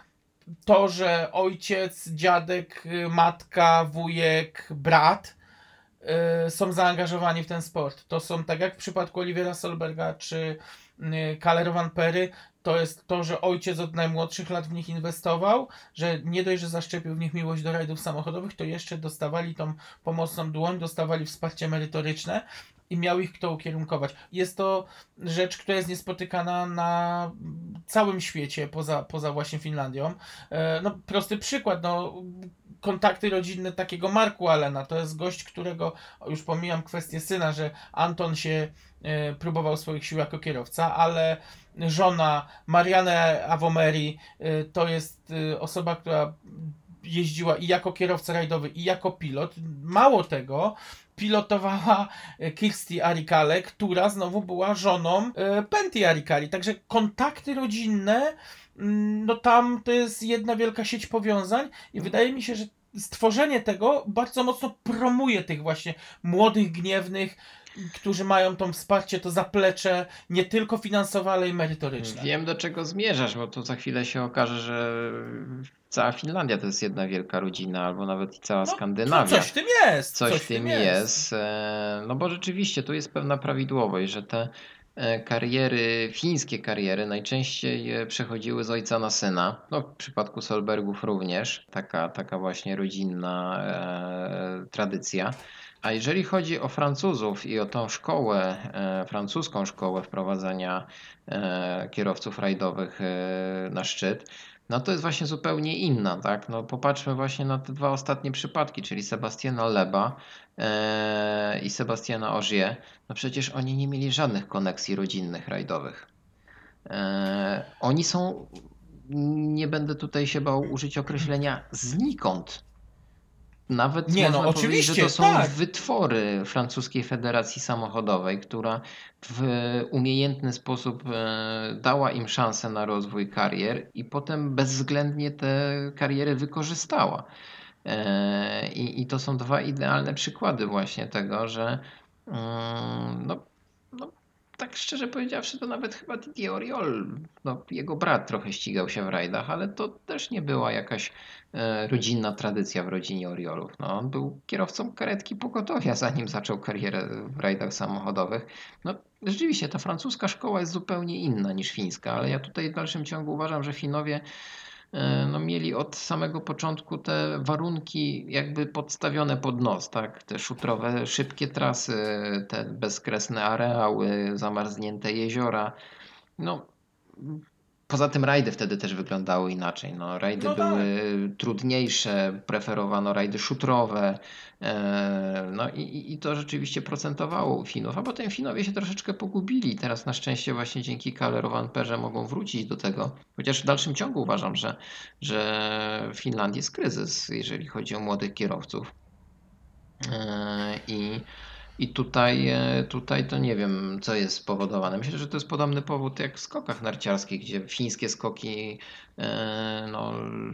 to, że ojciec, dziadek, y, matka, wujek, brat y, są zaangażowani w ten sport. To są, tak jak w przypadku Oliviera Solberga czy y, Kalle Van Perry, to jest to, że ojciec od najmłodszych lat w nich inwestował, że nie dość, że zaszczepił w nich miłość do rajdów samochodowych, to jeszcze dostawali tą pomocną dłoń, dostawali wsparcie merytoryczne i miał ich kto ukierunkować. Jest to rzecz, która jest niespotykana na całym świecie, poza, poza właśnie Finlandią. No, prosty przykład, no, kontakty rodzinne takiego Marku Allena, to jest gość, którego, już pomijam kwestię syna, że Anton się e, próbował swoich sił jako kierowca, ale żona Marianne Avomeri e, to jest e, osoba, która jeździła i jako kierowca rajdowy, i jako pilot. Mało tego, pilotowała Kirsti Arikale, która znowu była żoną Pentti Arikali. Także kontakty rodzinne, no tam to jest jedna wielka sieć powiązań i wydaje mi się, że stworzenie tego bardzo mocno promuje tych właśnie młodych, gniewnych, którzy mają to wsparcie, to zaplecze, nie tylko finansowe, ale i merytoryczne. wiem, do czego zmierzasz, bo tu za chwilę się okaże, że cała Finlandia to jest jedna wielka rodzina, albo nawet i cała No, Skandynawia. coś w tym jest. Coś Coś w tym jest. e, No bo rzeczywiście tu jest pewna prawidłowość, że te e, kariery, fińskie kariery najczęściej e, przechodziły z ojca na syna. No w przypadku Solbergów również. Taka, taka właśnie rodzinna e, tradycja. A jeżeli chodzi o Francuzów i o tą szkołę, e, francuską szkołę wprowadzania e, kierowców rajdowych e, na szczyt, no to jest właśnie zupełnie inna, tak? No popatrzmy właśnie na te dwa ostatnie przypadki, czyli Sebastiana Leba e, i Sebastiana Ogier. No przecież oni nie mieli żadnych koneksji rodzinnych rajdowych. E, oni są, nie będę tutaj się bał użyć określenia, znikąd. Nawet Nie, no można powiedzieć, że to oczywiście, są tak. wytwory francuskiej Federacji Samochodowej, która w umiejętny sposób e, dała im szansę na rozwój karier i potem bezwzględnie te kariery wykorzystała. E, I, i to są dwa idealne przykłady właśnie tego, że mm, no, tak szczerze powiedziawszy, to nawet chyba Didier Auriol, no, jego brat trochę ścigał się w rajdach, ale to też nie była jakaś e, rodzinna tradycja w rodzinie Auriolów. No, on był kierowcą karetki pogotowia, zanim zaczął karierę w rajdach samochodowych. No, rzeczywiście ta francuska szkoła jest zupełnie inna niż fińska, ale ja tutaj w dalszym ciągu uważam, że Finowie e, no, mieli od samego początku te warunki jakby podstawione pod nos, tak? Te szutrowe, szybkie trasy, te bezkresne areały, zamarznięte jeziora. No, poza tym rajdy wtedy też wyglądały inaczej. No, rajdy No tak. były trudniejsze, preferowano rajdy szutrowe. e, No i, i i to rzeczywiście procentowało u Finów, a potem Finowie się troszeczkę pogubili. Teraz na szczęście właśnie dzięki Kalle Rovanperze mogą wrócić do tego. Chociaż w dalszym ciągu uważam, że, że w Finlandii jest kryzys, jeżeli chodzi o młodych kierowców. E, I i tutaj, e, tutaj to nie wiem, co jest spowodowane. Myślę, że to jest podobny powód jak w skokach narciarskich, gdzie fińskie skoki e, no,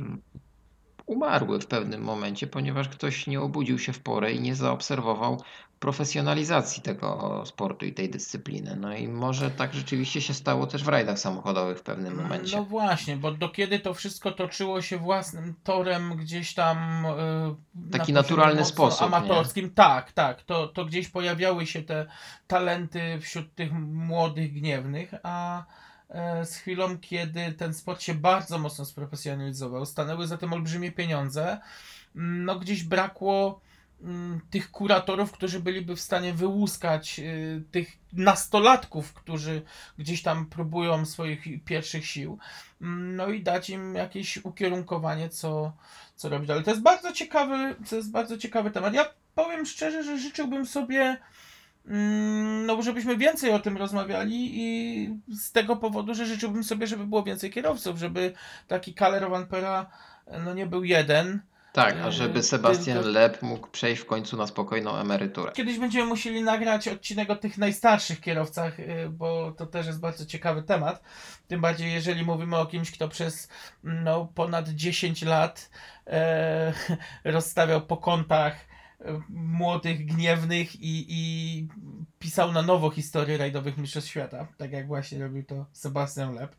umarły w pewnym momencie, ponieważ ktoś nie obudził się w porę i nie zaobserwował profesjonalizacji tego sportu i tej dyscypliny. No i może tak rzeczywiście się stało też w rajdach samochodowych w pewnym momencie. No właśnie, bo do kiedy to wszystko toczyło się własnym torem gdzieś tam yy, na Taki poziomie naturalny mocno sposób, nie? amatorskim, tak, tak, to, to gdzieś pojawiały się te talenty wśród tych młodych, gniewnych, a e, z chwilą, kiedy ten sport się bardzo mocno sprofesjonalizował, stanęły za tym olbrzymie pieniądze, mm, no gdzieś brakło mm, tych kuratorów, którzy byliby w stanie wyłuskać y, tych nastolatków, którzy gdzieś tam próbują swoich pierwszych sił, mm, no i dać im jakieś ukierunkowanie, co, co robić. Ale to jest bardzo ciekawy, to jest bardzo ciekawy temat. Ja powiem szczerze, że życzyłbym sobie, mm, no żebyśmy więcej o tym rozmawiali i z tego powodu, że życzyłbym sobie, żeby było więcej kierowców, żeby taki Kalle Rovanpera no nie był jeden, Tak, a żeby y, Sebastian tylko Loeb mógł przejść w końcu na spokojną emeryturę. kiedyś będziemy musieli nagrać odcinek o tych najstarszych kierowcach, y, bo to też jest bardzo ciekawy temat. Tym bardziej, jeżeli mówimy o kimś, kto przez no, ponad dziesięć lat e, rozstawiał po kątach e, młodych, gniewnych i, i pisał na nowo historię rajdowych mistrzostw świata. Tak jak właśnie robił to Sebastian Loeb.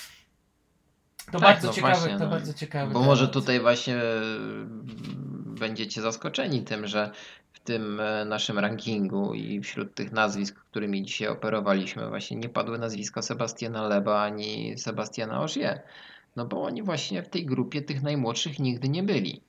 To Tak, bardzo no ciekawy, właśnie, to no. bardzo ciekawy Bo może temat. tutaj właśnie e, będziecie zaskoczeni tym, że w tym e, naszym rankingu i wśród tych nazwisk, którymi dzisiaj operowaliśmy, właśnie nie padły nazwiska Sebastiana Loeba ani Sebastiana Ogier. No bo oni właśnie w tej grupie tych najmłodszych nigdy nie byli.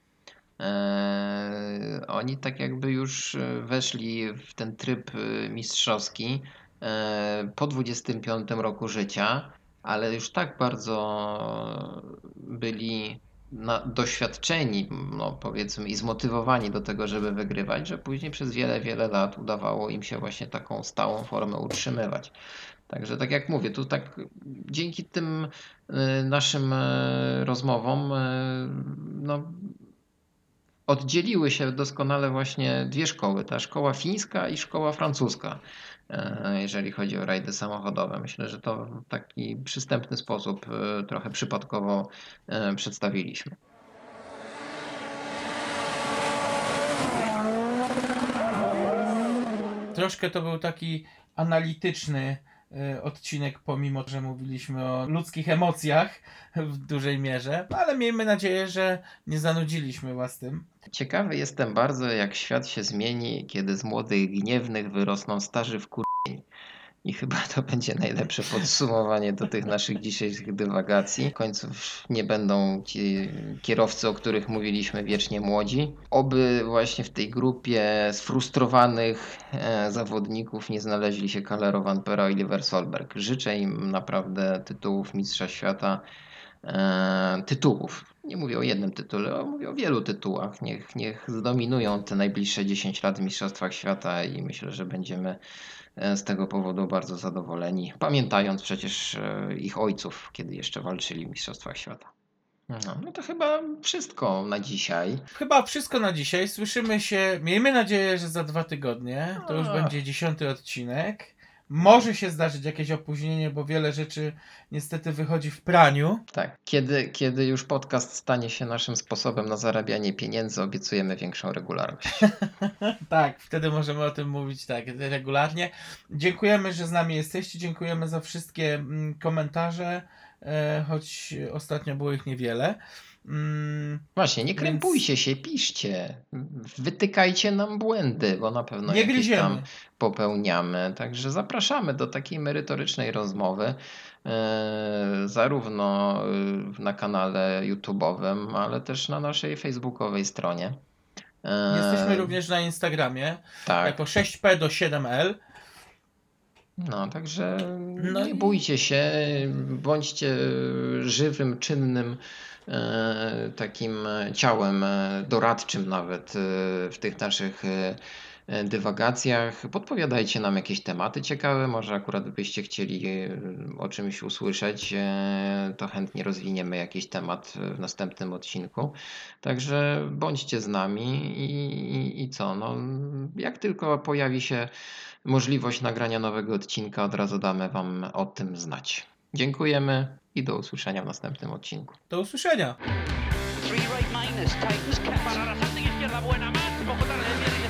Eee, oni tak jakby już e, weszli w ten tryb e, mistrzowski e, po dwudziestym piątym roku życia, ale już tak bardzo byli na, doświadczeni, no powiedzmy, i zmotywowani do tego, żeby wygrywać, że później przez wiele, wiele lat udawało im się właśnie taką stałą formę utrzymywać. Także tak jak mówię, tu tak dzięki tym e, naszym e, rozmowom, e, no oddzieliły się doskonale właśnie dwie szkoły, ta szkoła fińska i szkoła francuska, e, jeżeli chodzi o rajdy samochodowe. Myślę, że to w taki przystępny sposób e, trochę przypadkowo e, przedstawiliśmy. Troszkę to był taki analityczny y, odcinek, pomimo że mówiliśmy o ludzkich emocjach w dużej mierze, no, ale miejmy nadzieję, że nie zanudziliśmy was tym. Ciekawy jestem bardzo, jak świat się zmieni, kiedy z młodych gniewnych wyrosną starzy wkurwieni. I chyba to będzie najlepsze podsumowanie do tych naszych dzisiejszych dywagacji. W końcu nie będą ci kierowcy, o których mówiliśmy, wiecznie młodzi. Oby właśnie w tej grupie sfrustrowanych e, zawodników nie znaleźli się Kalle Rovanpera i Oliver Solberg. Życzę im naprawdę tytułów Mistrza Świata. E, tytułów. Nie mówię o jednym tytule, ale mówię o wielu tytułach. Niech, niech zdominują te najbliższe dziesięć lat w Mistrzostwach Świata i myślę, że będziemy e, z tego powodu bardzo zadowoleni. Pamiętając przecież e, ich ojców, kiedy jeszcze walczyli w Mistrzostwach Świata. No, no to chyba wszystko na dzisiaj. Chyba wszystko na dzisiaj. Słyszymy się, miejmy nadzieję, że za dwa tygodnie. To już Ach. będzie dziesiąty odcinek. Może się zdarzyć jakieś opóźnienie, bo wiele rzeczy niestety wychodzi w praniu. Tak, kiedy, kiedy już podcast stanie się naszym sposobem na zarabianie pieniędzy, obiecujemy większą regularność. Tak, wtedy możemy o tym mówić tak regularnie. Dziękujemy, że z nami jesteście. Dziękujemy za wszystkie mm, komentarze, e, choć ostatnio było ich niewiele. Mm, Właśnie, nie Więc- krępujcie się, piszcie, wytykajcie nam błędy, bo na pewno nie jakieś gryziemy. tam popełniamy. Także zapraszamy do takiej merytorycznej rozmowy, e, zarówno e, na kanale YouTube'owym, ale też na naszej facebookowej stronie. E, Jesteśmy również na Instagramie Tak, jako sześć P do siedem L. no także No nie i- bójcie się, bądźcie żywym, czynnym e, takim ciałem e, doradczym nawet e, w tych naszych e, e, dywagacjach. Podpowiadajcie nam jakieś tematy ciekawe, może akurat byście chcieli e, o czymś usłyszeć, e, to chętnie rozwiniemy jakiś temat w następnym odcinku. Także bądźcie z nami i, i, i co, no jak tylko pojawi się możliwość nagrania nowego odcinka, od razu damy Wam o tym znać. Dziękujemy i do usłyszenia w następnym odcinku. Do usłyszenia. Three right minus, Titans, Cats. Para la Santa izquierda, buena más, poco tarde, viene